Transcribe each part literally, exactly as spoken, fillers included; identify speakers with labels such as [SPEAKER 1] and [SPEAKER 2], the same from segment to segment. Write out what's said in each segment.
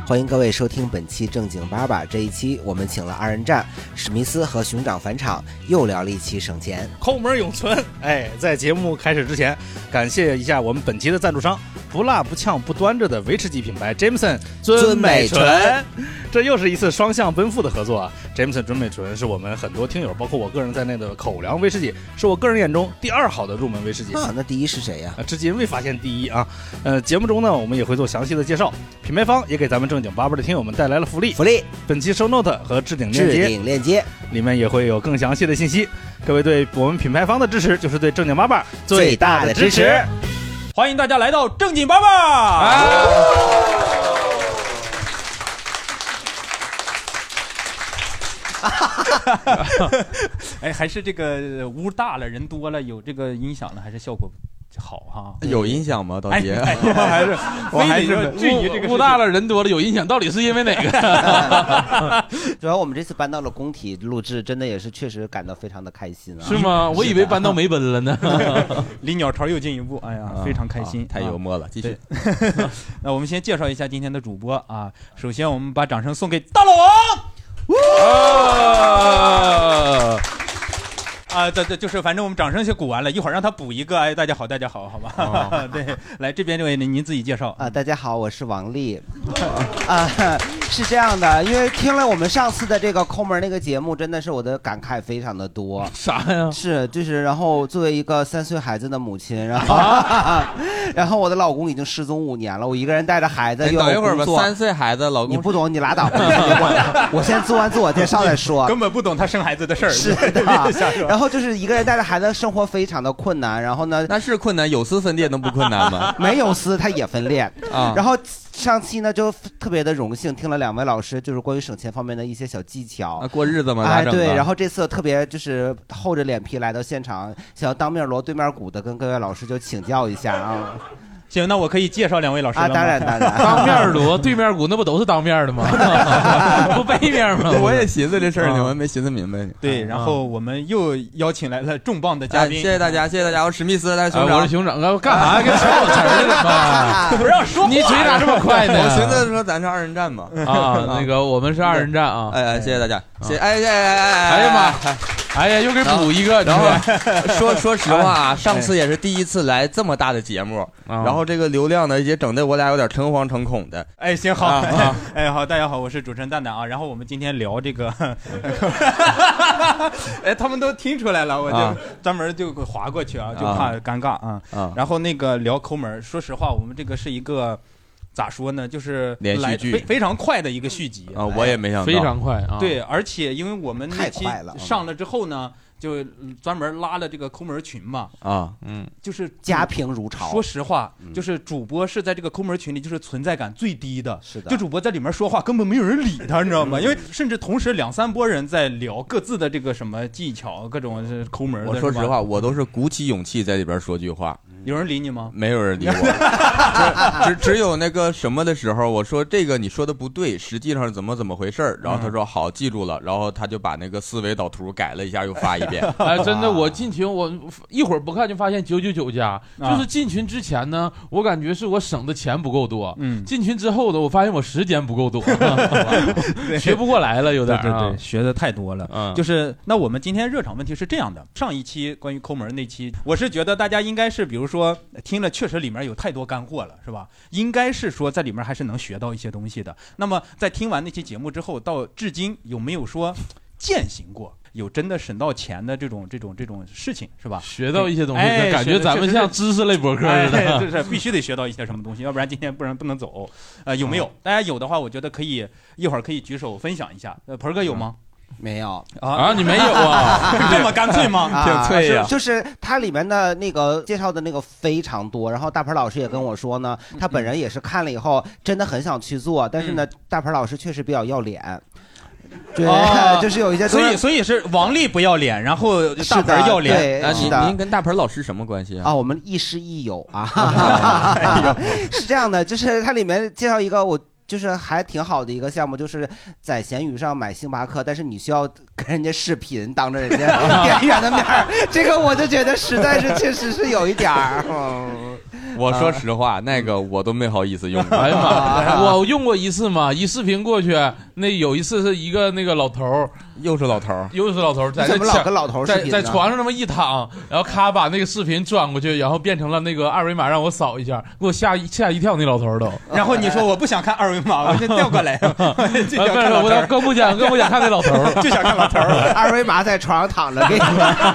[SPEAKER 1] 欢迎各位收听本期正经八百。这一期我们请了二人战史密斯和熊掌返场，又聊了一期省钱
[SPEAKER 2] 抠门永存。哎，在节目开始之前，感谢一下我们本期的赞助商，不辣不呛不端着的维持剂品牌 Jameson 尊美醇。这又是一次双向奔赴的合作啊 ！Jameson 尊美醇是我们很多听友，包括我个人在内的口粮威士忌，是我个人眼中第二好的入门威士忌
[SPEAKER 1] 啊。那第一是谁呀、
[SPEAKER 2] 啊？至今未发现第一啊。呃，节目中呢，我们也会做详细的介绍。品牌方也给咱们正经八百的听友们带来了福利，
[SPEAKER 1] 福利。
[SPEAKER 2] 本期 show note 和置顶链接，
[SPEAKER 1] 置顶链接
[SPEAKER 2] 里面也会有更详细的信息。各位对我们品牌方的支持，就是对正经八百最大的支持。
[SPEAKER 3] 欢迎大家来到正经八百。啊哎，还是这个屋大了，人多了，有这个音响了，还是效果好哈？
[SPEAKER 4] 有音响吗？到底、
[SPEAKER 3] 哎哎、还是我还是质疑这个
[SPEAKER 5] 屋大了，人多了，有音响，到底是因为哪个？
[SPEAKER 1] 主要我们这次搬到了工体录制，真的也是确实感到非常的开心啊！
[SPEAKER 5] 是吗？我以为搬到梅奔了呢。
[SPEAKER 3] 离鸟巢又进一步，哎呀，非常开心，
[SPEAKER 4] 啊、太幽默了。继续。
[SPEAKER 3] 那我们先介绍一下今天的主播啊。首先，我们把掌声送给大老王。啊！啊，这这就是反正我们掌声先鼓完了，一会儿让他补一个。哎，大家好，大家好，好吧？哦、对，来这边这位您您自己介绍
[SPEAKER 1] 啊。大家好，我是王丽。啊，是这样的，因为听了我们上次的这个抠门那个节目，真的是我的感慨非常的多。
[SPEAKER 5] 啥呀？
[SPEAKER 1] 是就是然后作为一个三岁孩子的母亲，然后、啊、然后我的老公已经失踪五年了，我一个人带着孩子又
[SPEAKER 4] 等一会儿吧，三岁孩子老公
[SPEAKER 1] 你不懂你拉倒吧。我先做完自我介绍再说。
[SPEAKER 3] 根本不懂他生孩子的事儿。
[SPEAKER 1] 是的。然后就是一个人带着孩子生活非常的困难，然后呢
[SPEAKER 4] 那是困难，有丝分裂能不困难吗？
[SPEAKER 1] 没有丝它也分裂
[SPEAKER 4] 啊。
[SPEAKER 1] 然后上期呢就特别的荣幸听了两位老师就是关于省钱方面的一些小技巧
[SPEAKER 4] 啊，过日子嘛。
[SPEAKER 1] 哎对，然后这次特别就是厚着脸皮来到现场，想要当面锣对面鼓的跟各位老师就请教一下啊。
[SPEAKER 3] 行，那我可以介绍两位老师了
[SPEAKER 1] 啊，当然当然，
[SPEAKER 5] 当面锣对面鼓那不都是当面的吗？不背面吗？
[SPEAKER 4] 我也寻思这事儿呢，我没寻思明白。
[SPEAKER 3] 对，然后我们又邀请来了重磅的嘉宾，
[SPEAKER 4] 哎、谢谢大家，谢谢大家，我是史密斯，来熊掌、
[SPEAKER 5] 哎，我是熊掌，干啥跟抢我词儿了嘛？
[SPEAKER 3] 不让说话，
[SPEAKER 5] 你嘴咋这么快呢？
[SPEAKER 4] 我寻思说咱是二人战嘛。
[SPEAKER 5] 啊，那个我们是二人战啊。
[SPEAKER 4] 哎哎，谢谢大家，谢谢，哎哎哎哎，
[SPEAKER 5] 哎呀妈！哎呀，又给补一个。
[SPEAKER 4] 然后说说实话啊，上次也是第一次来这么大的节目，然后这个流量呢也整得我俩有点诚惶诚恐的。
[SPEAKER 3] 哎，行好，啊、哎好，大家好，我是主持人蛋蛋啊。然后我们今天聊这个，哎，他们都听出来了，我就专门就划过去啊，就怕尴尬啊。啊然后那个聊抠门，说实话，我们这个是一个。咋说呢？就是
[SPEAKER 4] 连续剧
[SPEAKER 3] 非非常快的一个续集
[SPEAKER 4] 啊！我也没想到，
[SPEAKER 5] 非常快啊！
[SPEAKER 3] 对，而且因为我们那期
[SPEAKER 1] 了
[SPEAKER 3] 上了之后呢，就专门拉了这个抠门群嘛
[SPEAKER 4] 啊，
[SPEAKER 3] 嗯，就是
[SPEAKER 1] 家贫如潮。
[SPEAKER 3] 说实话，就是主播是在这个抠门群里就是存在感最低的，
[SPEAKER 1] 是的。
[SPEAKER 3] 就主播在里面说话，根本没有人理他，你知道吗？因为甚至同时两三拨人在聊各自的这个什么技巧，各种抠门的。
[SPEAKER 4] 我说实话，我都是鼓起勇气在里边说句话。
[SPEAKER 3] 有人理你吗？
[SPEAKER 4] 没有人理我，只只有那个什么的时候，我说这个你说的不对，实际上是怎么怎么回事，然后他说好，记住了，然后他就把那个思维导图改了一下，又发一遍。
[SPEAKER 5] 哎，真的，我进群我一会儿不看就发现九九九加，就是进群之前呢，我感觉是我省的钱不够多，嗯，进群之后的我发现我时间不够多，学不过来了，有点
[SPEAKER 3] 对对对，学的太多了。嗯，就是那我们今天热场问题是这样的，上一期关于抠门那期，我是觉得大家应该是比如说听了确实里面有太多干货了，是吧？应该是说在里面还是能学到一些东西的。那么在听完那期节目之后，到至今有没有说践行过？有真的省到钱的这种这种这种事情是吧？
[SPEAKER 5] 学到一些东西，哎、感觉咱们像知识类博客似的，
[SPEAKER 3] 哎、就是必须得学到一些什么东西，要不然今天不然不能走。呃，有没有？大家有的话，我觉得可以一会儿可以举手分享一下。呃，盆哥有吗？
[SPEAKER 1] 没有
[SPEAKER 3] 啊
[SPEAKER 5] 啊！你没有啊？
[SPEAKER 3] 这么干脆吗？
[SPEAKER 1] 啊、
[SPEAKER 4] 挺脆呀、啊！
[SPEAKER 1] 就是它里面的那个介绍的那个非常多，然后大盆老师也跟我说呢，他本人也是看了以后真的很想去做，但是呢，嗯、大盆老师确实比较要脸。对、哦，就是有一些，
[SPEAKER 3] 所以所以是王丽不要脸，然后大盆要脸。
[SPEAKER 1] 对，
[SPEAKER 4] 啊、您您跟大盆老师什么关系啊？
[SPEAKER 1] 啊，我们亦师亦友啊。是这样的，就是它里面介绍一个我就是还挺好的一个项目，就是在闲鱼上买星巴克，但是你需要跟人家视频，当着人家店员的面儿，这个我就觉得实在是确实是有一点儿。嗯
[SPEAKER 4] 我说实话，那个我都没好意思用。
[SPEAKER 5] 哎呀妈，我用过一次嘛，一视频过去，那有一次是一个那个老头儿，
[SPEAKER 4] 又是老头儿，
[SPEAKER 5] 又是老头儿，在
[SPEAKER 1] 怎么老跟老头儿
[SPEAKER 5] 在在床上那么一躺，然后咔把那个视频转过去，然后变成了那个二维码让我扫一下，给我吓一吓一跳，那老头儿都。
[SPEAKER 3] 然后你说我不想看二维码，我就调过来，就想看老头儿。
[SPEAKER 5] 我更不想更不想看那老头儿，
[SPEAKER 3] 就想看老头儿。
[SPEAKER 1] 二维码在床上躺着给你。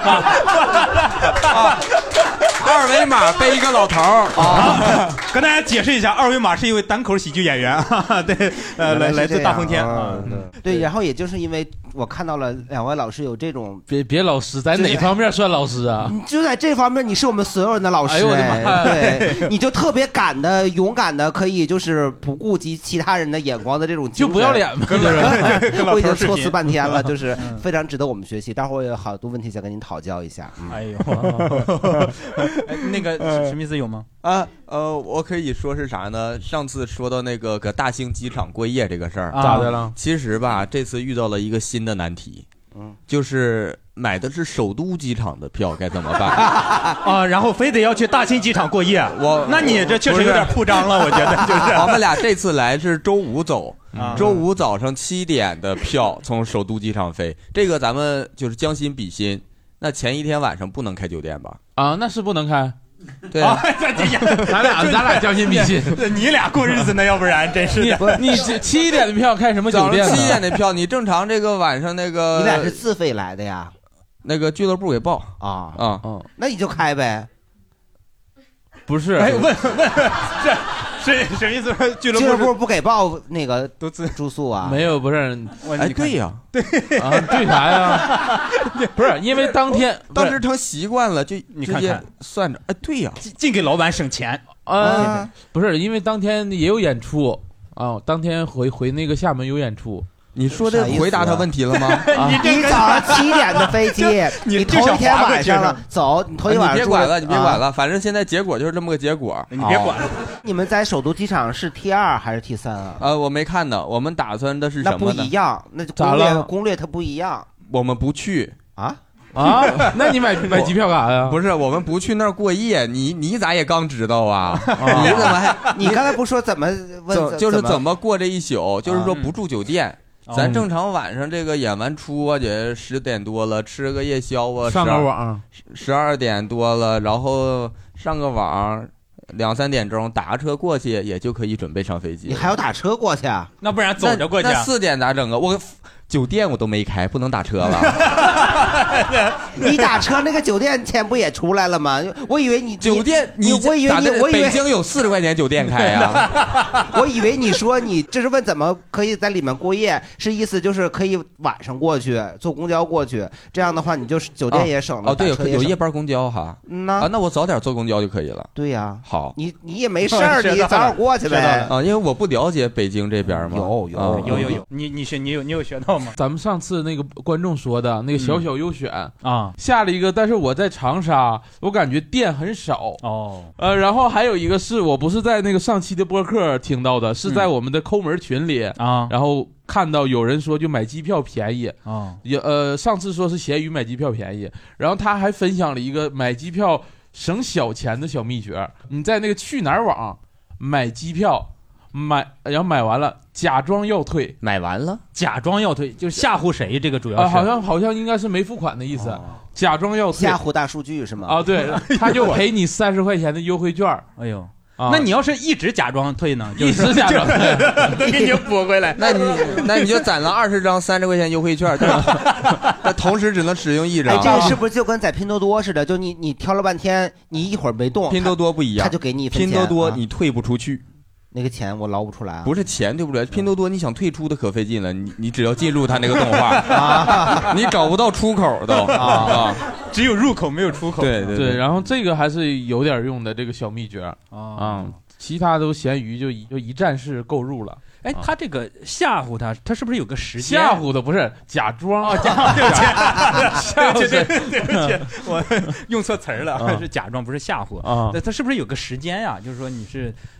[SPEAKER 4] 二维码背一个老头儿
[SPEAKER 3] 啊！跟大家解释一下，二维码是一位单口喜剧演员，对，呃，来来自大风天啊。
[SPEAKER 1] 对，然后也就是因为我看到了两位老师有这种，
[SPEAKER 5] 别别老师，在哪方面算老师啊？
[SPEAKER 1] 就在这方面，你是我们所有人的老师。
[SPEAKER 5] 哎呦我的妈！
[SPEAKER 1] 对，你就特别敢的、勇敢的，可以就是不顾及其他人的眼光的这种，
[SPEAKER 5] 就不要脸嘛！
[SPEAKER 1] 我已经措辞半天了，就是非常值得我们学习。待会儿有好多问题想跟您讨教一下。
[SPEAKER 3] 哎呦，那个史密斯有吗？
[SPEAKER 4] 啊，呃，我可以说是啥呢？上次说到那个搁大兴机场过夜这个事儿，
[SPEAKER 5] 咋的了？
[SPEAKER 4] 其实吧，这次遇到了一个新的难题，
[SPEAKER 1] 嗯，
[SPEAKER 4] 就是买的是首都机场的票该怎么办
[SPEAKER 3] 啊？然后非得要去大兴机场过夜，
[SPEAKER 4] 我
[SPEAKER 3] 那你这确实有点铺张了，我觉得就是。
[SPEAKER 4] 我们俩这次来是周五走，嗯、周五早上七点的票从首都机场飞，这个咱们就是将心比心。那前一天晚上不能开酒店吧？
[SPEAKER 5] 啊，那是不能开。
[SPEAKER 4] 对啊，
[SPEAKER 5] 咱俩咱俩将心比心，
[SPEAKER 3] 你俩过日子呢，要不然真是
[SPEAKER 5] 的。你七点的票开什么酒店？
[SPEAKER 4] 七点的票，你正常这个晚上那个，
[SPEAKER 1] 你俩是自费来的呀？
[SPEAKER 4] 那个俱乐部给报
[SPEAKER 1] 啊
[SPEAKER 4] 啊，
[SPEAKER 5] 嗯，
[SPEAKER 1] 那你就开呗。
[SPEAKER 5] 不是，
[SPEAKER 3] 哎，问问这。是什么意思？俱乐部
[SPEAKER 1] 俱乐部不给报那个
[SPEAKER 3] 都自
[SPEAKER 1] 住宿啊？
[SPEAKER 5] 没有，不是。
[SPEAKER 4] 哎，对呀，
[SPEAKER 3] 对
[SPEAKER 5] 啊，对啥呀？不是，因为当天
[SPEAKER 4] 当时成习惯了，就
[SPEAKER 3] 你看看
[SPEAKER 4] 算着。哎，对呀，
[SPEAKER 3] 净给老板省钱
[SPEAKER 5] 啊！不是，因为当天也有演出啊，当天回回那个厦门有演出。
[SPEAKER 4] 你说这回答他问题了吗？
[SPEAKER 1] 啊、你早上七点的飞机，你头一天晚上了走，你头一晚上、
[SPEAKER 4] 啊、你别管了，你别管了，啊、反正现在结果就是这么个结果，
[SPEAKER 3] 你别管了。
[SPEAKER 1] 你们在首都机场是 T 二还是 T 三啊？
[SPEAKER 4] 呃，我没看呢，我们打算的是什么呢？
[SPEAKER 1] 那不一样，那攻略攻略它不一样。
[SPEAKER 4] 我们不去
[SPEAKER 1] 啊
[SPEAKER 5] 啊？那你买买机票干啥呀？
[SPEAKER 4] 不是，我们不去那儿过夜。你你咋也刚知道啊？你怎么还？
[SPEAKER 1] 你刚才不说怎么问？
[SPEAKER 4] 就是怎么过这一宿？就是说不住酒店。咱正常晚上这个演完出啊，姐十点多了，吃个夜宵啊，
[SPEAKER 5] 上个网，
[SPEAKER 4] 十二点多了，然后上个网，两三点钟打个车过去，也就可以准备上飞机。
[SPEAKER 1] 你还要打车过去啊？
[SPEAKER 3] 那不然走着过去、啊？
[SPEAKER 4] 那四点咋整啊？我酒店我都没开，不能打车了。
[SPEAKER 1] 你打车那个酒店钱不也出来了吗？我以为你
[SPEAKER 4] 酒店，你
[SPEAKER 1] 我以为你我以为
[SPEAKER 4] 北京有四十块钱酒店开啊。
[SPEAKER 1] 我以为你说你这是问怎么可以在里面过夜，是意思就是可以晚上过去坐公交过去，这样的话你就是酒店也省了。
[SPEAKER 4] 哦，对，有有夜班公交哈。
[SPEAKER 1] 嗯呐，
[SPEAKER 4] 啊，那我早点坐公交就可以了。
[SPEAKER 1] 对呀，
[SPEAKER 4] 好，
[SPEAKER 1] 你你也没事儿，你早点过去呗。
[SPEAKER 4] 啊，因为我不了解北京这边嘛。
[SPEAKER 1] 有
[SPEAKER 3] 有有有有，你你学你有你有学到吗？
[SPEAKER 5] 咱们上次那个观众说的那个小小优选
[SPEAKER 3] 啊，
[SPEAKER 5] 下了一个，但是我在长沙，我感觉店很少
[SPEAKER 3] 哦。
[SPEAKER 5] 呃，然后还有一个是我不是在那个上期的播客听到的，是在我们的抠门群里
[SPEAKER 3] 啊，
[SPEAKER 5] 然后看到有人说就买机票便宜
[SPEAKER 3] 啊，
[SPEAKER 5] 也呃上次说是闲鱼买机票便宜，然后他还分享了一个买机票省小钱的小秘诀，你在那个去哪儿网买机票。买，然后买完了，假装要退，
[SPEAKER 4] 买完了，
[SPEAKER 3] 假装要退，就是吓唬谁？这个主要是、
[SPEAKER 5] 啊、好像好像应该是没付款的意思，哦、假装要退，
[SPEAKER 1] 吓唬大数据是吗？
[SPEAKER 5] 啊，对，他就赔你三十块钱的优惠券。
[SPEAKER 3] 哎呦，啊、那你要是一直假装退呢？就是、
[SPEAKER 5] 一直假装退，
[SPEAKER 3] 都给你补回来。
[SPEAKER 4] 那你那你就攒了二十张三十块钱优惠券，对吧？那同时只能使用一张。
[SPEAKER 1] 哎，这个是不是就跟在拼多多似的？就你你挑了半天，你一会儿没动，
[SPEAKER 4] 拼多多不一样，
[SPEAKER 1] 他就给你一分钱。
[SPEAKER 4] 拼多多你退不出去。
[SPEAKER 1] 那个钱我捞不出来啊！
[SPEAKER 4] 不是钱对不对？拼多多你想退出的可费劲了，你你只要进入它那个动画啊，你找不到出口都啊，
[SPEAKER 3] 只有入口没有出口。
[SPEAKER 4] 对对
[SPEAKER 5] 对, 对，然后这个还是有点用的这个小秘诀啊、嗯，其他都闲鱼就一就一站式购入了。
[SPEAKER 3] 哎，他这个吓唬他，他是不是有个时间？
[SPEAKER 5] 吓唬的不是假装啊，
[SPEAKER 3] 假对不起，吓唬对对不起，我用错词儿了，是假装不是吓唬啊。那他是不是有个时间呀？就是说你是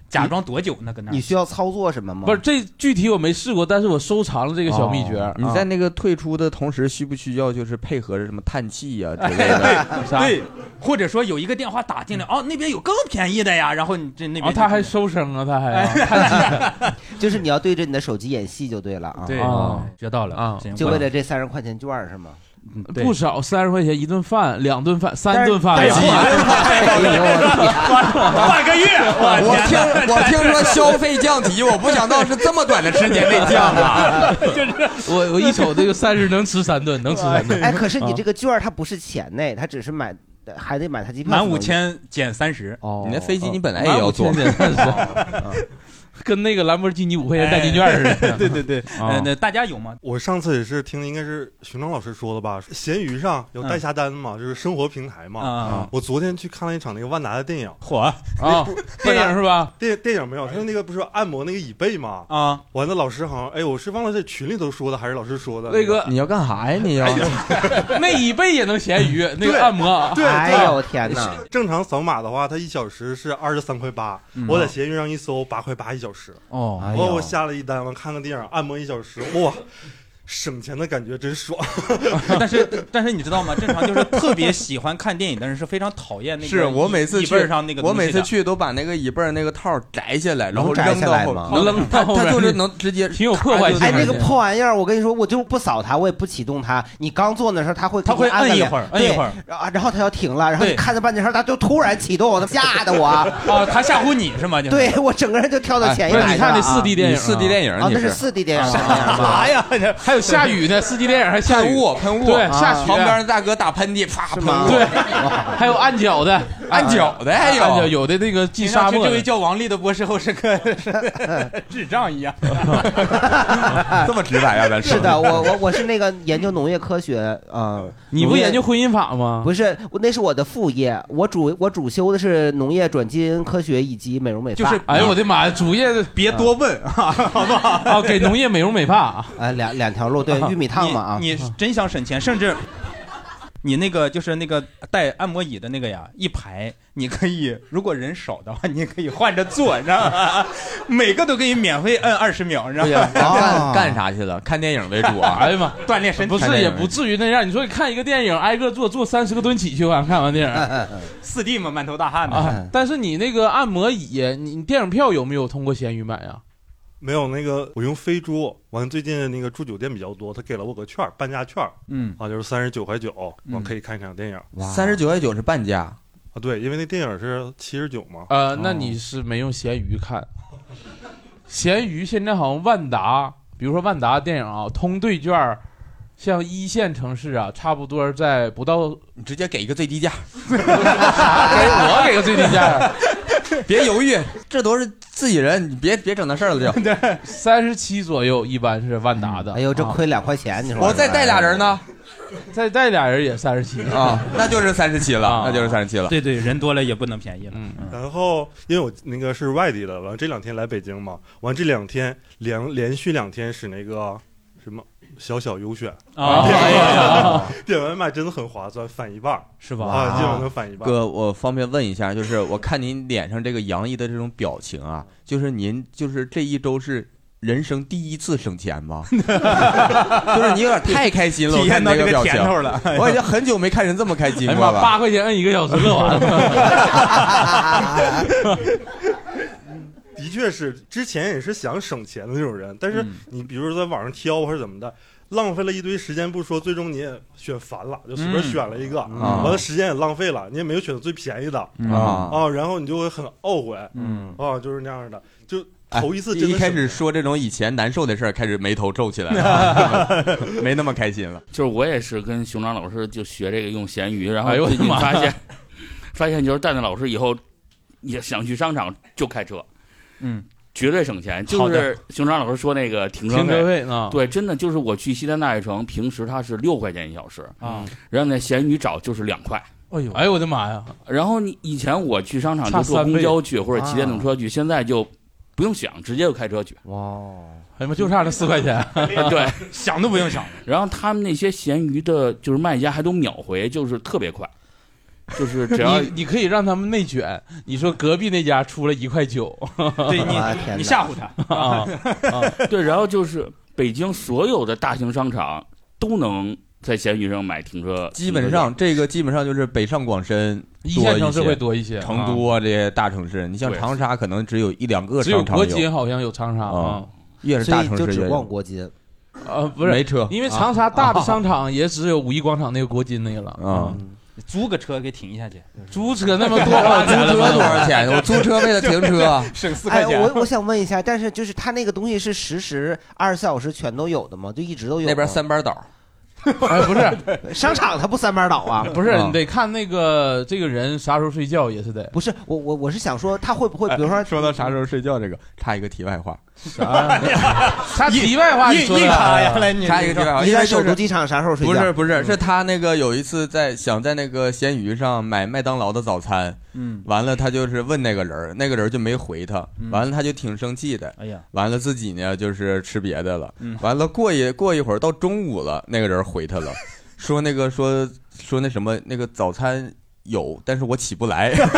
[SPEAKER 3] 假装多久呢？跟那
[SPEAKER 1] 你需要操作什么吗？
[SPEAKER 5] 不是，这具体我没试过，但是我收藏了这个小秘诀。
[SPEAKER 4] 哦、你在那个退出的同时，需不需要就是配合着什么叹气呀、啊、之类的？
[SPEAKER 3] 对，或者说有一个电话打进来，哦，那边有更便宜的呀，然后你这那边、
[SPEAKER 5] 哦、他还收声啊，他还、啊、叹气，
[SPEAKER 1] 就是你要对着你的手机演戏就对了啊。
[SPEAKER 3] 对，
[SPEAKER 5] 哦、
[SPEAKER 3] 学到了啊，
[SPEAKER 1] 就为了这三十块钱券是吗？
[SPEAKER 5] 不少，三十块钱一顿饭，两顿饭，三顿饭，
[SPEAKER 1] 半
[SPEAKER 3] 个月。
[SPEAKER 4] 我听我听说消费降级，我不想到是这么短的时间内降啊！
[SPEAKER 5] 就是我我一瞅这个三十能吃三顿，能吃三顿。
[SPEAKER 1] 哎，可是你这个券它不是钱内，它只是买，还得买它机票。
[SPEAKER 3] 满五千减三十。
[SPEAKER 4] 哦，你那飞机你本来也要坐。
[SPEAKER 5] 减三十。跟那个兰博基尼五块钱代金券似的。
[SPEAKER 3] 对对对，呃，那大家有吗？
[SPEAKER 6] 我上次也是听，应该是熊掌老师说的吧？闲鱼上有代下单嘛，就是生活平台嘛。我昨天去看了一场那个万达的电影。
[SPEAKER 3] 嚯
[SPEAKER 5] 啊！电影是吧？
[SPEAKER 6] 电电影没有，他那个不是按摩那个椅背吗？
[SPEAKER 3] 啊！
[SPEAKER 6] 完了，老师好像，哎，我是忘了在群里头说的还是老师说的。
[SPEAKER 5] 那个
[SPEAKER 4] 你要干啥呀？你要
[SPEAKER 5] 那椅背也能闲鱼？那个按摩？
[SPEAKER 6] 对，
[SPEAKER 1] 哎呦天哪！
[SPEAKER 6] 正常扫码的话，它一小时是二十三块八，我在闲鱼上一搜，八块八一小时。
[SPEAKER 5] 哦。
[SPEAKER 6] 我我下了一单，我看个电影，按摩一小时，哇，省钱的感觉真爽。
[SPEAKER 3] 但是但是你知道吗？正常就是特别喜欢看电影的人是非常讨厌那个。
[SPEAKER 4] 是我每次
[SPEAKER 3] 去椅背上那个，
[SPEAKER 4] 我每次去都把那个椅背那个套摘下来，然后
[SPEAKER 1] 摘下来吗？
[SPEAKER 4] 能扔到后面，他就是能直接
[SPEAKER 5] 挺有破坏性。
[SPEAKER 1] 哎，那个破玩意儿，我跟你说，我就不扫它，我也不启动它。你刚坐那时候，它会
[SPEAKER 3] 它会摁一会儿，摁一会儿，
[SPEAKER 1] 然后然后它要停了，然后你看着半截时候，它就突然启动，它吓得我。
[SPEAKER 3] 哦，它吓唬你是吗？
[SPEAKER 1] 对我整个人就跳到前一排。
[SPEAKER 5] 你看那四 D 电影，
[SPEAKER 4] 四 D 电影
[SPEAKER 1] 啊，那是四 D 电影。
[SPEAKER 3] 啥呀？
[SPEAKER 5] 还有下雨呢，四 D 电影还下雨，
[SPEAKER 4] 喷雾，
[SPEAKER 5] 对，下雪，
[SPEAKER 4] 旁边的大哥打喷嚏，啪喷雾，
[SPEAKER 5] 对，还有按脚的，
[SPEAKER 4] 按脚的还有，
[SPEAKER 5] 按脚有的那个进沙漠。
[SPEAKER 3] 这位叫王丽的博士后是个智障一样，
[SPEAKER 4] 这么直白呀？咱
[SPEAKER 1] 是的，我我我是那个研究农业科学啊。
[SPEAKER 5] 你不研究婚姻法吗？
[SPEAKER 1] 不是，那是我的副业。我主我主修的是农业转基因科学以及美容美发。
[SPEAKER 3] 就是，
[SPEAKER 5] 哎呦我的妈呀，主业
[SPEAKER 3] 别多问啊，好不好？
[SPEAKER 5] 啊，给农业美容美发，
[SPEAKER 1] 哎，两两条路，对，玉米烫嘛啊。
[SPEAKER 3] 你真想省钱，甚至你那个就是那个带按摩椅的那个呀，一排你可以，如果人少的话，你也可以换着坐，你知道吗？每个都给你免费摁二十秒，你知道吗？
[SPEAKER 4] 干干啥去了？看电影为主啊！
[SPEAKER 5] 哎呀妈，
[SPEAKER 3] 锻炼身体。
[SPEAKER 5] 不是，也不至于那样。你说你看一个电影，挨个坐，坐三十个蹲起去吧，看完电影，
[SPEAKER 3] 四 D 嘛，满头大汗的。
[SPEAKER 5] 啊、但是你那个按摩椅，你电影票有没有通过闲鱼买啊？
[SPEAKER 6] 没有，那个我用飞猪，完最近那个住酒店比较多，他给了我个券，半价券，
[SPEAKER 3] 嗯
[SPEAKER 6] 啊，就是三十九块九，我可以看一场电影。
[SPEAKER 4] 三十九块九是半价
[SPEAKER 6] 啊？对，因为那电影是七十九嘛。
[SPEAKER 5] 呃，那你是没用闲鱼看，闲鱼现在好像万达，比如说万达电影啊，通兑券，像一线城市啊，差不多在不到，
[SPEAKER 4] 你直接给一个最低价，
[SPEAKER 5] 给我给个最低价。
[SPEAKER 4] 别犹豫，这都是自己人，你别别整那事儿了就。
[SPEAKER 5] 对，三十七左右一般是万达的。
[SPEAKER 1] 哎呦，这亏两块钱，你说。
[SPEAKER 4] 我再带俩人呢，
[SPEAKER 5] 再带俩人也三十七
[SPEAKER 4] 啊，那就是三十七了，那就是三十七了。
[SPEAKER 3] 对对，人多了也不能便宜了。
[SPEAKER 6] 嗯。然后，因为我那个是外地的，完这两天来北京嘛，完这两天连连续两天是那个什么。小小优选
[SPEAKER 3] 啊，哎呀，
[SPEAKER 6] 点外卖真的很划算，返一半
[SPEAKER 3] 是吧？
[SPEAKER 6] 啊，基本能返一半。
[SPEAKER 4] 哥，我方便问一下，就是我看您脸上这个洋溢的这种表情啊，就是您就是这一周是人生第一次省钱吗？就是你有点太开心了，
[SPEAKER 3] 体验到这个甜头
[SPEAKER 4] 了。我已经很久没看人这么开心过了。
[SPEAKER 5] 八块钱摁一个小时乐完了。
[SPEAKER 6] 的确是，之前也是想省钱的那种人，但是你比如说在网上挑或者怎么的，浪费了一堆时间不说，最终你也选烦了，就随便选了一个，
[SPEAKER 4] 嗯、
[SPEAKER 6] 完了时间也浪费了，你也没有选择最便宜的啊、
[SPEAKER 4] 嗯、
[SPEAKER 6] 啊，然后你就会很懊悔，
[SPEAKER 4] 嗯
[SPEAKER 6] 啊，就是那样的，就头一次真的、
[SPEAKER 4] 哎、一开始说这种以前难受的事儿，开始眉头皱起来了，没那么开心了。
[SPEAKER 7] 就是我也是跟熊掌老师就学这个用闲鱼，然后最近发现，发现就是带着老师以后也想去商场就开车。
[SPEAKER 3] 嗯，
[SPEAKER 7] 绝对省钱。就是熊掌老师说那个停车费，
[SPEAKER 5] 停车费啊，
[SPEAKER 7] 对，真的就是我去西单大悦城，平时它是六块钱一小时
[SPEAKER 3] 啊，
[SPEAKER 7] 然后呢闲鱼找就是两块。
[SPEAKER 5] 哎呦，哎呦我的妈呀！
[SPEAKER 7] 然后你以前我去商场就坐公交去或者骑电动车去，现在就不用想，直接就开车去。
[SPEAKER 1] 哇，
[SPEAKER 5] 哎呀妈，就差这四块钱，
[SPEAKER 7] 对，
[SPEAKER 3] 想都不用想。
[SPEAKER 7] 然后他们那些闲鱼的，就是卖家还都秒回，就是特别快。 就是只要
[SPEAKER 5] 你你可以让他们内卷，你说隔壁那家出了一块九，
[SPEAKER 3] 对你你吓唬他
[SPEAKER 7] 啊啊，对，然后就是北京所有的大型商场都能在闲鱼上买停车，
[SPEAKER 4] 基本上这个基本上就是北上广深
[SPEAKER 5] 一线城市会多一些，
[SPEAKER 4] 成都啊这些大城市，你像长沙可能只有一两个商场有，
[SPEAKER 5] 只有国金好像有长沙啊，
[SPEAKER 4] 越是大城市
[SPEAKER 1] 就只逛国金。
[SPEAKER 5] 呃，不是
[SPEAKER 4] 没车，
[SPEAKER 5] 因为长沙大的商场也只有五一广场那个国金那个了
[SPEAKER 4] 啊。
[SPEAKER 3] 租个车给停下去，
[SPEAKER 5] 租车那么多花
[SPEAKER 4] 钱，租车多少钱？我租车为了停车
[SPEAKER 3] 省四块钱。
[SPEAKER 1] 哎、我我想问一下，但是就是他那个东西是实时二十四小时全都有的吗？就一直都有？
[SPEAKER 4] 那边三班倒。
[SPEAKER 5] 哎，不是，
[SPEAKER 1] 商场它不三班倒啊？
[SPEAKER 5] 不是，你得看那个这个人啥时候睡觉也是得。
[SPEAKER 1] 不是，我我我是想说，他会不会，比如说，
[SPEAKER 4] 说到啥时候睡觉这个，插一个题外话。
[SPEAKER 5] 啥？插题外话，你说的
[SPEAKER 3] 呀？来，
[SPEAKER 4] 插一个题外话。
[SPEAKER 1] 你在首都机场啥时候睡觉？
[SPEAKER 4] 不是不是，是他那个有一次在想在那个闲鱼上买麦当劳的早餐，
[SPEAKER 3] 嗯，
[SPEAKER 4] 完了他就是问那个人，那个人就没回他，完了他就挺生气的，
[SPEAKER 3] 哎呀，
[SPEAKER 4] 完了自己呢就是吃别的了，
[SPEAKER 3] 嗯，
[SPEAKER 4] 完了过一过一会儿到中午了，那个人回他了。说那个说说那什么那个早餐有，但是我起不来。对，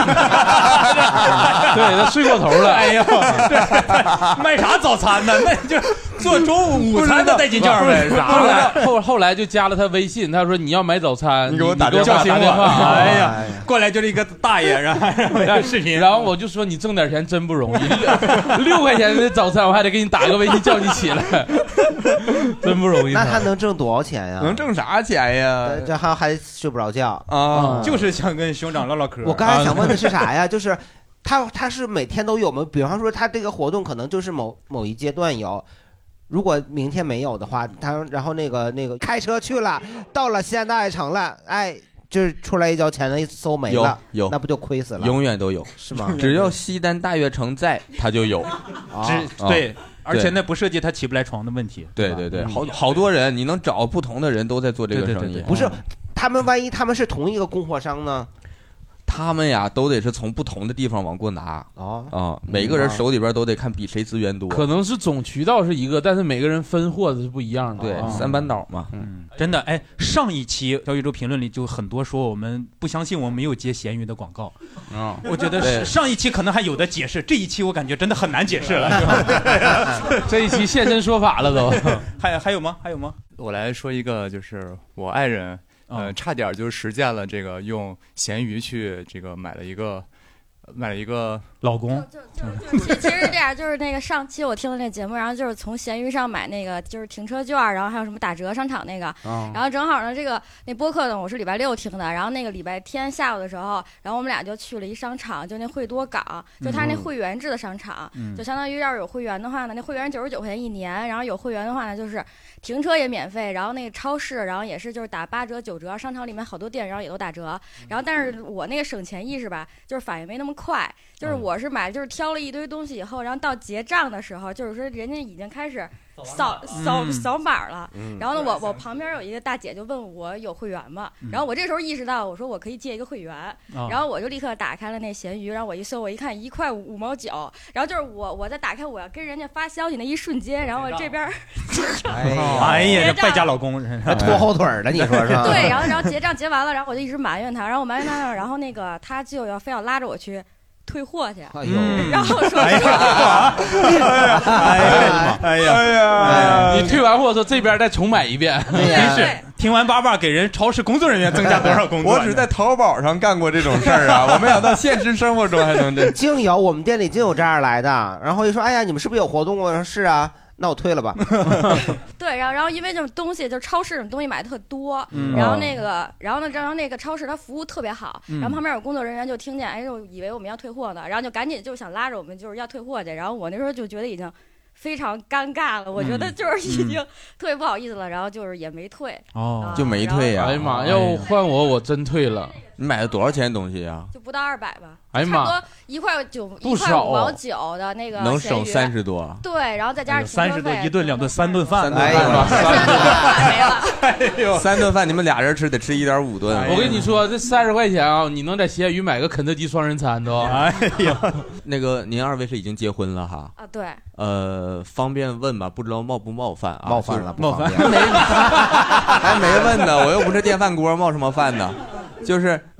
[SPEAKER 5] 他睡过头了。
[SPEAKER 3] 哎呦，卖啥早餐呢？那就做中午午餐的代金券呗。
[SPEAKER 5] 后来后后来就加了他微信，他说你要买早餐，
[SPEAKER 4] 你给我打
[SPEAKER 5] 电话。
[SPEAKER 3] 打电话。哎呀，过来就是一个大爷，然后视频，
[SPEAKER 5] 然后我就说你挣点钱真不容易，六块钱的早餐我还得给你打个微信叫你起来，真不容易。
[SPEAKER 1] 那他能挣多少钱呀？
[SPEAKER 4] 能挣啥钱呀？
[SPEAKER 1] 这还还睡不着觉
[SPEAKER 4] 啊？
[SPEAKER 3] 就是想跟兄长唠唠嗑。
[SPEAKER 1] 我刚才想问的是啥呀？就是他他是每天都有吗？比方说他这个活动可能就是某某一阶段有，如果明天没有的话，他然后那个那个开车去了，到了西安大悦城了，哎，就是出来一交钱的搜没了，
[SPEAKER 4] 有有，
[SPEAKER 1] 那不就亏死了？
[SPEAKER 4] 永远都有，
[SPEAKER 1] 是吗？
[SPEAKER 4] 只要西单大悦城在，他就有。
[SPEAKER 3] 只对。而且那不涉及他起不来床的问题。
[SPEAKER 4] 对对对，好好多人，你能找不同的人都在做这个生意。
[SPEAKER 1] 不是，他们万一他们是同一个供货商呢？
[SPEAKER 4] 他们呀，都得是从不同的地方往过拿
[SPEAKER 1] 哦
[SPEAKER 4] 啊，每个人手里边都得看比谁资源多。
[SPEAKER 5] 可能是总渠道是一个，但是每个人分货是不一样的。
[SPEAKER 4] 对，三班倒嘛。
[SPEAKER 3] 嗯，真的哎，上一期小宇宙评论里就很多说我们不相信我们没有接闲鱼的广告啊，我觉得上一期可能还有的解释，这一期我感觉真的很难解释了。
[SPEAKER 5] 这一期现身说法了都。
[SPEAKER 3] 还还有吗？还有吗？
[SPEAKER 8] 我来说一个，就是我爱人。呃，差点就实践了这个用闲鱼去这个买了一个，买了一个
[SPEAKER 3] 老公。
[SPEAKER 9] 就就就就其实是这样，就是那个上期我听的那节目，然后就是从闲鱼上买那个就是停车券，然后还有什么打折商场那个，
[SPEAKER 3] 哦、
[SPEAKER 9] 然后正好呢这个那播客呢我是礼拜六听的，然后那个礼拜天下午的时候，然后我们俩就去了一商场，就那惠多港，就它那会员制的商场，
[SPEAKER 3] 嗯、
[SPEAKER 9] 就相当于要是有会员的话呢，那会员九十九块钱一年，然后有会员的话呢就是停车也免费，然后那个超市，然后也是就是打八折九折，商场里面好多店然后也都打折，然后但是我那个省钱意识吧，就是反应没那么快，就是我是买就是挑了一堆东西以后，然后到结账的时候，就是说人家已经开始扫扫
[SPEAKER 3] 嗯、
[SPEAKER 9] 扫码了，
[SPEAKER 1] 嗯、
[SPEAKER 9] 然后呢我我旁边有一个大姐就问我有会员吗？
[SPEAKER 3] 嗯、
[SPEAKER 9] 然后我这时候意识到，我说我可以借一个会员，
[SPEAKER 3] 哦、
[SPEAKER 9] 然后我就立刻打开了那闲鱼，然后我一搜，我一看一块五五毛九，然后就是我我在打开我要跟人家发消息那一瞬间，然后我这边
[SPEAKER 1] 哎呀，
[SPEAKER 3] 哎呀，这败家老公，
[SPEAKER 1] 还拖后腿的，你说是吧？
[SPEAKER 9] 对，然后然后结账结完了，然后我就一直埋怨他，然后我埋怨他，然后那个他就要非要拉着我去退货去，
[SPEAKER 1] 哎呦，
[SPEAKER 9] 然后说，
[SPEAKER 3] 哎呀，哎呀，哎呀，
[SPEAKER 5] 你退完货说这边再重买一遍，
[SPEAKER 3] 真是听完八卦给人超市工作人员增加多少工作？
[SPEAKER 4] 我只在淘宝上干过这种事儿啊，我没想到现实生活中还能这。
[SPEAKER 1] 竟有我们店里竟有这样来的，然后一说，哎呀，你们是不是有活动？我说是啊。那我退了吧。
[SPEAKER 9] 对，然后然后因为这种东西就是超市这种东西买的特多，
[SPEAKER 3] 嗯、
[SPEAKER 9] 然后那个然后呢，然后那个超市它服务特别好，
[SPEAKER 3] 嗯、
[SPEAKER 9] 然后旁边有工作人员就听见，哎，就以为我们要退货呢，然后就赶紧就想拉着我们就是要退货去，然后我那时候就觉得已经非常尴尬了，我觉得就是已经特别不好意思了，然后就是也没退。
[SPEAKER 3] 哦，
[SPEAKER 4] 就没退呀！
[SPEAKER 5] 哎呀妈，要换我我真退了。
[SPEAKER 4] 你买了多少钱的东西呀？
[SPEAKER 9] 就不到二百吧。
[SPEAKER 5] 哎呀妈，
[SPEAKER 9] 差不多一块九一块五毛九的那个，
[SPEAKER 4] 能省三十多。
[SPEAKER 9] 对，然后再加上
[SPEAKER 3] 三十多一顿两顿三顿饭，
[SPEAKER 4] 哎呀，
[SPEAKER 9] 三顿饭没了。
[SPEAKER 3] 哎呦，
[SPEAKER 4] 三顿饭你们俩人吃得吃一点五顿。
[SPEAKER 5] 我跟你说，这三十块钱啊，你能在闲鱼买个肯德基双人餐都。
[SPEAKER 3] 哎呀，
[SPEAKER 4] 那个您二位是已经结婚了哈？
[SPEAKER 9] 啊，对。
[SPEAKER 4] 呃，方便问吧？不知道冒不冒犯啊？
[SPEAKER 1] 冒犯了，
[SPEAKER 3] 冒犯
[SPEAKER 4] 还没还没问呢，我又不是电饭锅，冒什么犯呢？就是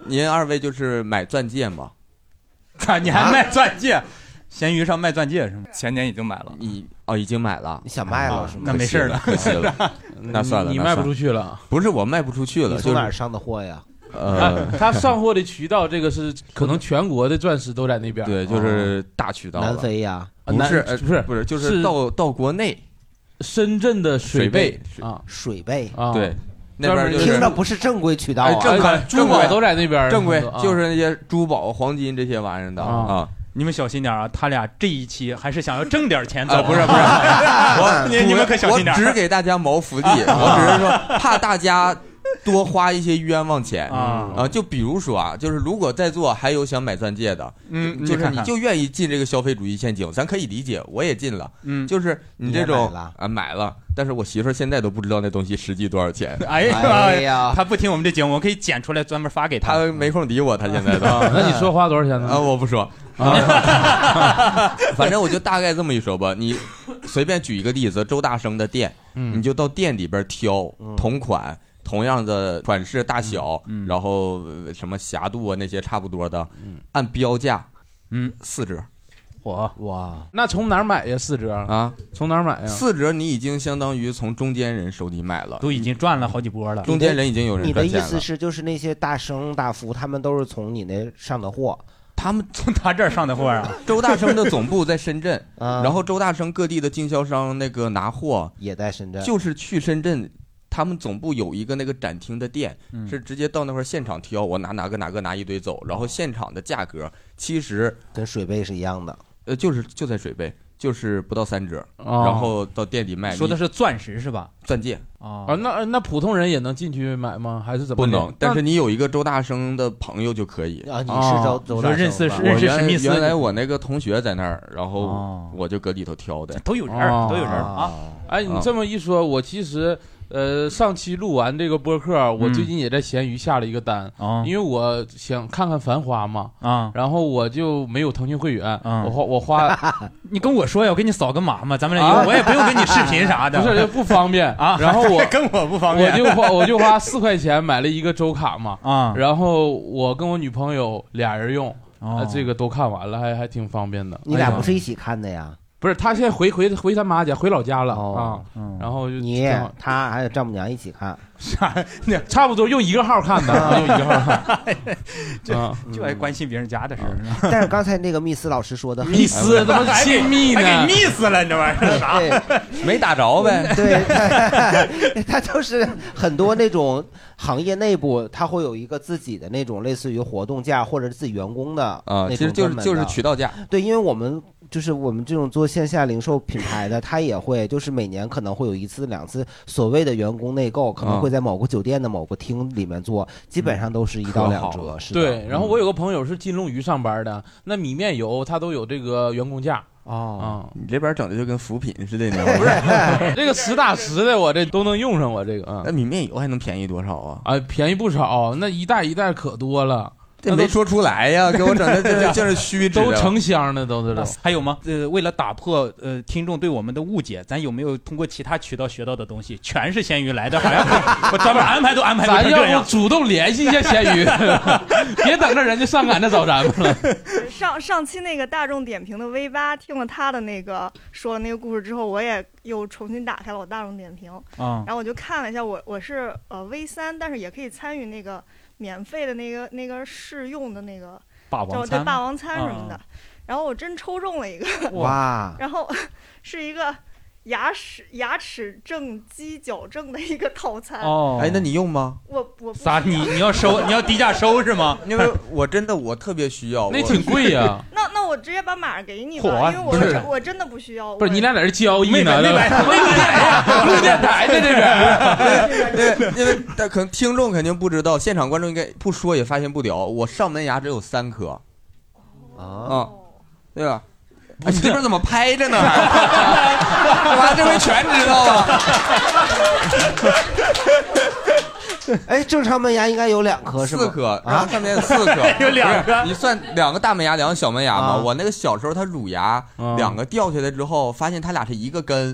[SPEAKER 4] 您二位就是买钻戒吗？
[SPEAKER 3] 你还卖钻戒？闲鱼上卖钻戒是吗？
[SPEAKER 8] 前年已经买了。
[SPEAKER 4] 你哦，已经买了？
[SPEAKER 1] 你想卖了是吗？
[SPEAKER 3] 那没事了，
[SPEAKER 4] 可惜了。那算了，
[SPEAKER 5] 你卖不出去了。
[SPEAKER 4] 不是我卖不出去了，
[SPEAKER 1] 你从哪儿上的货呀？
[SPEAKER 4] 呃，
[SPEAKER 5] 他上货的渠道，这个是可能全国的钻石都在那边。
[SPEAKER 4] 对，就是大渠道。
[SPEAKER 1] 南非呀？
[SPEAKER 4] 不是，
[SPEAKER 5] 不是，
[SPEAKER 4] 不是，就是到到国内，
[SPEAKER 5] 深圳的水贝啊，
[SPEAKER 1] 水贝
[SPEAKER 5] 啊，
[SPEAKER 4] 对。那边就是
[SPEAKER 1] 听着不是正规渠道啊，
[SPEAKER 4] 正规
[SPEAKER 5] 珠宝都在那边，
[SPEAKER 4] 正规就是那些珠宝、黄金这些玩意儿的啊。
[SPEAKER 3] 你们小心点啊！他俩这一期还是想要挣点钱走，
[SPEAKER 4] 不是不是，我
[SPEAKER 3] 你们可小心点。
[SPEAKER 4] 我只给大家谋福利，我只是说怕大家多花一些冤枉钱啊啊！就比如说啊，就是如果在座还有想买钻戒的，嗯，就是你就愿意进这个消费主义陷阱，咱可以理解，我也进了，嗯，就是你这种啊买了，但是我媳妇儿现在都不知道那东西实际多少钱。
[SPEAKER 3] 哎呀，他不听我们这节目，我可以剪出来专门发给他。
[SPEAKER 4] 他没空理我，他现在都。
[SPEAKER 5] 那你说花多少钱呢？
[SPEAKER 4] 啊，我不说。啊，反正我就大概这么一说吧。你随便举一个例子，周大生的店，你就到店里边挑同款。同样的款式大小，嗯、然后什么狭度啊那些差不多的，嗯、按标价，嗯，四折。
[SPEAKER 5] 哇哇，那从哪儿买呀？四折
[SPEAKER 4] 啊？
[SPEAKER 5] 从哪儿买呀？
[SPEAKER 4] 四折你已经相当于从中间人手里买了，
[SPEAKER 3] 都已经赚了好几波了。
[SPEAKER 4] 中间人已经有人赚钱了。
[SPEAKER 1] 你的意思是，就是那些大生大福，他们都是从你那上的货？
[SPEAKER 3] 他们从他这儿上的货啊？
[SPEAKER 4] 周大生的总部在深圳，嗯、然后周大生各地的经销商那个拿货
[SPEAKER 1] 也在深圳，
[SPEAKER 4] 就是去深圳。他们总部有一个那个展厅的店，嗯、是直接到那块现场挑，我拿哪个哪个拿一堆走，然后现场的价格其实
[SPEAKER 1] 跟水贝是一样的，
[SPEAKER 4] 呃，就是就在水贝，就是不到三折，哦、然后到店里卖。
[SPEAKER 3] 说的是钻石是吧？
[SPEAKER 4] 钻戒
[SPEAKER 5] 啊，啊，那那普通人也能进去买吗？还是怎么？
[SPEAKER 4] 不能，但是你有一个周大生的朋友就可以
[SPEAKER 1] 啊。你是周周大生，
[SPEAKER 3] 认识认识史密斯。
[SPEAKER 4] 原来我那个同学在那儿，然后我就搁里头挑的，
[SPEAKER 3] 都有人儿，都有人儿啊。
[SPEAKER 5] 哎，你这么一说，我其实。呃，上期录完这个播客，我最近也在闲鱼下了一个单，嗯、因为我想看看《繁花》嘛，啊、嗯，然后我就没有腾讯会员，嗯、我花我花，
[SPEAKER 3] 你跟我说呀，我给你扫个码嘛，咱们俩、啊、我也不用跟你视频啥的，
[SPEAKER 5] 不是不方便
[SPEAKER 3] 啊。
[SPEAKER 5] 然后我
[SPEAKER 3] 跟我不方便，
[SPEAKER 5] 我就花我就花四块钱买了一个周卡嘛，啊、嗯，然后我跟我女朋友俩人用，啊、哦，这个都看完了，还还挺方便的。
[SPEAKER 1] 你俩不是一起看的呀？
[SPEAKER 5] 不是，他现在回回回他妈家，回老家了、哦、啊，嗯、然后就
[SPEAKER 1] 你他还有丈母娘一起看，
[SPEAKER 5] 啥？差不多用一个号看的，用一个号看，
[SPEAKER 3] 就、啊、就爱关心别人家的事儿。
[SPEAKER 1] 嗯、但是刚才那个密斯老师说的，
[SPEAKER 5] 密斯怎么亲密呢？
[SPEAKER 3] 还给密斯了，你这玩意儿啥？
[SPEAKER 4] 没打着呗？
[SPEAKER 1] 对，他就是很多那种行业内部，他会有一个自己的那种类似于活动价或者是自己员工的啊，
[SPEAKER 4] 其实就是就是渠道价。
[SPEAKER 1] 对，因为我们。就是我们这种做线下零售品牌的，他也会就是每年可能会有一次两次所谓的员工内购，可能会在某个酒店的某个厅里面做，基本上都是一到两折。是的。
[SPEAKER 5] 对，然后我有个朋友是金龙鱼上班的，那米面油他都有这个员工价。
[SPEAKER 4] 哦，你这边整的就跟扶贫似的，你
[SPEAKER 5] 不是这个实打实的，我这都能用上我这个。
[SPEAKER 4] 那米面油还能便宜多少啊？
[SPEAKER 5] 啊，便宜不少，那一袋一袋可多了。
[SPEAKER 4] 这没说出来呀，给我整的这就是虚
[SPEAKER 5] 都成箱的都是。
[SPEAKER 3] 还有吗？呃，为了打破呃听众对我们的误解，咱有没有通过其他渠道学到的东西？全是闲鱼来的，好像我专门安排都安排不成这样。
[SPEAKER 5] 咱要不主动联系一下闲鱼，别等着人家上赶着找咱们了。
[SPEAKER 10] 上上期那个大众点评的 V 八，听了他的那个说的那个故事之后，我也又重新打开了我大众点评，嗯、然后我就看了一下，我我是呃 V 三，但是也可以参与那个。免费的那个那个试用的那个
[SPEAKER 3] 霸王餐，
[SPEAKER 10] 对霸王餐什么的，嗯、然后我真抽中了一个
[SPEAKER 1] 哇，
[SPEAKER 10] 然后是一个牙齿牙齿正畸矫正的一个套餐
[SPEAKER 4] 哦，哎，那你用吗？
[SPEAKER 10] 我我
[SPEAKER 3] 啥？你你要收你要低价收是吗？
[SPEAKER 4] 因为我真的我特别需要，
[SPEAKER 5] 那挺贵呀。
[SPEAKER 10] 那那我直接把码给你吧，因为我我真的不需要。
[SPEAKER 5] 不是你俩在这交易呢？
[SPEAKER 3] 没买没买
[SPEAKER 5] 录电台的这
[SPEAKER 4] 边，对，因为但可能听众肯定不知道，现场观众应该不说也发现不了，我上门牙只有三颗啊，对吧？你这边怎么拍着呢？妈，这回全知道了。
[SPEAKER 1] 哎，正常门牙应该有两颗是吗？
[SPEAKER 4] 四颗啊，上面有四颗，
[SPEAKER 3] 有两个。
[SPEAKER 4] 你算两个大门牙，两个小门牙嘛。啊、我那个小时候，它乳牙、嗯、两个掉下来之后，发现它俩是一个根。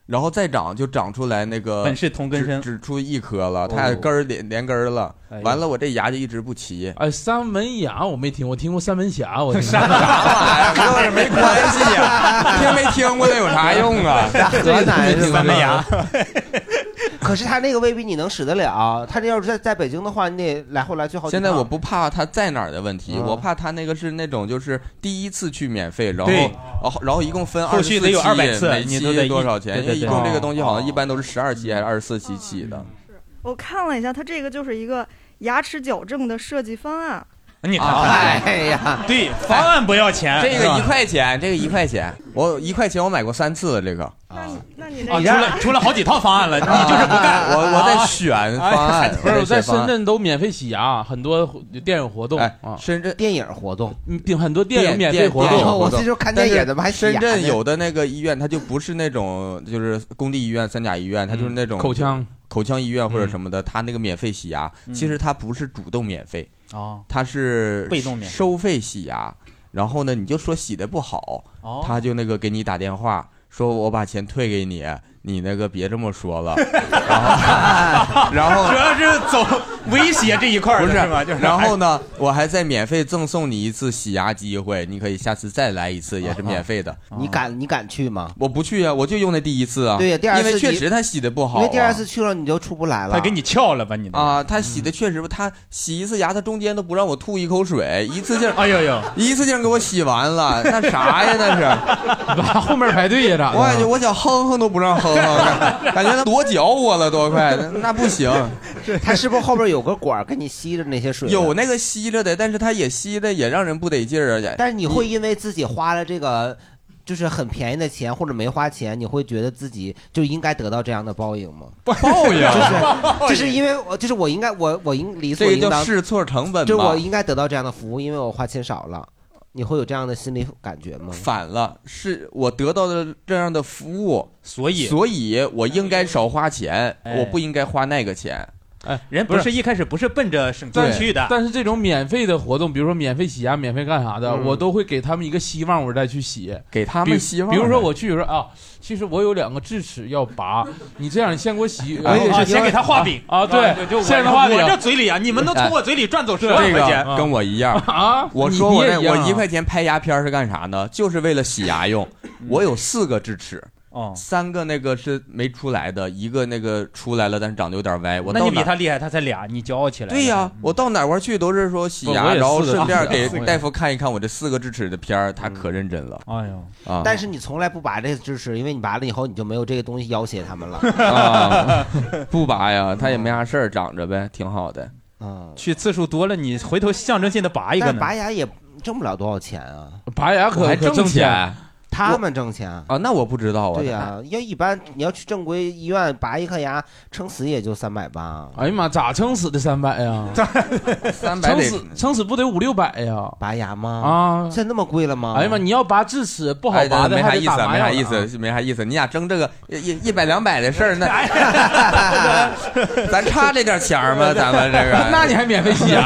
[SPEAKER 4] 然后再长就长出来那个
[SPEAKER 3] 本是同根生，
[SPEAKER 4] 只出一颗了，它俩根儿连连根儿了。完了，我这牙就一直不齐。
[SPEAKER 5] 哎，三门牙我没听，我听过三门峡，我听
[SPEAKER 4] 啥玩意儿？跟我没关系呀，听没听过那有啥用啊？
[SPEAKER 1] 河南是
[SPEAKER 3] 三门牙。
[SPEAKER 1] 可是他那个未必你能使得了，他这要是在在北京的话，你得来回来最好几趟。
[SPEAKER 4] 现在我不怕他在哪儿的问题，嗯、我怕他那个是那种就是第一次去免费，然后然后然后一共分二十四期，
[SPEAKER 3] 有二百次，
[SPEAKER 4] 每期多少钱？因为一共这个东西好像一般都是十二期还是二十四期起的。
[SPEAKER 10] 我看了一下，它这个就是一个牙齿矫正的设计方案。
[SPEAKER 3] 你看，哎呀，对，方案不要钱，
[SPEAKER 4] 这个一块钱，这个一块钱，我一块钱我买过三次了，这个。
[SPEAKER 10] 那你那你
[SPEAKER 3] 这出了出了好几套方案了，你就是不干。
[SPEAKER 4] 我我在选方案，
[SPEAKER 5] 不是我在深圳都免费洗牙，很多电影活动。
[SPEAKER 4] 哎，深圳
[SPEAKER 1] 电影活动，
[SPEAKER 5] 嗯，很多电影免费活动。
[SPEAKER 1] 我这就看电影的嘛，还
[SPEAKER 4] 深圳有的那个医院，它就不是那种就是公立医院、三甲医院，它就是那种
[SPEAKER 5] 口腔
[SPEAKER 4] 口腔医院或者什么的，它那个免费洗牙，其实它不是主动免费。
[SPEAKER 3] 哦，
[SPEAKER 4] 他是
[SPEAKER 3] 被动免
[SPEAKER 4] 收费洗牙，然后呢，你就说洗的不好，
[SPEAKER 3] 哦、
[SPEAKER 4] 他就那个给你打电话，说我把钱退给你，你那个别这么说了，然后然后
[SPEAKER 3] 主要是走威胁这一块
[SPEAKER 4] 不是
[SPEAKER 3] 吗？就是
[SPEAKER 4] 然后呢，我还再免费赠送你一次洗牙机会，你可以下次再来一次，也是免费的。
[SPEAKER 1] 你敢你敢去吗？
[SPEAKER 4] 我不去啊，我就用那第一次啊。
[SPEAKER 1] 对呀，第二次
[SPEAKER 4] 因为确实他洗的不好、啊，
[SPEAKER 1] 因为第二次去了你就出不来了。
[SPEAKER 3] 他给你撬了吧你
[SPEAKER 4] 啊？他洗的确实，他洗一次牙，他中间都不让我吐一口水，一次性，
[SPEAKER 3] 哎呦呦，
[SPEAKER 4] 一次性给我洗完了，那啥呀？那是
[SPEAKER 5] 后面排队呀？咋？
[SPEAKER 4] 我感觉我想哼哼都不让哼哼，感觉他跺脚我了多快，那不行。
[SPEAKER 1] 他是不是后边有个管给你吸着那些水？
[SPEAKER 4] 有那个吸着的，但是他也吸的也让人不得劲儿啊。
[SPEAKER 1] 但是你会因为自己花了这个就是很便宜的钱，或者没花钱，你会觉得自己就应该得到这样的报应吗？
[SPEAKER 4] 报应
[SPEAKER 1] 就是就是因为我就是我应该我我应理所应当，
[SPEAKER 4] 这个叫试错成本，
[SPEAKER 1] 就我应该得到这样的服务，因为我花钱少了。你会有这样的心理感觉吗？
[SPEAKER 4] 反了，是我得到的这样的服务，
[SPEAKER 3] 所以
[SPEAKER 4] 所以我应该少花钱，
[SPEAKER 3] 哎、
[SPEAKER 4] 我不应该花那个钱。
[SPEAKER 3] 哎，人不是一开始不是奔着省钱去的，
[SPEAKER 5] 但是这种免费的活动，比如说免费洗牙、免费干啥的，
[SPEAKER 1] 嗯、
[SPEAKER 5] 我都会给他们一个希望，我再去洗。
[SPEAKER 4] 给他们希望。
[SPEAKER 5] 比如说我去说啊，其实我有两个智齿要拔，你这样你先给我洗，
[SPEAKER 3] 我也是先给他画饼
[SPEAKER 5] 啊，对，
[SPEAKER 3] 就
[SPEAKER 5] 先给他画饼。
[SPEAKER 3] 我这嘴里啊，你们能从我嘴里赚走十万块钱，
[SPEAKER 4] 这个跟我一样
[SPEAKER 5] 啊。
[SPEAKER 4] 我说我那我一块钱拍牙片是干啥呢？就是为了洗牙用。我有四个智齿。
[SPEAKER 3] 哦，
[SPEAKER 4] 三个那个是没出来的，一个那个出来了，但是长得有点歪。我
[SPEAKER 3] 那你比他厉害，他才俩，你骄傲起来。
[SPEAKER 4] 对呀、啊，我到哪块去都是说洗牙，然后顺便给大夫看一看我这四个智齿的片儿，他可认真了。
[SPEAKER 3] 哎呦
[SPEAKER 4] 啊！
[SPEAKER 1] 但是你从来不拔这个智齿，因为你拔了以后你就没有这个东西要挟他们了。
[SPEAKER 4] 啊，不拔呀，他也没啥事儿，长着呗，挺好的。
[SPEAKER 1] 嗯，
[SPEAKER 3] 去次数多了，你回头象征性的拔一个呢。
[SPEAKER 1] 但拔牙也挣不了多少钱啊，
[SPEAKER 5] 拔牙可
[SPEAKER 4] 还挣钱。
[SPEAKER 1] 他们挣钱
[SPEAKER 4] 啊？那我不知道啊。
[SPEAKER 1] 对呀、啊，要一般你要去正规医院拔一颗牙，撑死也就三百八。
[SPEAKER 5] 哎呀妈，咋撑死的三百呀？
[SPEAKER 4] 三百
[SPEAKER 5] 撑死撑死不得五六百呀？
[SPEAKER 1] 拔牙吗？
[SPEAKER 5] 啊，
[SPEAKER 1] 现在那么贵了吗？
[SPEAKER 5] 哎呀妈，你要拔智齿不好拔的，
[SPEAKER 4] 没啥意思，没啥意
[SPEAKER 5] 思，
[SPEAKER 4] 没啥意思。你俩争这个一一百两百的事儿，那咱差这点钱吗？咱们这个，
[SPEAKER 5] 那你还免费洗牙？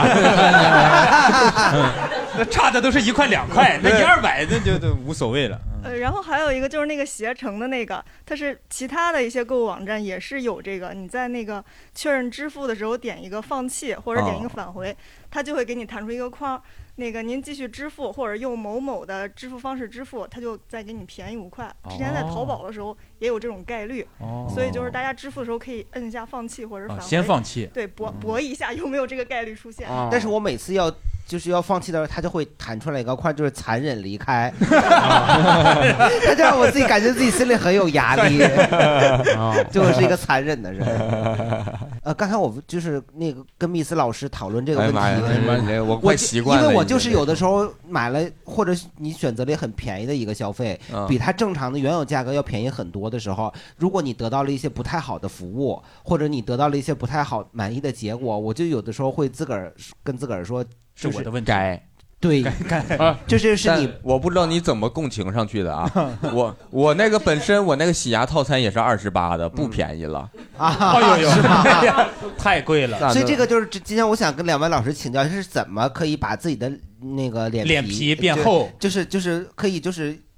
[SPEAKER 3] 那差的都是一块两块，那一二百那就都无所谓了。
[SPEAKER 10] 呃，然后还有一个就是那个携程的那个，它是其他的一些购物网站也是有这个，你在那个确认支付的时候点一个放弃或者点一个返回，哦、它就会给你弹出一个框，那个您继续支付或者用某某的支付方式支付，它就再给你便宜五块。之前在淘宝的时候也有这种概率，
[SPEAKER 3] 哦、
[SPEAKER 10] 所以就是大家支付的时候可以摁一下放弃或者返回，
[SPEAKER 3] 哦、先放弃，
[SPEAKER 10] 对，搏搏一下有没有这个概率出现。
[SPEAKER 1] 哦、但是我每次要。就是要放弃的时候，他就会弹出来一个框，就是残忍离开。他就让我自己感觉自己心里很有压力，就是一个残忍的人。呃，刚才我就是那个跟密斯老师讨论这个问题，
[SPEAKER 4] 哎、我快习惯了，
[SPEAKER 1] 因为我就是有的时候买了，或者你选择了很便宜的一个消费，
[SPEAKER 4] 嗯、
[SPEAKER 1] 比它正常的原有价格要便宜很多的时候，如果你得到了一些不太好的服务，或者你得到了一些不太好满意的结果，我就有的时候会自个儿跟自个儿说。
[SPEAKER 3] 是我的问题，
[SPEAKER 4] 该
[SPEAKER 1] 对，
[SPEAKER 4] 啊，
[SPEAKER 1] 这就是你，
[SPEAKER 4] 我不知道你怎么共情上去的啊。我我那个本身我那个洗牙套餐也是二十八的，不便宜了
[SPEAKER 1] 啊，
[SPEAKER 3] 哎呦呦，太贵了。
[SPEAKER 1] 所以这个就是今天我想跟两位老师请教，是怎么可以把自己的那个脸
[SPEAKER 3] 脸皮变厚，
[SPEAKER 1] 就是就是可以就是。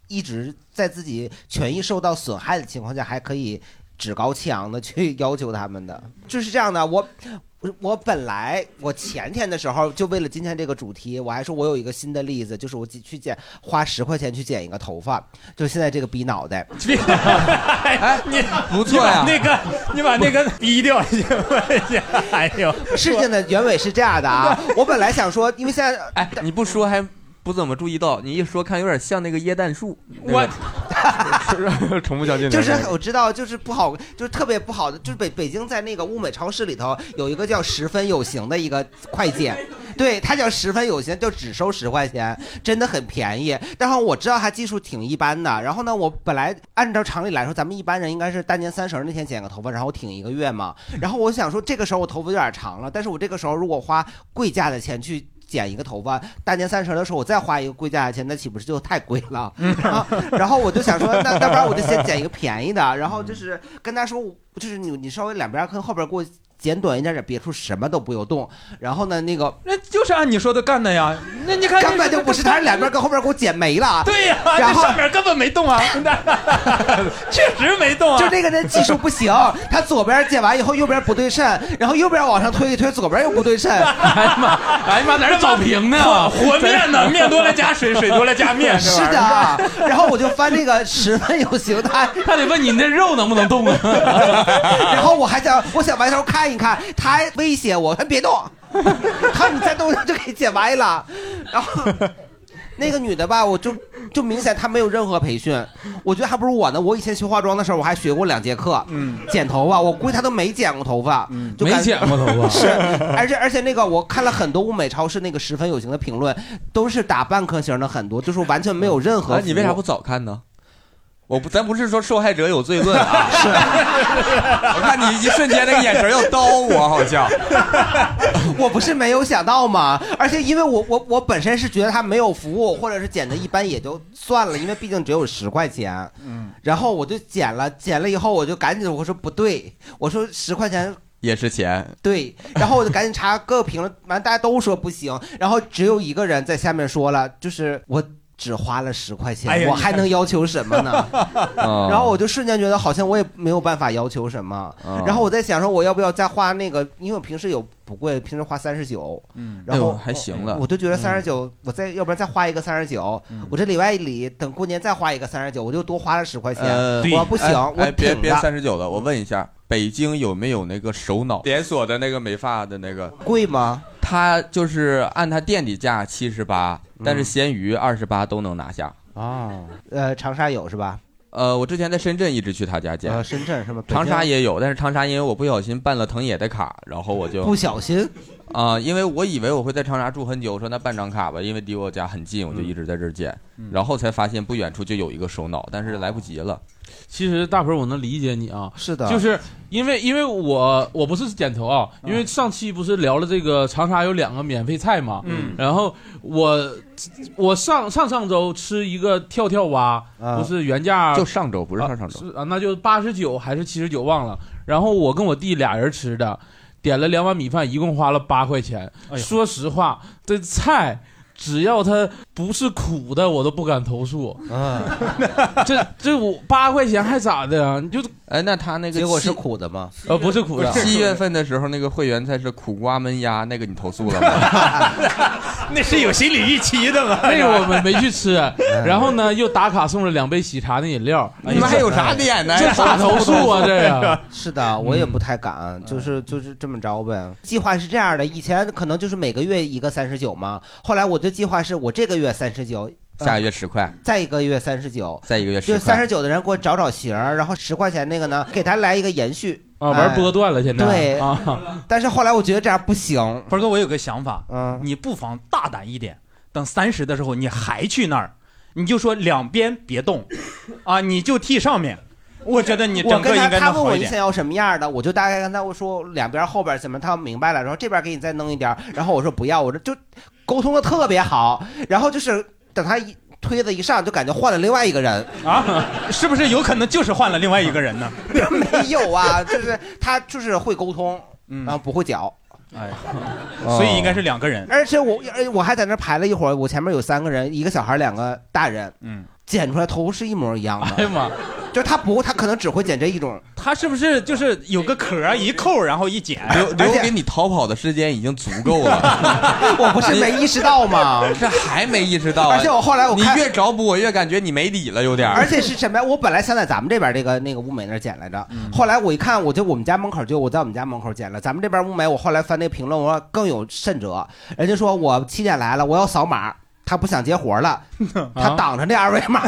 [SPEAKER 1] 一直在自己权益受到损害的情况下，还可以趾高气扬的去要求他们的，就是这样的。我我本来我前天的时候就为了今天这个主题，我还说我有一个新的例子，就是我去剪花十块钱去剪一个头发，就现在这个逼脑袋。
[SPEAKER 3] 哎，你
[SPEAKER 4] 不错呀，
[SPEAKER 3] 那个你把那个逼掉行吗？哎呦，
[SPEAKER 1] 事情的原委是这样的啊，我本来想说，因为现在
[SPEAKER 4] 哎你不说还不怎么注意到，你一说看有点像那个椰蛋树，
[SPEAKER 3] 我
[SPEAKER 4] 重复较劲，
[SPEAKER 1] 就是我知道，就是不好，就是特别不好的，就是北北京在那个物美超市里头有一个叫十分有型的一个快剪，对，它叫十分有型，就只收十块钱，真的很便宜。然后我知道它技术挺一般的，然后呢，我本来按照常理来说，咱们一般人应该是大年三十那天剪个头发，然后挺一个月嘛。然后我想说，这个时候我头发有点长了，但是我这个时候如果花贵价的钱去剪一个头发，大年三十的时候我再花一个贵价的钱，那岂不是就太贵了？然后，然后我就想说，那要不然我就先剪一个便宜的，然后就是跟他说，就是你你稍微两边跟后边给我剪短一点点，别处什么都不用动。然后呢，那个
[SPEAKER 3] 那就是按你说的干的呀。那你看
[SPEAKER 1] 根本就不是，他是两边跟后边给我剪没了。
[SPEAKER 3] 对呀，
[SPEAKER 1] 然后
[SPEAKER 3] 上面根本没动啊，确实没动啊。
[SPEAKER 1] 就那个人技术不行，他左边剪完以后右边不对称，然后右边往上推一推，左边又不对称。
[SPEAKER 5] 哎呀妈，哎呀妈，哪是找平呢？
[SPEAKER 3] 和面呢？面多了加水，水多了加面。
[SPEAKER 1] 是的，然后我就翻这个十分有型，他
[SPEAKER 5] 他得问你那肉能不能动啊？
[SPEAKER 1] 然后我还想，我想埋头看一看，他还威胁我，他别动，他说你再动就给剪歪了。然后那个女的吧，我就就明显她没有任何培训，我觉得还不如我呢。我以前学化妆的时候，我还学过两节课，嗯，剪头发，我估计她都没剪过头发，嗯，
[SPEAKER 5] 没剪过头发，
[SPEAKER 1] 是，而且而且那个我看了很多物美超市那个十分有型的评论，都是打半颗星的很多，就是完全没有任何、
[SPEAKER 4] 啊。你为啥不早看呢？我不，咱不是说受害者有罪论啊，是，我看你一瞬间那个眼神要刀我，好像，
[SPEAKER 1] 我不是没有想到吗？而且因为我我我本身是觉得他没有服务，或者是剪的一般也就算了，因为毕竟只有十块钱，嗯，然后我就剪了，剪了以后我就赶紧我说不对，我说十块钱。
[SPEAKER 4] 也是钱，
[SPEAKER 1] 对，然后我就赶紧查各个评论，完大家都说不行，然后只有一个人在下面说了，就是我。只花了十块钱、哎，我还能要求什么呢？然后我就瞬间觉得好像我也没有办法要求什么。哦、然后我在想说，我要不要再花那个？因为我平时有不贵，平时花三十九，嗯，然后、
[SPEAKER 4] 哎、还行了。
[SPEAKER 1] 我就觉得三十九，我再要不然再花一个三十九，我这里外里等过年再花一个三十九，我就多花了十块钱。呃、我不行，
[SPEAKER 4] 哎、
[SPEAKER 1] 我
[SPEAKER 4] 哎别别三十九的，我问一下，北京有没有那个首脑连锁的那个美发的那个
[SPEAKER 1] 贵吗？
[SPEAKER 4] 它就是按它店里价七十八，但是闲鱼二十八都能拿下。
[SPEAKER 1] 哦，呃，长沙有是吧？
[SPEAKER 4] 呃，我之前在深圳一直去他家剪。
[SPEAKER 1] 呃，深圳是吧？
[SPEAKER 4] 长沙也有，但是长沙因为我不小心办了藤野的卡，然后我就
[SPEAKER 1] 不小心
[SPEAKER 4] 啊、呃，因为我以为我会在长沙住很久，我说那办张卡吧，因为离我家很近，我就一直在这儿剪、嗯，然后才发现不远处就有一个首脑，但是来不及了。
[SPEAKER 5] 其实大鹏，我能理解你啊，
[SPEAKER 1] 是的，
[SPEAKER 5] 就是因为因为我我不是剪头啊，因为上期不是聊了这个长沙有两个免费菜嘛，嗯，然后我我上上上周吃一个跳跳蛙，啊、不是原价
[SPEAKER 4] 就上周不是上上周
[SPEAKER 5] 啊, 啊，那就八十九还是七十九忘了，然后我跟我弟俩人吃的，点了两碗米饭，一共花了八块钱。哎、说实话，这菜。只要它不是苦的，我都不敢投诉。嗯，这这我八块钱还咋的啊？你就
[SPEAKER 4] 哎，那他那个
[SPEAKER 1] 结果是苦的吗？
[SPEAKER 5] 呃，不是苦的。
[SPEAKER 4] 七月份的时候，那个会员菜是苦瓜焖鸭，那个你投诉了吗？
[SPEAKER 3] 那是有心理预期的吗？
[SPEAKER 5] 那个我们没去吃，然后呢又打卡送了两杯喜茶的饮料。
[SPEAKER 4] 你们还有啥脸呢？
[SPEAKER 5] 这咋投诉啊？这呀？
[SPEAKER 1] 是的，我也不太敢，就是就是这么着呗。计划是这样的，以前可能就是每个月一个三十九嘛，后来我的计划是我这个月三十九。
[SPEAKER 4] 下个月十块，
[SPEAKER 1] 再一个月三十九，
[SPEAKER 4] 再一个月十块，
[SPEAKER 1] 就三十九的人给我找找型，然后十块钱那个呢，给他来一个延续
[SPEAKER 5] 啊，玩波段了现在。
[SPEAKER 1] 对
[SPEAKER 5] 啊，
[SPEAKER 1] 但是后来我觉得这样不行。
[SPEAKER 3] 鹏哥，我有个想法，嗯，你不妨大胆一点，等三十的时候你还去那儿，你就说两边别动，啊，你就剃上面。我觉得你整个应该能好一点。
[SPEAKER 1] 他问我你想要什么样的，我就大概跟他我说两边后边怎么，他明白了，然后这边给你再弄一点，然后我说不要，我说就沟通的特别好，然后就是等他一推子一上，就感觉换了另外一个人
[SPEAKER 3] 啊，是不是有可能就是换了另外一个人呢？
[SPEAKER 1] 没有啊，就是他就是会沟通，然后不会搅。
[SPEAKER 3] 哎，所以应该是两个人，
[SPEAKER 1] 而且我我还在那排了一会儿，我前面有三个人，一个小孩，两个大人，嗯， 剪出来头是一模一样的。
[SPEAKER 3] 哎呀妈！
[SPEAKER 1] 就他不，他可能只会剪这一种。
[SPEAKER 3] 他是不是就是有个壳一扣，然后一剪，
[SPEAKER 4] 留留给你逃跑的时间已经足够了。
[SPEAKER 1] 我不是没意识到吗？
[SPEAKER 4] 这还没意识到、啊。
[SPEAKER 1] 而且我后来我
[SPEAKER 4] 看你越找补，我越感觉你没理了，有点。
[SPEAKER 1] 而且是什么呀？我本来想在咱们这边这个那个物美那儿剪来着，嗯、后来我一看，我就我们家门口就我在我们家门口剪了。咱们这边物美，我后来翻那个评论，我说更有甚者，人家说我七点来了，我要扫码。他不想接活了，他挡着那二维码。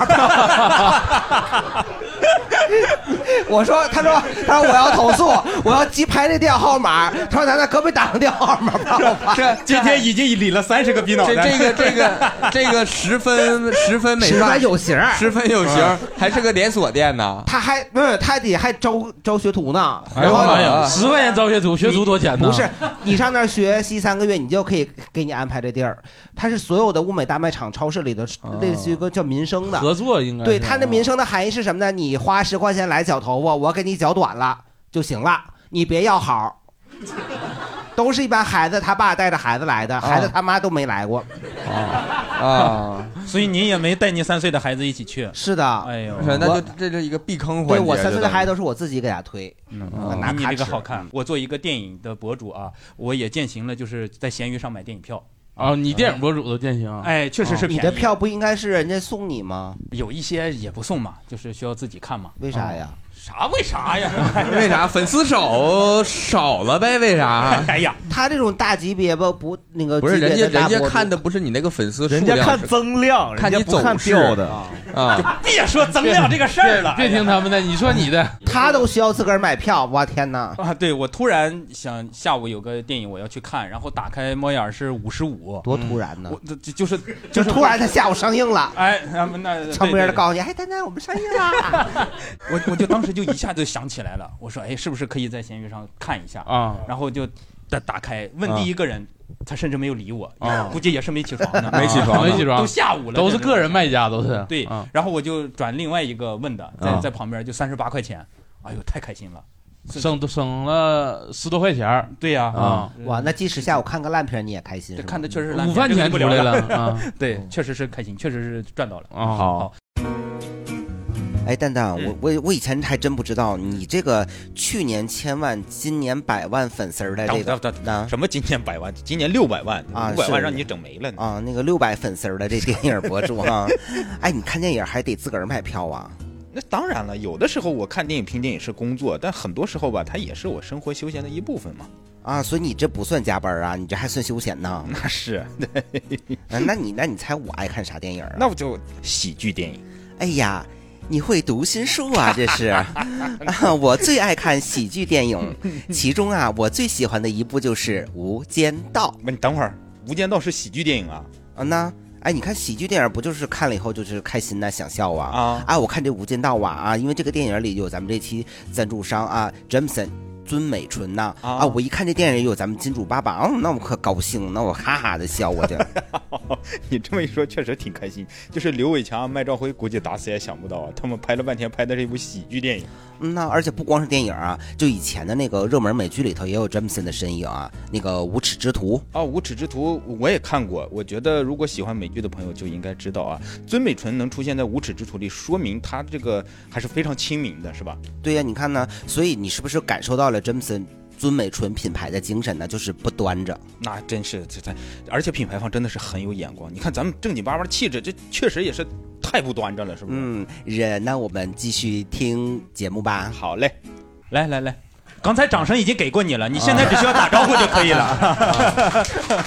[SPEAKER 1] 我说，他说，他说我要投诉，我要记拍这电话号码。他说咱在隔壁打个电话号码吧。
[SPEAKER 3] 这今天已经理了三十个逼脑袋。
[SPEAKER 4] 这这个这个这个十分十分美，
[SPEAKER 1] 十分有型，
[SPEAKER 4] 十分有型，还是个连锁店呢。
[SPEAKER 1] 他还不是他得还招招学徒呢。
[SPEAKER 5] 哎呦妈呀，十块钱招学徒，学徒多钱呢？
[SPEAKER 1] 不是，你上那儿学习三个月，你就可以给你安排这地儿。他是所有的物美大卖场、超市里的，类似于一个叫民生的
[SPEAKER 5] 合作，应该
[SPEAKER 1] 对他的民生的含义是什么呢？你花十块钱来绞头发，我给你绞短了就行了，你别要好。都是一般孩子他爸带着孩子来的，孩子他妈都没来过。
[SPEAKER 3] 啊啊！所以您也没带您三岁的孩子一起去？
[SPEAKER 1] 是的。
[SPEAKER 3] 哎呦，
[SPEAKER 4] 那就这是一个避坑环节。
[SPEAKER 1] 对，我三岁的孩子都是我自己给他推。
[SPEAKER 3] 嗯，拿你这个好看。我做一个电影的博主啊，我也践行了，就是在闲鱼上买电影票。
[SPEAKER 5] 啊，你电影博主都践行？
[SPEAKER 3] 哎，确实是便宜。
[SPEAKER 1] 你的票不应该是人家送你吗？
[SPEAKER 3] 有一些也不送嘛，就是需要自己看嘛。
[SPEAKER 1] 为啥呀？
[SPEAKER 3] 啥为啥呀？
[SPEAKER 4] 为啥粉丝少少了呗？为啥？
[SPEAKER 3] 哎呀，
[SPEAKER 1] 他这种大级别不不那个
[SPEAKER 4] 不是人家人家看的不是你那个粉丝数量，
[SPEAKER 6] 人家看增量，
[SPEAKER 4] 看你走势
[SPEAKER 6] 的
[SPEAKER 4] 啊。
[SPEAKER 3] 别说增量这个事儿了，
[SPEAKER 5] 别听他们的，你说你的，
[SPEAKER 1] 他都需要自个儿买票，我天哪！
[SPEAKER 3] 啊，对我突然想下午有个电影我要去看，然后打开猫眼是五十五，
[SPEAKER 1] 多突然呢！
[SPEAKER 3] 我就就是
[SPEAKER 1] 就是突然他下午上映了，
[SPEAKER 3] 哎，那那
[SPEAKER 1] 旁边的告诉你，哎，丹丹我们上映了，
[SPEAKER 3] 我我就当时就一下就想起来了，我说哎，是不是可以在闲鱼上看一下啊？然后就打打开问第一个人。他甚至没有理我，啊、估计也是没起床呢，
[SPEAKER 4] 没起床，
[SPEAKER 5] 没起床，
[SPEAKER 3] 都下午了，
[SPEAKER 5] 都是个人卖家，都是
[SPEAKER 3] 对。啊、然后我就转另外一个问的，在在旁边就三十八块钱，哎呦，太开心了，
[SPEAKER 5] 省省了十多块钱。
[SPEAKER 3] 对呀，啊，
[SPEAKER 1] 啊哇，那即使下午看个烂片你也开心，
[SPEAKER 3] 看的确实是烂
[SPEAKER 5] 片，午饭钱出来了啊，
[SPEAKER 3] 对，确实是开心，确实是赚到了
[SPEAKER 5] 啊，好。
[SPEAKER 1] 哎，蛋蛋，我我我以前还真不知道你这个去年千万，今年百万粉丝的这个
[SPEAKER 11] 啊，什么今年百万，今年六百万
[SPEAKER 1] 啊，
[SPEAKER 11] 五百万让你整没了呢
[SPEAKER 1] 啊！那个六百粉丝的这电影博主啊，哎，你看电影还得自个儿买票啊？
[SPEAKER 11] 那当然了，有的时候我看电影评电影是工作，但很多时候吧，它也是我生活休闲的一部分嘛。
[SPEAKER 1] 啊，所以你这不算加班啊，你这还算休闲呢？
[SPEAKER 11] 那是，对。
[SPEAKER 1] 啊、那你那你猜我爱看啥电影啊？
[SPEAKER 11] 那我就喜剧电影。
[SPEAKER 1] 哎呀。你会读心术啊，这是啊！我最爱看喜剧电影，其中啊，我最喜欢的一部就是《无间道》。
[SPEAKER 11] 不，你等会儿，《无间道》是喜剧电影啊？
[SPEAKER 1] 啊，那哎，你看喜剧电影不就是看了以后就是开心呐、想笑啊？啊！啊，我看这《无间道》啊啊，因为这个电影里有咱们这期赞助商啊 ，Jameson。尊美纯呐 啊, 啊！我一看这电影有咱们金主爸爸，哦，那我可高兴，那我哈哈的笑，我这。
[SPEAKER 11] 你这么一说，确实挺开心。就是刘伟强、麦兆辉，估计打死也想不到啊，他们拍了半天，拍的是一部喜剧电影。
[SPEAKER 1] 嗯，那而且不光是电影啊，就以前的那个热门美剧里头也有詹姆森的身影啊，那个《无耻之徒》
[SPEAKER 11] 啊，《无耻之徒》我也看过。我觉得如果喜欢美剧的朋友就应该知道啊，尊美纯能出现在《无耻之徒》里，说明他这个还是非常亲民的，是吧？
[SPEAKER 1] 对呀、啊，你看呢，所以你是不是感受到了詹姆森尊美纯品牌的精神呢？就是不端着。
[SPEAKER 11] 那真是这这，而且品牌方真的是很有眼光。你看咱们正经八百的气质，这确实也是太不端着了，是不是？
[SPEAKER 1] 嗯，人，那我们继续听节目吧。
[SPEAKER 11] 好嘞，
[SPEAKER 3] 来来来，刚才掌声已经给过你了，你现在只需要打招呼就可以了。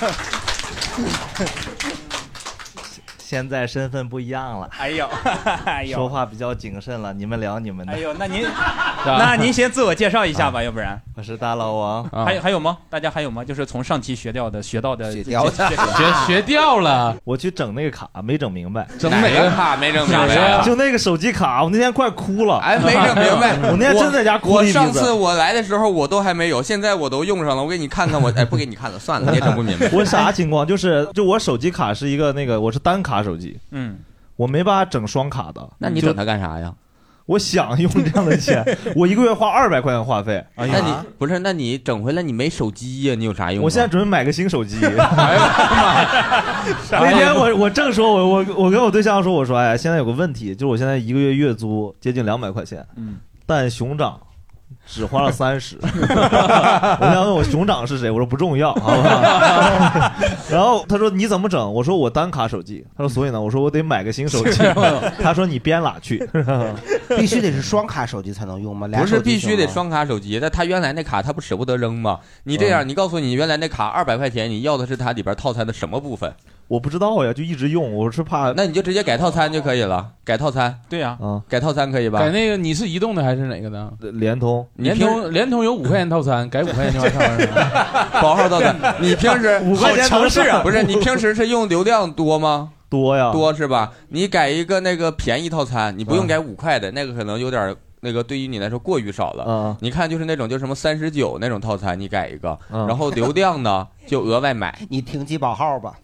[SPEAKER 12] 现在身份不一样了，
[SPEAKER 3] 哎呦，哎呦，
[SPEAKER 12] 说话比较谨慎了。你们聊你们的。
[SPEAKER 3] 哎呦，那您，那您先自我介绍一下吧，啊、要不然。
[SPEAKER 12] 我是大老王。
[SPEAKER 3] 啊、还有还有吗？大家还有吗？就是从上期学掉的，学到的，
[SPEAKER 1] 学掉的，
[SPEAKER 5] 学学掉了。
[SPEAKER 12] 我去整那个卡，没整明白。
[SPEAKER 4] 整哪个卡没整明白？
[SPEAKER 12] 就那个手机卡，我那天快哭了。
[SPEAKER 4] 哎，没整明白。
[SPEAKER 12] 我那天真在家哭。
[SPEAKER 4] 我上次我来的时候我都还没有，现在我都用上了。我给你看看，我哎不给你看了，算了，你也整不明白。
[SPEAKER 12] 我啥情况？就是就我手机卡是一个那个，我是单卡手机。
[SPEAKER 3] 嗯。
[SPEAKER 12] 我没办法整双卡的。
[SPEAKER 4] 那你整它干啥呀？
[SPEAKER 13] 我想用这样的钱，我一个月花二百块钱话费。
[SPEAKER 4] 哎呀，那你不是？那你整回来你没手机呀？你有啥用？
[SPEAKER 13] 我现在准备买个新手机。哎呀妈！那天我我正说，我我我跟我对象说，我说哎，现在有个问题，就是我现在一个月月租接近两百块钱，嗯，但熊掌只花了三十。我想问我熊掌是谁？我说不重要，好不好？然后他说你怎么整？我说我单卡手机。他说所以呢？我说我得买个新手机。他说你编哪去？
[SPEAKER 1] 必须得是双卡手机才能用吗？
[SPEAKER 4] 不是必须得双卡手机，但他原来那卡他不舍不得扔吗？你这样，你告诉你原来那卡二百块钱，你要的是它里边套餐的什么部分？
[SPEAKER 13] 我不知道呀，就一直用，我是怕。
[SPEAKER 4] 那你就直接改套餐就可以了，改套餐。
[SPEAKER 3] 对呀，
[SPEAKER 13] 啊，
[SPEAKER 4] 改套餐可以吧？
[SPEAKER 5] 改那个你是移动的还是哪个的？
[SPEAKER 13] 联通，
[SPEAKER 5] 联通联通有五块钱套餐，改五块钱就完事儿。
[SPEAKER 4] 保号套餐，你平时
[SPEAKER 13] 五块钱
[SPEAKER 4] 城市啊？不是，你平时是用流量多吗？
[SPEAKER 13] 多呀，
[SPEAKER 4] 多是吧？你改一个那个便宜套餐，你不用改五块的，那个可能有点。那个对于你来说过于少了，嗯，你看就是那种就什么三十九那种套餐，你改一个，嗯、然后流量呢就额外买。
[SPEAKER 1] 你停机保号吧，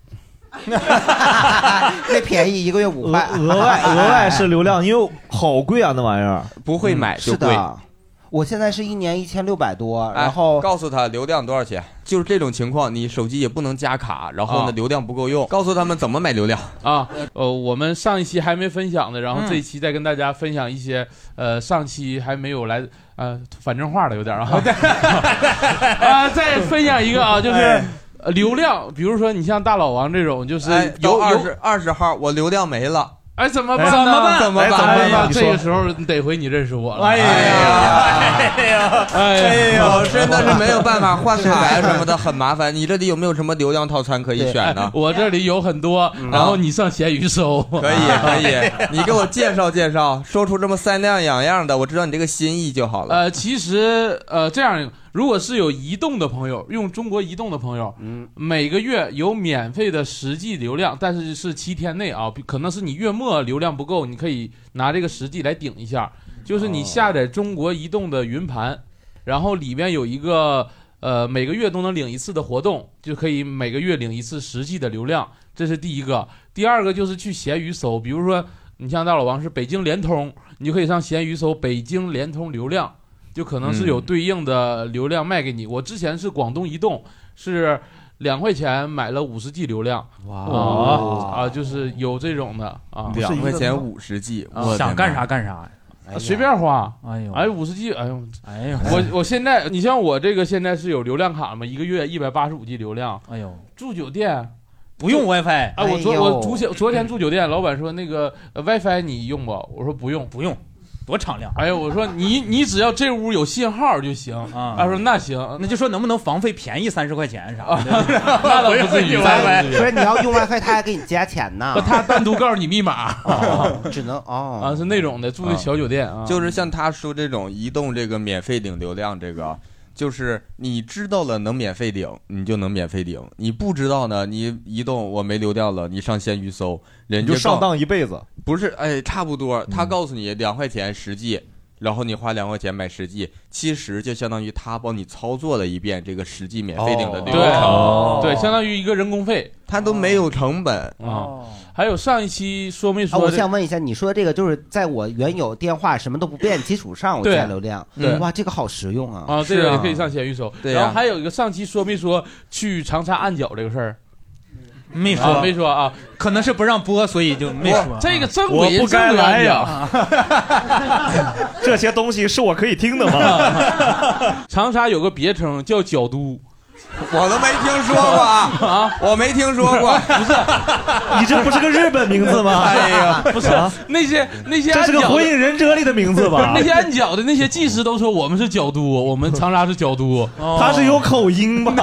[SPEAKER 1] 那便宜一个月五块，
[SPEAKER 13] 额外额外是流量，因为好贵啊那玩意儿，
[SPEAKER 4] 不会买就贵。
[SPEAKER 1] 嗯我现在是一年一千六百多，然后、
[SPEAKER 4] 哎、告诉他流量多少钱，就是这种情况，你手机也不能加卡，然后呢、啊、流量不够用，告诉他们怎么买流量
[SPEAKER 5] 啊。呃，我们上一期还没分享的，然后这一期再跟大家分享一些、嗯、呃上期还没有来呃反正话的有点啊，啊再分享一个啊，就是。哎流量，比如说你像大老王这种，就是有
[SPEAKER 4] 二十二十号，我流量没了。
[SPEAKER 5] 哎，怎么办？怎么办？
[SPEAKER 4] 怎么办？
[SPEAKER 5] 哎呀，这个时候得回你认识我了。
[SPEAKER 4] 哎呀，哎呀，哎呀，真的是没有办法换卡呀什么的，很麻烦。你这里有没有什么流量套餐可以选呢？
[SPEAKER 5] 我这里有很多，然后你上闲鱼搜。
[SPEAKER 4] 可以，可以，你给我介绍介绍，说出这么三样两样的，我知道你这个心意就好了。
[SPEAKER 5] 呃，其实呃这样。如果是有移动的朋友，用中国移动的朋友，嗯，每个月有免费的实际流量，但是是七天内啊，可能是你月末流量不够，你可以拿这个实际来顶一下。就是你下载中国移动的云盘，然后里面有一个呃每个月都能领一次的活动，就可以每个月领一次实际的流量，这是第一个。第二个就是去闲鱼搜，比如说你像大老王是北京联通，你就可以上闲鱼搜北京联通流量。就可能是有对应的流量卖给你。嗯、我之前是广东移动，是两块钱买了五十 G 流量。哇、哦、啊，就是有这种的啊，
[SPEAKER 4] 两块钱五十 G，
[SPEAKER 3] 啊、想干啥干啥，
[SPEAKER 5] 啊、随便花。
[SPEAKER 3] 哎呦，
[SPEAKER 5] 哎，五十 G， 哎呦，
[SPEAKER 3] 哎呦，
[SPEAKER 5] 我我现在，你像我这个现在是有流量卡嘛，一个月一百八十五 G 流量。
[SPEAKER 3] 哎呦，
[SPEAKER 5] 住酒店。
[SPEAKER 3] 不用 WiFi，
[SPEAKER 5] 哎，我昨我昨天昨天住酒店，老板说那个、呃、WiFi 你用不？我说不用，
[SPEAKER 3] 不用。多敞亮！
[SPEAKER 5] 哎呀，我说你你只要这屋有信号就行啊。他说那行，
[SPEAKER 3] 那就说能不能房费便宜三十块钱啥的？
[SPEAKER 5] 那倒不至于
[SPEAKER 1] ，WiFi 不是你要用 WiFi， 他还给你加钱呢。
[SPEAKER 5] 他单独告诉你密码，
[SPEAKER 1] 只能哦
[SPEAKER 5] 啊是那种的住的小酒店啊，
[SPEAKER 4] 就是像他说这种移动这个免费领流量这个。就是你知道了能免费领，你就能免费领；你不知道呢，你移动我没流量了，你上闲鱼搜，人家
[SPEAKER 13] 就上当一辈子。
[SPEAKER 4] 不是，哎，差不多。他告诉你两块钱实际，然后你花两块钱买实际，其实就相当于他帮你操作了一遍这个实际免费领的流量，
[SPEAKER 5] 哦、对，对，相当于一个人工费，
[SPEAKER 4] 他都没有成本啊。
[SPEAKER 5] 哦还有上一期说没说、
[SPEAKER 1] 啊？我想问一下，你说的这个就是在我原有电话什么都不变基础上，我加流量，对，哇，这个好实用啊！
[SPEAKER 5] 啊，这个也可以上闲鱼搜。
[SPEAKER 4] 对、
[SPEAKER 5] 啊，然后还有一个上期说没说去长沙按脚这个事儿？
[SPEAKER 3] 没说、
[SPEAKER 5] 啊，没说啊，
[SPEAKER 3] 可能是不让播，所以就没说。
[SPEAKER 5] 这个正规人正的按脚，
[SPEAKER 13] 这些东西是我可以听的吗？
[SPEAKER 5] 长沙有个别称叫角都。
[SPEAKER 4] 我都没听说过啊！我没听说过，
[SPEAKER 5] 不是，
[SPEAKER 13] 你这不是个日本名字吗？
[SPEAKER 5] 哎呀，不是，啊、那些那些
[SPEAKER 13] 这是个火影忍者里的名字吧？
[SPEAKER 5] 那些按脚的那些技师都说我们是角都，我们长沙是角都，
[SPEAKER 13] 哦、他是有口音吧？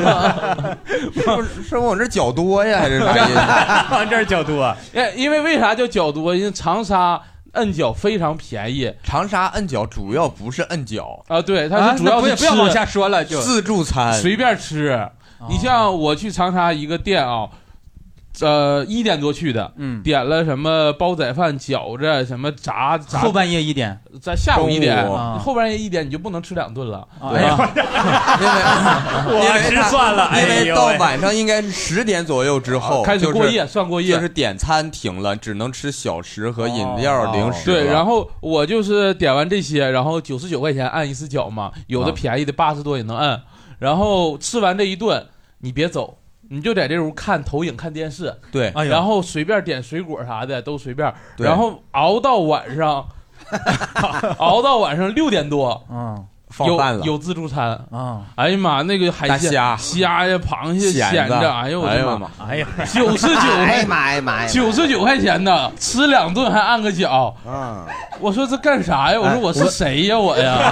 [SPEAKER 4] 是我这角多呀，还是啥意思？
[SPEAKER 3] 往这儿角多啊？
[SPEAKER 5] 因为为啥叫角多？因为长沙。摁脚非常便宜，
[SPEAKER 4] 长沙摁脚主要不是摁脚
[SPEAKER 5] 啊，对，它是主要是、
[SPEAKER 3] 啊、不要往下说了，就
[SPEAKER 4] 自助餐
[SPEAKER 5] 随便吃。哦、你像我去长沙一个店啊， 呃，一点多去的，
[SPEAKER 3] 嗯，
[SPEAKER 5] 点了什么煲仔饭、饺子，什么炸炸。
[SPEAKER 3] 后半夜一点，
[SPEAKER 5] 在下午一点，
[SPEAKER 3] 啊、
[SPEAKER 5] 后半夜一点你就不能吃两顿了，
[SPEAKER 3] 啊、
[SPEAKER 5] 对吧？
[SPEAKER 4] 因为
[SPEAKER 3] 我吃算了，
[SPEAKER 4] 因为到晚上应该是十点左右之后、
[SPEAKER 5] 啊、开始过夜，算过夜，
[SPEAKER 4] 就是点餐停了，只能吃小食和饮料、哦、零食。
[SPEAKER 5] 对，然后我就是点完这些，然后九十九块钱按一次脚嘛，有的便宜的八十多也能按，然后吃完这一顿，你别走。你就在这屋看投影看电视，
[SPEAKER 4] 对，
[SPEAKER 5] 然后随便点水果啥的都随便，然后熬到晚上，熬到晚上六点多，
[SPEAKER 3] 嗯，
[SPEAKER 4] 放饭了，
[SPEAKER 5] 有自助餐
[SPEAKER 3] 啊！
[SPEAKER 5] 哎呀妈，那个海鲜、
[SPEAKER 4] 虾、
[SPEAKER 5] 虾呀、螃蟹、咸的，哎呦我的妈！
[SPEAKER 3] 哎呀，
[SPEAKER 5] 九十九，
[SPEAKER 1] 哎呀妈呀妈呀，
[SPEAKER 5] 九十九块钱的，吃两顿还按个脚，啊！我说这干啥呀？我说我是谁呀？我呀，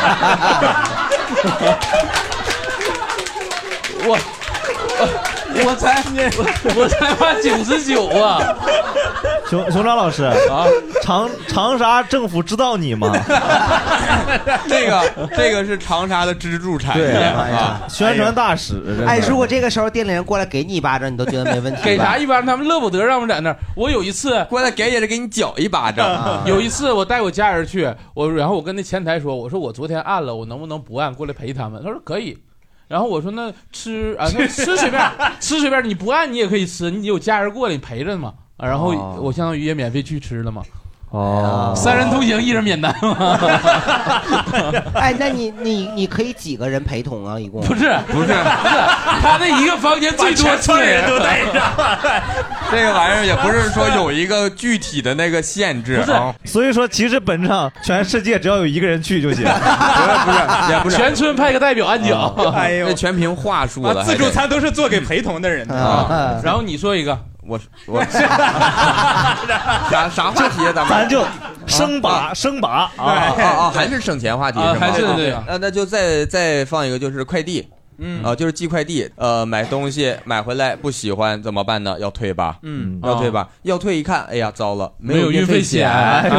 [SPEAKER 5] 我。我才我才花九十九啊！
[SPEAKER 13] 熊熊掌老师啊，长长沙政府知道你吗？
[SPEAKER 4] 这个这个是长沙的支柱产业啊，
[SPEAKER 13] 宣传大使。
[SPEAKER 1] 哎，如果这个时候店里人过来给你一巴掌，你都觉得没问题？
[SPEAKER 5] 给啥一巴掌？他们乐不得让我们在那儿。我有一次
[SPEAKER 4] 过来给也是给你脚一巴掌。
[SPEAKER 5] 啊、有一次我带我家人去，我然后我跟那前台说，我说我昨天按了，我能不能不按过来陪他们？他说可以。然后我说那吃啊，那吃随便吃随便，你不按你也可以吃，你有家人过来你陪着嘛。啊、然后我相当于也免费去吃了嘛。
[SPEAKER 13] 哦，
[SPEAKER 5] 三人同行一人免单嘛。
[SPEAKER 1] 哎，那你你你可以几个人陪同啊？一共
[SPEAKER 5] 不是不是不是，他那一个房间最多四人
[SPEAKER 4] 都带上。这个玩意儿也不是说有一个具体的那个限制啊，
[SPEAKER 13] 所以说其实本质上全世界只要有一个人去就行。不
[SPEAKER 4] 是不是也不是，
[SPEAKER 5] 全村派个代表按脚。
[SPEAKER 4] 哎呦，全凭话术了。
[SPEAKER 3] 自助餐都是做给陪同的人的啊。
[SPEAKER 5] 然后你说一个。
[SPEAKER 4] 我我啥啥话题？咱们
[SPEAKER 13] 咱就生把生把啊
[SPEAKER 4] 啊啊！还是省钱话题是吗？
[SPEAKER 5] 还是对。
[SPEAKER 4] 那那就再再放一个，就是快递，嗯啊，就是寄快递，呃，买东西买回来不喜欢怎么办呢？要退吧，
[SPEAKER 5] 嗯，
[SPEAKER 4] 要退吧，要退一看，哎呀，糟了，
[SPEAKER 5] 没有
[SPEAKER 4] 运
[SPEAKER 5] 费险。哎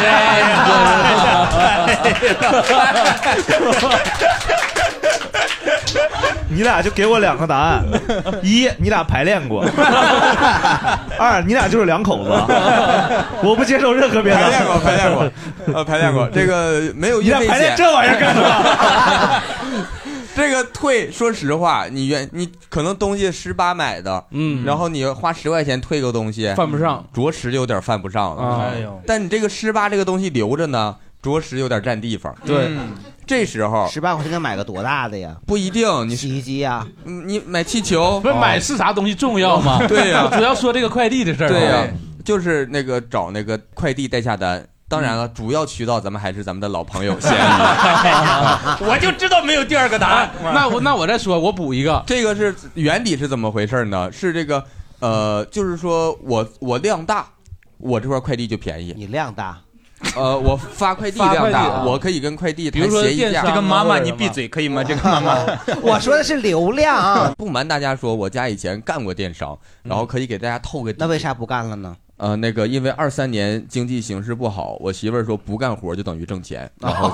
[SPEAKER 13] 你俩就给我两个答案：一，你俩排练过；二，你俩就是两口子。我不接受任何别的。
[SPEAKER 4] 排练过，排练过，呃，排练过。这个没有运费险。
[SPEAKER 13] 你俩排练这玩意儿干什么？
[SPEAKER 4] 这个退，说实话，你愿你可能东西十八买的，嗯，然后你花十块钱退个东西，
[SPEAKER 5] 犯不上，
[SPEAKER 4] 着实有点犯不上了。
[SPEAKER 5] 哎呦！
[SPEAKER 4] 但你这个十八这个东西留着呢，着实有点占地方。
[SPEAKER 5] 对。
[SPEAKER 4] 嗯，这时候
[SPEAKER 1] 十八块钱买个多大的呀？
[SPEAKER 4] 不一定，你
[SPEAKER 1] 洗衣机呀，
[SPEAKER 4] 你买气球，
[SPEAKER 5] 不是买是啥东西重要吗？
[SPEAKER 4] 对呀，
[SPEAKER 5] 主要说这个快递的事儿。
[SPEAKER 4] 对呀，就是那个找那个快递代下单。当然了，主要渠道咱们还是咱们的老朋友闲鱼。
[SPEAKER 3] 我就知道没有第二个答案。
[SPEAKER 5] 那我那我再说，我补一个。
[SPEAKER 4] 这个是原理是怎么回事呢？是这个呃，就是说我我量大，我这块快递就便宜。
[SPEAKER 1] 你量大。
[SPEAKER 4] 呃，我发快递量大，我可以跟快递谈协议价。
[SPEAKER 3] 这个妈妈，你闭嘴可以吗？这个妈妈，
[SPEAKER 1] 我说的是流量。
[SPEAKER 4] 不瞒大家说，我家以前干过电商，然后可以给大家透个底。
[SPEAKER 1] 那为啥不干了呢？
[SPEAKER 4] 呃，那个，因为二三年经济形势不好，我媳妇儿说不干活就等于挣钱，然后，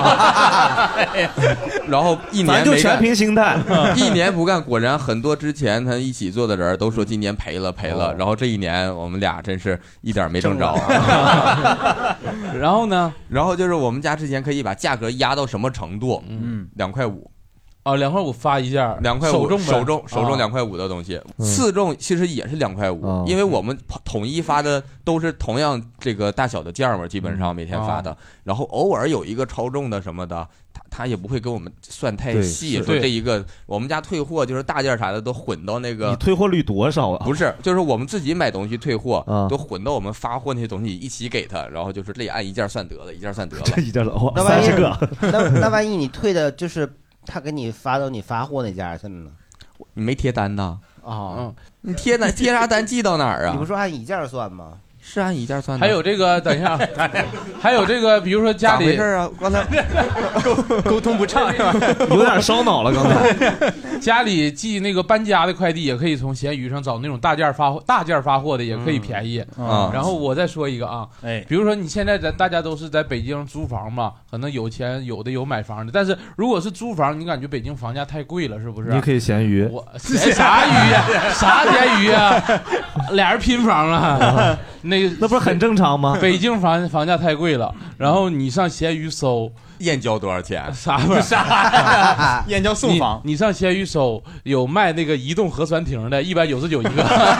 [SPEAKER 4] 然后一年没干，
[SPEAKER 13] 咱就全凭心态，
[SPEAKER 4] 一年不干，果然很多之前他一起做的人都说今年赔了赔了，然后这一年我们俩真是一点没挣着。
[SPEAKER 5] 然后呢，
[SPEAKER 4] 然后就是我们家之前可以把价格压到什么程度？嗯，两块五。
[SPEAKER 5] 啊，两块五发一件，
[SPEAKER 4] 两块五
[SPEAKER 5] 手重
[SPEAKER 4] 手重手重两块五的东西，次重其实也是两块五，因为我们统一发的都是同样这个大小的件嘛，基本上每天发的，然后偶尔有一个超重的什么的，他他也不会给我们算太细，说这一个我们家退货就是大件啥的都混到那个，
[SPEAKER 13] 你退货率多少啊？
[SPEAKER 4] 不是，就是我们自己买东西退货都混到我们发货那些东西一起给他，然后就是这按一件算得了，一件算得了，
[SPEAKER 13] 这一件哦，
[SPEAKER 1] 那万一
[SPEAKER 13] 三十个，
[SPEAKER 1] 那那万一你退的就是他给你发到你发货那家去了呢？
[SPEAKER 4] 你没贴单呐？
[SPEAKER 1] 啊，
[SPEAKER 4] 你贴单贴啥单寄到哪儿啊？
[SPEAKER 1] 你不说按一件算吗？
[SPEAKER 4] 是按一件算的。
[SPEAKER 5] 还有这个，等一下，还有这个，比如说家里
[SPEAKER 4] 咋回事啊？刚才
[SPEAKER 3] 沟沟通不畅是吧？
[SPEAKER 13] 有点烧脑了。刚才
[SPEAKER 5] 家里寄那个搬家的快递，也可以从闲鱼上找那种大件发货、大件发货的，也可以便宜。
[SPEAKER 4] 嗯、
[SPEAKER 5] 然后我再说一个啊，
[SPEAKER 3] 哎，
[SPEAKER 5] 比如说你现在咱大家都是在北京租房嘛，可能有钱有的有买房的，但是如果是租房，你感觉北京房价太贵了，是不是？
[SPEAKER 13] 你可以闲鱼。
[SPEAKER 5] 我闲啥鱼呀？啥闲鱼啊？俩人拼房了。那个
[SPEAKER 13] 那不是很正常吗？
[SPEAKER 5] 北京房房价太贵了，然后你上闲鱼搜
[SPEAKER 4] 燕郊多少钱？
[SPEAKER 5] 啥不是
[SPEAKER 3] 啥？燕郊送房
[SPEAKER 5] 你，你上闲鱼搜有卖那个移动核酸亭的，一百九十九一个。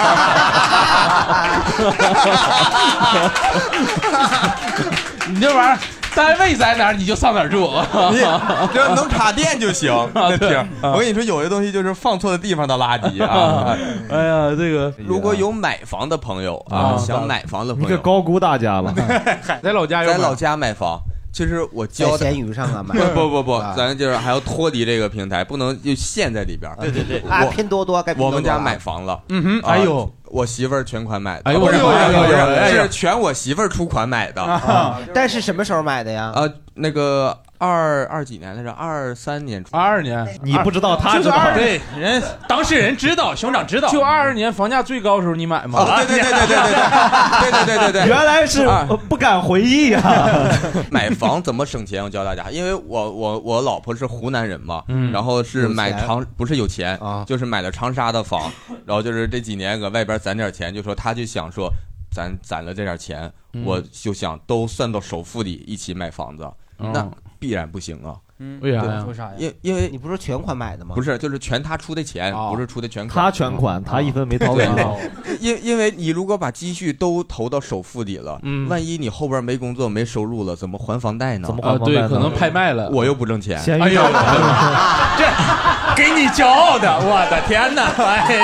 [SPEAKER 5] 你这玩意儿。单位在哪儿你就上哪儿住，
[SPEAKER 4] 你只要能插电就行。是，我跟你说，有的东西就是放错的地方的垃圾啊！
[SPEAKER 5] 哎呀，这个
[SPEAKER 4] 如果有买房的朋友啊，想买房的朋友，
[SPEAKER 13] 你可高估大家了。
[SPEAKER 5] 在老家，
[SPEAKER 4] 在老家买房。其实我教
[SPEAKER 1] 在闲鱼上啊买，
[SPEAKER 4] 不不不不，咱就是还要脱离这个平台，不能就陷在里边。
[SPEAKER 1] 对对对，啊，拼多多该
[SPEAKER 4] 我们家买房了，
[SPEAKER 5] 嗯哼，哎呦，
[SPEAKER 4] 我媳妇儿全款买的，
[SPEAKER 5] 哎呦，
[SPEAKER 4] 是全我媳妇儿出款买的。
[SPEAKER 1] 但是什么时候买的呀？
[SPEAKER 4] 啊，那个二二几年来着？二三年，
[SPEAKER 5] 二二年，
[SPEAKER 13] 你不知道，他知道。
[SPEAKER 3] 对，人当事人知道，兄长知道。
[SPEAKER 5] 就二二年房价最高的时候你买吗？
[SPEAKER 4] 对对对对对对对对对对对，
[SPEAKER 13] 原来是不敢回忆啊。
[SPEAKER 4] 买房怎么省钱？我教大家，因为我我我老婆是湖南人嘛，
[SPEAKER 5] 嗯，
[SPEAKER 4] 然后是买长不是有钱啊，就是买了长沙的房，然后就是这几年搁外边攒点钱，就说他就想说，咱攒了这点钱，我就想都算到首付里一起买房子，那必然不行啊。
[SPEAKER 3] 嗯，
[SPEAKER 5] 为啥呀？
[SPEAKER 3] 为啥呀？
[SPEAKER 4] 因因为
[SPEAKER 1] 你不是全款买的吗？
[SPEAKER 4] 不是，就是全他出的钱，不是出的全款。
[SPEAKER 13] 他全款，他一分没掏给你。
[SPEAKER 4] 因因为你如果把积蓄都投到首付里了，
[SPEAKER 5] 嗯，
[SPEAKER 4] 万一你后边没工作没收入了，怎么还房贷呢？
[SPEAKER 13] 怎么还房贷
[SPEAKER 5] 呢？对，可能拍卖了，
[SPEAKER 4] 我又不挣钱。
[SPEAKER 3] 哎呦，这给你骄傲的，我的天哪！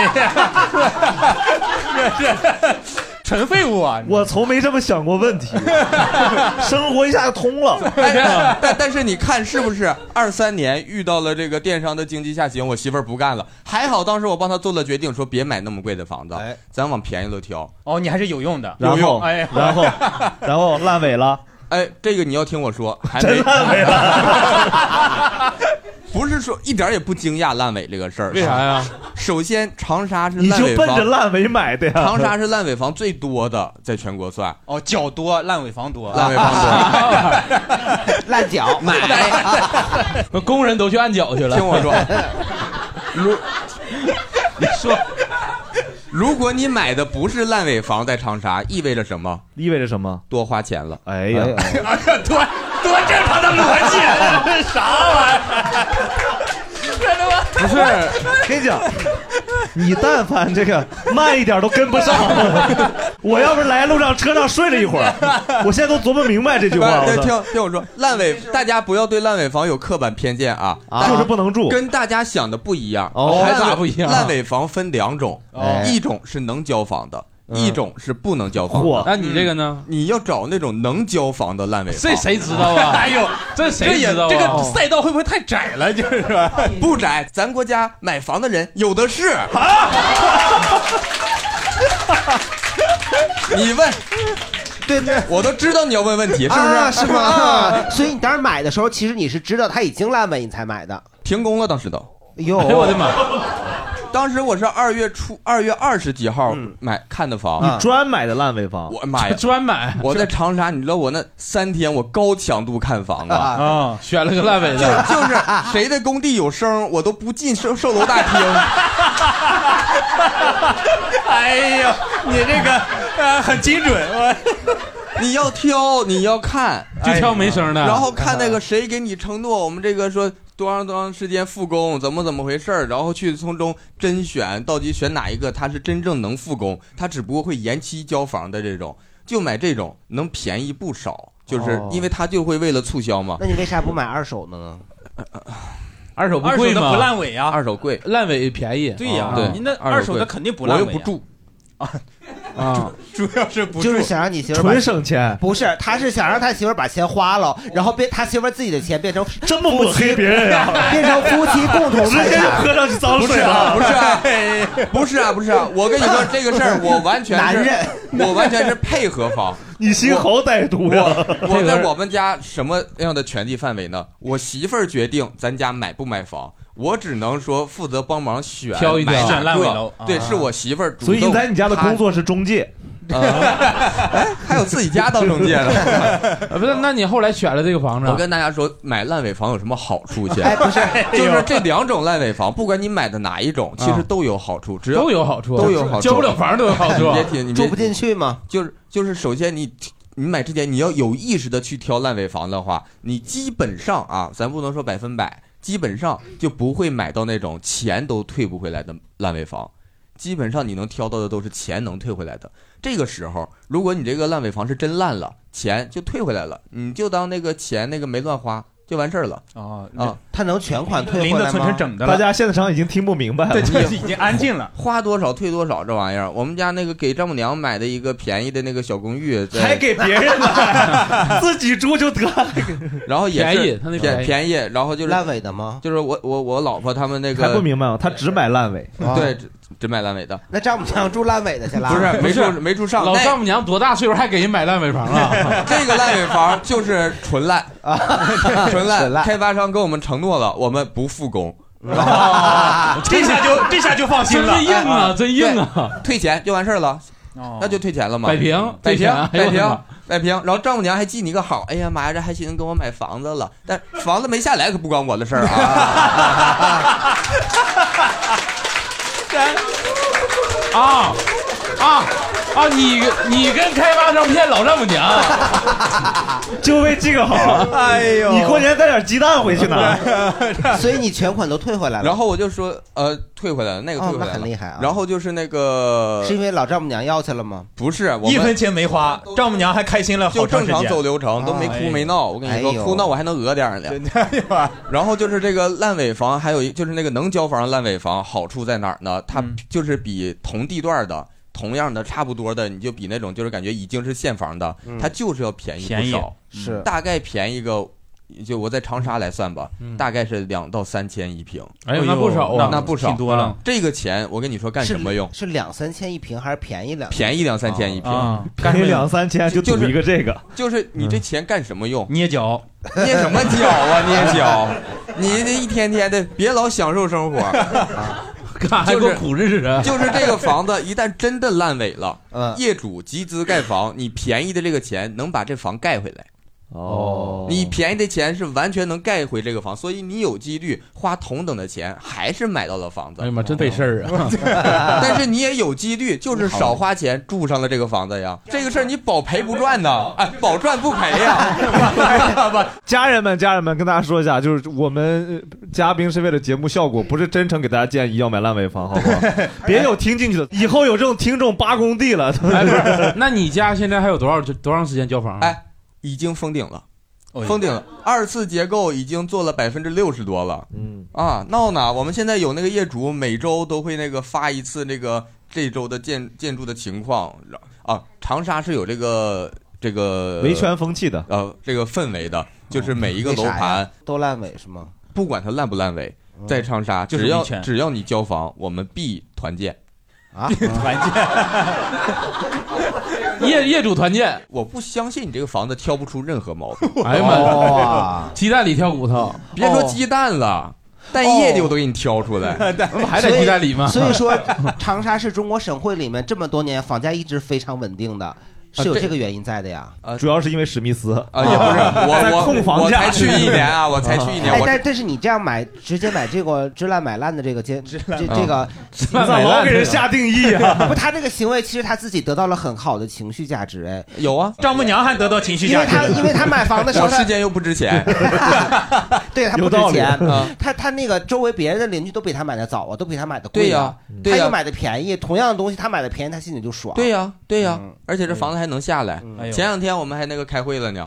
[SPEAKER 3] 哎呀，这是。纯废物啊！
[SPEAKER 13] 我从没这么想过问题，生活一下就通了。
[SPEAKER 4] 但但但是你看是不是二三年遇到了这个电商的经济下行，我媳妇儿不干了，还好当时我帮她做了决定，说别买那么贵的房子，
[SPEAKER 1] 哎，
[SPEAKER 4] 咱往便宜了挑。
[SPEAKER 3] 哦，你还是有用的，
[SPEAKER 13] 然后，
[SPEAKER 3] 哎，
[SPEAKER 13] 然后，然后烂尾了。
[SPEAKER 4] 哎，这个你要听我说，还
[SPEAKER 13] 没真烂尾了。
[SPEAKER 4] 不是说一点也不惊讶烂尾这个事儿，
[SPEAKER 5] 为啥呀？
[SPEAKER 4] 首先，长沙是
[SPEAKER 13] 你
[SPEAKER 4] 烂尾房，
[SPEAKER 13] 就奔着烂尾买的呀。
[SPEAKER 4] 长沙是烂尾房最多的，在全国算。
[SPEAKER 3] 哦，脚多，烂尾房多，
[SPEAKER 4] 烂尾房
[SPEAKER 1] 多，烂脚
[SPEAKER 4] 买，
[SPEAKER 5] 工人都去按脚去了。
[SPEAKER 4] 听我说，如
[SPEAKER 5] 你说，
[SPEAKER 4] 如果你买的不是烂尾房，在长沙，意味着什么？
[SPEAKER 13] 意味着什么？
[SPEAKER 4] 多花钱了。
[SPEAKER 13] 哎呀，
[SPEAKER 3] 多多正常的逻辑，这啥玩意儿？
[SPEAKER 13] 不是，跟你讲，你但凡这个慢一点都跟不上。我要不是来路上车上睡了一会儿，我现在都琢磨明白这句话。
[SPEAKER 4] 对，听听我说，烂尾，大家不要对烂尾房有刻板偏见啊，
[SPEAKER 13] 啊就是不能住，
[SPEAKER 4] 跟大家想的不一样。
[SPEAKER 5] 哦，还咋不一样？
[SPEAKER 4] 烂尾房分两种，
[SPEAKER 5] 哦，
[SPEAKER 4] 一种是能交房的。一种是不能交房
[SPEAKER 5] 的，那你这个呢？
[SPEAKER 4] 你要找那种能交房的烂尾房。
[SPEAKER 5] 这谁知道啊？
[SPEAKER 3] 哎呦，
[SPEAKER 5] 这谁知道啊？
[SPEAKER 3] 这个赛道会不会太窄了？就是
[SPEAKER 4] 不窄，咱国家买房的人有的是。你问，
[SPEAKER 1] 对对，
[SPEAKER 4] 我都知道你要问问题，是不是？
[SPEAKER 1] 啊、是吗？啊、所以你当时买的时候，其实你是知道它已经烂尾，你才买的。
[SPEAKER 4] 停工了，当时都。
[SPEAKER 1] 哎呦，
[SPEAKER 5] 哎呦我的妈！
[SPEAKER 4] 当时我是二月初，二月二十几号买、嗯、看的房，
[SPEAKER 13] 你专买的烂尾房？
[SPEAKER 4] 我妈呀，
[SPEAKER 5] 专买！
[SPEAKER 4] 我在长沙，你知道我那三天我高强度看房啊，
[SPEAKER 5] 啊，选了个烂尾的，
[SPEAKER 4] 就就是谁的工地有声，我都不进售售楼大厅。
[SPEAKER 3] 哎呦，你这个呃很精准，我。
[SPEAKER 4] 你要挑，你要看，
[SPEAKER 5] 就挑没声的，
[SPEAKER 4] 然后看那个谁给你承诺，我们这个说多长多长时间复工，怎么怎么回事，然后去从中甄选，到底选哪一个他是真正能复工，他只不过会延期交房的这种，就买这种能便宜不少，就是因为他就会为了促销嘛。
[SPEAKER 1] 那你为啥不买二手的呢？
[SPEAKER 5] 二手不贵吗？
[SPEAKER 3] 不烂尾啊，
[SPEAKER 4] 二手贵，
[SPEAKER 5] 烂尾便宜。
[SPEAKER 3] 对呀，
[SPEAKER 4] 对，
[SPEAKER 3] 您那二手的肯定不烂尾。
[SPEAKER 4] 我又不住。
[SPEAKER 3] 啊， 啊，
[SPEAKER 4] 主要是不
[SPEAKER 1] 就是想让你媳妇
[SPEAKER 13] 纯省钱，
[SPEAKER 1] 不是，他是想让他媳妇把钱花了，然后变他媳妇自己的钱变成
[SPEAKER 13] 这么抹黑别人呀，
[SPEAKER 1] 变成夫妻共同财产，
[SPEAKER 13] 喝上去脏水
[SPEAKER 4] 了，不是啊，不是啊，不是啊，我跟你说这个事儿，我完全
[SPEAKER 1] 男人，
[SPEAKER 4] 我完全是配合方。
[SPEAKER 13] 你心好歹毒呀！
[SPEAKER 4] 我我在我们家什么样的权利范围呢？我媳妇儿决定咱家买不买房，我只能说负责帮忙选
[SPEAKER 3] 挑一
[SPEAKER 4] 买
[SPEAKER 3] 选烂尾楼，
[SPEAKER 4] 对，是我媳妇儿主动。
[SPEAKER 13] 所以你在你家的工作是中介。
[SPEAKER 4] 啊，哎，还有自己家当中介呢？
[SPEAKER 5] 不是，那你后来选了这个房子？
[SPEAKER 4] 我跟大家说，买烂尾房有什么好处先？
[SPEAKER 1] 哎，不是，
[SPEAKER 4] 就是这两种烂尾房，不管你买的哪一种，其实都有好处，只要
[SPEAKER 5] 都有好处，
[SPEAKER 4] 都有好处，
[SPEAKER 5] 交不了房都有好处。
[SPEAKER 4] 你别听，你
[SPEAKER 1] 住不进去吗？
[SPEAKER 4] 就是就是，首先你你买之前你要有意识的去挑烂尾房的话，你基本上啊，咱不能说百分百，基本上就不会买到那种钱都退不回来的烂尾房。基本上你能挑到的都是钱能退回来的。这个时候，如果你这个烂尾房是真烂了，钱就退回来了，你就当那个钱那个没乱花就完事儿了。
[SPEAKER 3] 哦
[SPEAKER 4] 啊，
[SPEAKER 1] 他能全款退回来吗？
[SPEAKER 3] 零的存成整的了。
[SPEAKER 13] 大家现场已经听不明白了，
[SPEAKER 3] 对，已经安静了。
[SPEAKER 4] 花多少退多少这玩意儿，我们家那个给丈母娘买的一个便宜的那个小公寓，
[SPEAKER 13] 还给别人呢，自己住就得了。
[SPEAKER 4] 然后也是
[SPEAKER 5] 便宜，他那
[SPEAKER 4] 便便宜，然后就是
[SPEAKER 1] 烂尾的吗？
[SPEAKER 4] 就是我我我老婆他们那个
[SPEAKER 13] 还不明白吗？他只买烂尾，
[SPEAKER 4] 对。只买烂尾的，
[SPEAKER 1] 那丈母娘住烂尾的去了？
[SPEAKER 4] 不是，没住没住上。
[SPEAKER 5] 老丈母娘多大岁数还给人买烂尾房啊？
[SPEAKER 4] 这个烂尾房就是纯烂啊，纯烂。开发商跟我们承诺了，我们不复工。
[SPEAKER 3] 啊、这下就这下就放心了，
[SPEAKER 5] 真硬啊，真硬啊！
[SPEAKER 4] 退钱就完事儿了，那就退钱了嘛。
[SPEAKER 5] 摆平，
[SPEAKER 4] 摆平，摆平，摆平。然后丈母娘还记你个好，哎呀妈呀，这还寻思跟我买房子了，但房子没下来可不关我的事儿啊。
[SPEAKER 5] 啊啊啊！你你跟开发商骗老丈母娘，
[SPEAKER 13] 就为这个好。哎呦，你过年带点鸡蛋回去呢。
[SPEAKER 1] 所以你全款都退回来了。
[SPEAKER 4] 然后我就说，呃，退回来了，那个退回来了，
[SPEAKER 1] 哦、那很厉害啊。
[SPEAKER 4] 然后就是那个，
[SPEAKER 1] 是因为老丈母娘要去了吗？
[SPEAKER 4] 不是，我
[SPEAKER 3] 一分钱没花，丈母娘还开心了好长时间。
[SPEAKER 4] 就正常走流程，都没哭没闹。我跟你说，哭闹我还能讹点呢。然后就是这个烂尾房，还有一就是那个能交房的烂尾房，好处在哪儿呢？它就是比同地段的。同样的差不多的，你就比那种就是感觉已经是现房的，嗯、它就是要便宜不少，
[SPEAKER 1] 是
[SPEAKER 4] 大概便宜个，就我在长沙来算吧，嗯、大概是两到三千一平。
[SPEAKER 5] 哎呦，那不少啊，
[SPEAKER 4] 那不少，
[SPEAKER 3] 挺多了。
[SPEAKER 4] 这个钱我跟你说干什么用？
[SPEAKER 1] 是两三千一平还是便宜两？
[SPEAKER 4] 便宜两三千一平，
[SPEAKER 3] 啊、
[SPEAKER 13] 便宜两三千就赌一个这个，
[SPEAKER 4] 就是你这钱干什么用？
[SPEAKER 3] 捏脚，
[SPEAKER 4] 捏什么脚啊？捏脚，你这一天天的别老享受生活。
[SPEAKER 5] 干还过苦日子，
[SPEAKER 4] 就是这个房子一旦真的烂尾了，嗯，业主集资盖房，你便宜的这个钱能把这房盖回来。
[SPEAKER 13] 哦，
[SPEAKER 4] 你便宜的钱是完全能盖回这个房，所以你有几率花同等的钱还是买到了房子。
[SPEAKER 5] 哎呀妈，真费事儿啊！
[SPEAKER 4] 但是你也有几率就是少花钱住上了这个房子呀。这个事儿你保赔不赚呢，哎，保赚不赔呀。
[SPEAKER 13] 家人们，家人们，跟大家说一下，就是我们嘉宾是为了节目效果，不是真诚给大家建议要买烂尾房，好不好？别有听进去的，以后有这种听众扒工地了。
[SPEAKER 5] 哎，不是，那你家现在还有多少多长时间交房？
[SPEAKER 4] 哎。已经封顶了，封顶了，二次结构已经做了百分之六十多了。嗯啊，闹呢！我们现在有那个业主每周都会那个发一次那个这周的建建筑的情况啊。长沙是有这个这个
[SPEAKER 13] 维权风气的，
[SPEAKER 4] 呃，这个氛围的，就是每一个楼盘
[SPEAKER 1] 都烂尾是吗？
[SPEAKER 4] 不管它烂不烂尾，在长沙只要只要你交房，我们必团建。
[SPEAKER 1] 啊，
[SPEAKER 3] 团建，
[SPEAKER 5] 业业主团建，
[SPEAKER 4] 我不相信你这个房子挑不出任何毛病。
[SPEAKER 5] 哎呀妈呀，鸡蛋里挑骨头，
[SPEAKER 4] 别说鸡蛋了，蛋液里我都给你挑出来，
[SPEAKER 5] 不还在鸡蛋里吗？
[SPEAKER 1] 所以说，长沙是中国省会里面这么多年房价一直非常稳定的。是有这个原因在的呀，
[SPEAKER 13] 呃，主要是因为史密斯
[SPEAKER 4] 啊，也不是我我
[SPEAKER 13] 控房价，
[SPEAKER 4] 我才去一年啊，我才去一年。
[SPEAKER 1] 哎，但但是你这样买，直接买这个知烂买烂的这个这这这个，
[SPEAKER 13] 怎么给人下定义啊？
[SPEAKER 1] 不，他这个行为其实他自己得到了很好的情绪价值，哎，
[SPEAKER 4] 有啊，
[SPEAKER 3] 丈母娘还得到情绪价值，
[SPEAKER 1] 因为他因为他买房的时候，
[SPEAKER 4] 我时间又不值钱，
[SPEAKER 1] 对他不值钱，他他那个周围别人的邻居都比他买的早啊，都比他买的贵
[SPEAKER 4] 啊，
[SPEAKER 1] 他又买的便宜，同样的东西他买的便宜，他心里就爽。
[SPEAKER 4] 对呀对呀，而且这房子还能下来。前两天我们还那个开会了呢，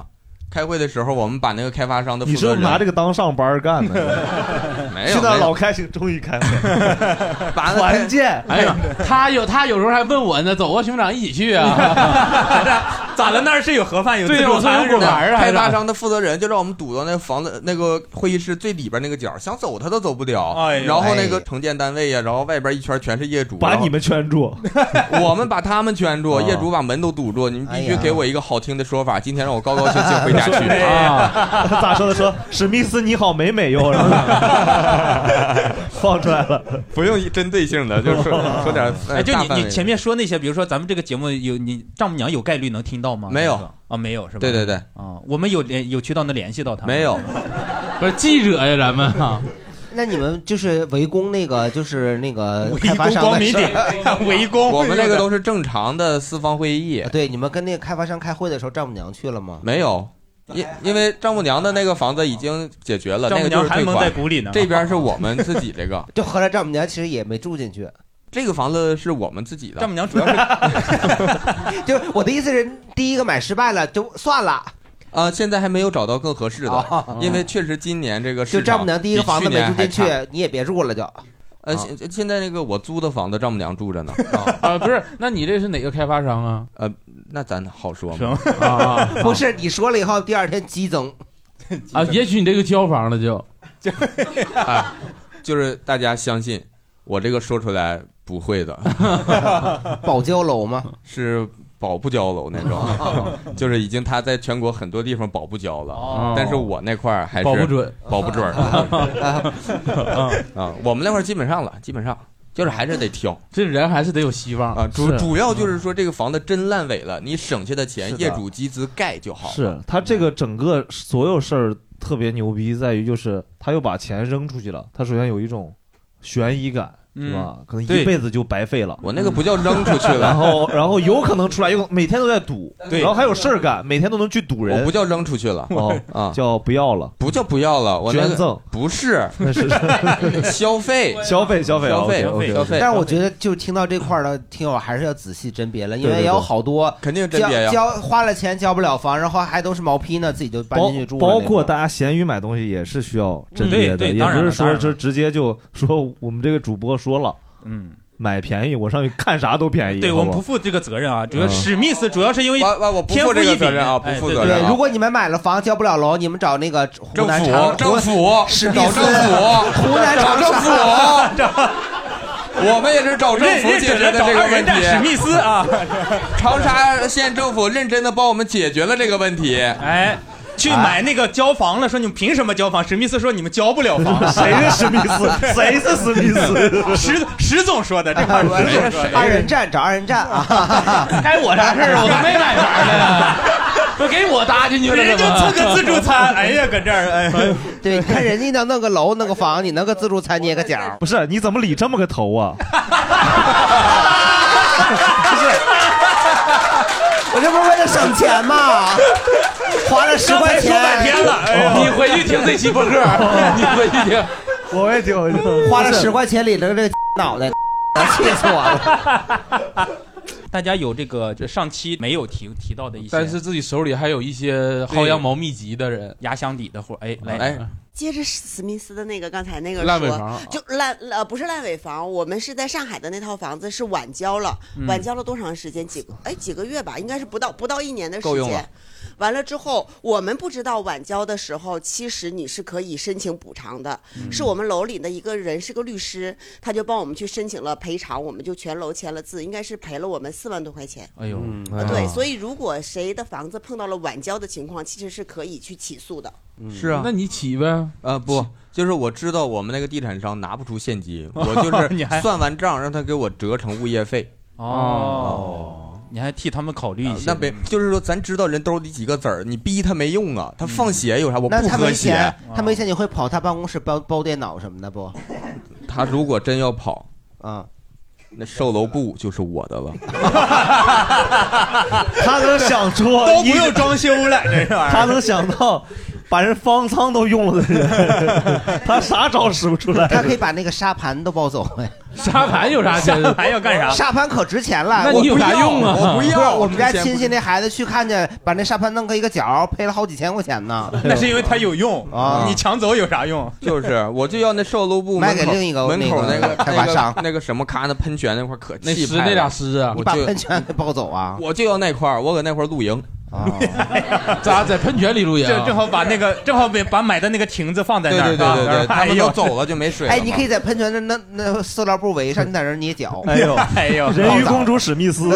[SPEAKER 4] 开会的时候，我们把那个开发商的负
[SPEAKER 13] 你
[SPEAKER 4] 责人，
[SPEAKER 13] 是拿这个当上班干的？
[SPEAKER 4] 没有，
[SPEAKER 13] 现在老开心，终于开会，团建。
[SPEAKER 5] 哎呀，他有他有时候还问我呢，走啊，熊掌一起去啊？
[SPEAKER 3] 咋了？那儿是有盒饭有自
[SPEAKER 5] 对，
[SPEAKER 3] 助餐
[SPEAKER 5] 有果盘啊。
[SPEAKER 4] 开发商的负责人就让我们堵到那个房子那个会议室最里边那个角，想走他都走不了。
[SPEAKER 3] 哎、
[SPEAKER 4] 然后那个承建单位呀、啊，然后外边一圈全是业主，
[SPEAKER 13] 把你们圈住，
[SPEAKER 4] 我们把他们圈住，业主把门都堵住。你们必须给我一个好听的说法，今天让我高高兴兴回家去。
[SPEAKER 13] 啊，咋说的？说史密斯你好美美哟，然后放出来了，
[SPEAKER 4] 不用针对性的，就是说说点。
[SPEAKER 3] 哎，就你你前面说那些，比如说咱们这个节目有你丈母娘有概率能听到吗？
[SPEAKER 4] 没有
[SPEAKER 3] 啊，没有是吧？
[SPEAKER 4] 对对对
[SPEAKER 3] 啊，我们有联有渠道能联系到他。
[SPEAKER 4] 没有，
[SPEAKER 5] 不是记者呀，咱们啊。
[SPEAKER 1] 那你们就是围攻那个，就是那个开发商的事
[SPEAKER 3] 儿，围攻。
[SPEAKER 4] 我们那个都是正常的四方会议。
[SPEAKER 1] 对，你们跟那个开发商开会的时候，丈母娘去了吗？
[SPEAKER 4] 没有，因因为丈母娘的那个房子已经解决了，
[SPEAKER 3] 丈母娘还蒙在鼓里呢。
[SPEAKER 4] 这边是我们自己这个，
[SPEAKER 1] 就合着丈母娘其实也没住进去。
[SPEAKER 4] 这个房子是我们自己的。
[SPEAKER 3] 丈母娘主要是，
[SPEAKER 1] 就我的意思是，第一个买失败了就算了。
[SPEAKER 4] 啊、呃，现在还没有找到更合适的，哦、因为确实今年这个市场
[SPEAKER 1] 就丈母娘第一个房子没住进去，你也别住了就。
[SPEAKER 4] 呃，现、哦、现在那个我租的房子，丈母娘住着呢。
[SPEAKER 5] 啊、呃，不是，那你这是哪个开发商啊？
[SPEAKER 4] 呃，那咱好说吗？
[SPEAKER 1] 啊，不是，你说了以后，第二天激增。
[SPEAKER 5] 啊，也许你这个交房了就，
[SPEAKER 4] 就，啊，就是大家相信我这个说出来不会的。
[SPEAKER 1] 保交楼吗？
[SPEAKER 4] 是。保不交楼那种，就是已经他在全国很多地方保不交了，哦、但是我那块儿还是
[SPEAKER 5] 保不准，
[SPEAKER 4] 保不准。啊，我们那块儿基本上了，基本上就是还是得挑，
[SPEAKER 5] 这人还是得有希望
[SPEAKER 4] 啊。主主要就是说这个房子真烂尾了，你省下的钱业主集资盖就好了。
[SPEAKER 13] 是他这个整个所有事儿特别牛逼，在于就是他又把钱扔出去了，他首先有一种悬疑感。是吧？可能一辈子就白费了。
[SPEAKER 4] 我那个不叫扔出去了，
[SPEAKER 13] 然后然后有可能出来，有每天都在赌，然后还有事儿干，每天都能去赌人。
[SPEAKER 4] 我不叫扔出去了，
[SPEAKER 13] 哦啊，叫不要了，
[SPEAKER 4] 不叫不要了，我、那个、
[SPEAKER 13] 捐赠
[SPEAKER 4] 不是，
[SPEAKER 13] 那是
[SPEAKER 4] 消费，
[SPEAKER 13] 消费，消费，
[SPEAKER 4] 消费，消费。
[SPEAKER 1] 但是我觉得，就听到这块儿的听友还是要仔细甄别了，因为也有好多
[SPEAKER 4] 肯定甄别呀，
[SPEAKER 1] 交花了钱交不了房，然后还都是毛坯呢，自己就搬进去住了。
[SPEAKER 13] 包括大家闲鱼买东西也是需要甄别的，也不是说这直接就说我们这个主播说了。嗯，买便宜，我上去看啥都便宜。
[SPEAKER 3] 对，我们不负这个责任啊。主要史密斯主要是因为天赋异禀
[SPEAKER 4] 啊，不负责任。
[SPEAKER 1] 对，如果你们买了房交不了楼，你们找那个湖南长
[SPEAKER 4] 政府，
[SPEAKER 1] 史密斯，
[SPEAKER 4] 找政府，
[SPEAKER 1] 湖南
[SPEAKER 4] 找政府。我们也是找政府解决的这个问题。
[SPEAKER 3] 史密斯啊，
[SPEAKER 4] 长沙县政府认真的帮我们解决了这个问题。
[SPEAKER 3] 哎。去买那个交房了，说你们凭什么交房？史密斯说你们交不了房。
[SPEAKER 13] 谁是史密斯？谁是史密斯？
[SPEAKER 3] 石石总说的，这话说的。
[SPEAKER 1] 二人站找二人站啊！
[SPEAKER 3] 该我啥事儿？我都没买房呢，
[SPEAKER 5] 不给我搭进去了，
[SPEAKER 3] 人就蹭个自助餐。哎呀，搁这儿哎，
[SPEAKER 1] 对，看人家能弄个楼弄个房，你弄个自助餐捏个角。
[SPEAKER 13] 不是，你怎么理这么个头啊？
[SPEAKER 1] 不是，我这不是为了省钱吗？花了十块钱，
[SPEAKER 5] 了你回去听这期播客，你回去听，
[SPEAKER 13] 我也听，我听。
[SPEAKER 1] 花了十块钱领了这个脑袋，气死我了。
[SPEAKER 3] 大家有这个这上期没有提提到的一些，
[SPEAKER 5] 但是自己手里还有一些薅羊毛秘籍的人，
[SPEAKER 3] 压箱底的货。哎，来，
[SPEAKER 4] 哎，
[SPEAKER 14] 接着史密斯的那个刚才那个
[SPEAKER 5] 烂尾房，
[SPEAKER 14] 就烂呃不是烂尾房，我们是在上海的那套房子是晚交了，嗯、晚交了多长时间？几个哎几个月吧，应该是不到不到一年的时间。完了之后，我们不知道晚交的时候，其实你是可以申请补偿的。嗯、是我们楼里的一个人是个律师，他就帮我们去申请了赔偿，我们就全楼签了字，应该是赔了我们四万多块钱。
[SPEAKER 5] 哎呦，
[SPEAKER 14] 嗯、对，所以如果谁的房子碰到了晚交的情况，其实是可以去起诉的。
[SPEAKER 4] 嗯、是啊，
[SPEAKER 5] 那你起呗？
[SPEAKER 4] 呃，不，就是我知道我们那个地产商拿不出现金，我就是算完账让他给我折成物业费。
[SPEAKER 3] 哦。哦你还替他们考虑一下，
[SPEAKER 4] 那没就是说，咱知道人兜里几个子儿，你逼他没用啊。他放血有啥？我不喝血。
[SPEAKER 1] 他没钱，你会跑他办公室包包电脑什么的不？
[SPEAKER 4] 他如果真要跑
[SPEAKER 1] 啊，
[SPEAKER 4] 那售楼部就是我的了。
[SPEAKER 13] 他能想出
[SPEAKER 3] 都不用装修了，这玩意儿。
[SPEAKER 13] 他能想到把人方舱都用了的人，他啥招使不出来？
[SPEAKER 1] 他可以把那个沙盘都抱走哎。
[SPEAKER 5] 沙盘有啥钱？
[SPEAKER 3] 沙盘要干啥？
[SPEAKER 1] 沙盘可值钱了。
[SPEAKER 5] 那你有啥用啊？
[SPEAKER 1] 我不要。我们家亲戚那孩子去看见，把那沙盘弄个一个角，赔了好几千块钱呢。
[SPEAKER 3] 那是因为他有用
[SPEAKER 1] 啊！
[SPEAKER 3] 你抢走有啥用？
[SPEAKER 4] 就是，我就要那售楼部
[SPEAKER 1] 卖给另一个
[SPEAKER 4] 门口那个
[SPEAKER 1] 开发商
[SPEAKER 4] 那个什么咔那喷泉那块可
[SPEAKER 5] 那狮那俩狮啊，
[SPEAKER 1] 你把喷泉给抱走啊！
[SPEAKER 4] 我就要那块，我搁那块露营。
[SPEAKER 1] 啊，
[SPEAKER 5] 咋在喷泉里露营？
[SPEAKER 3] 正正好把那个正好把买的那个亭子放在那儿，
[SPEAKER 4] 对对对对，他们都走了就没水了。
[SPEAKER 1] 哎，你可以在喷泉那那那塑料布围上，你在那儿捏脚。
[SPEAKER 13] 哎呦
[SPEAKER 3] 哎呦，
[SPEAKER 13] 人鱼公主史密斯，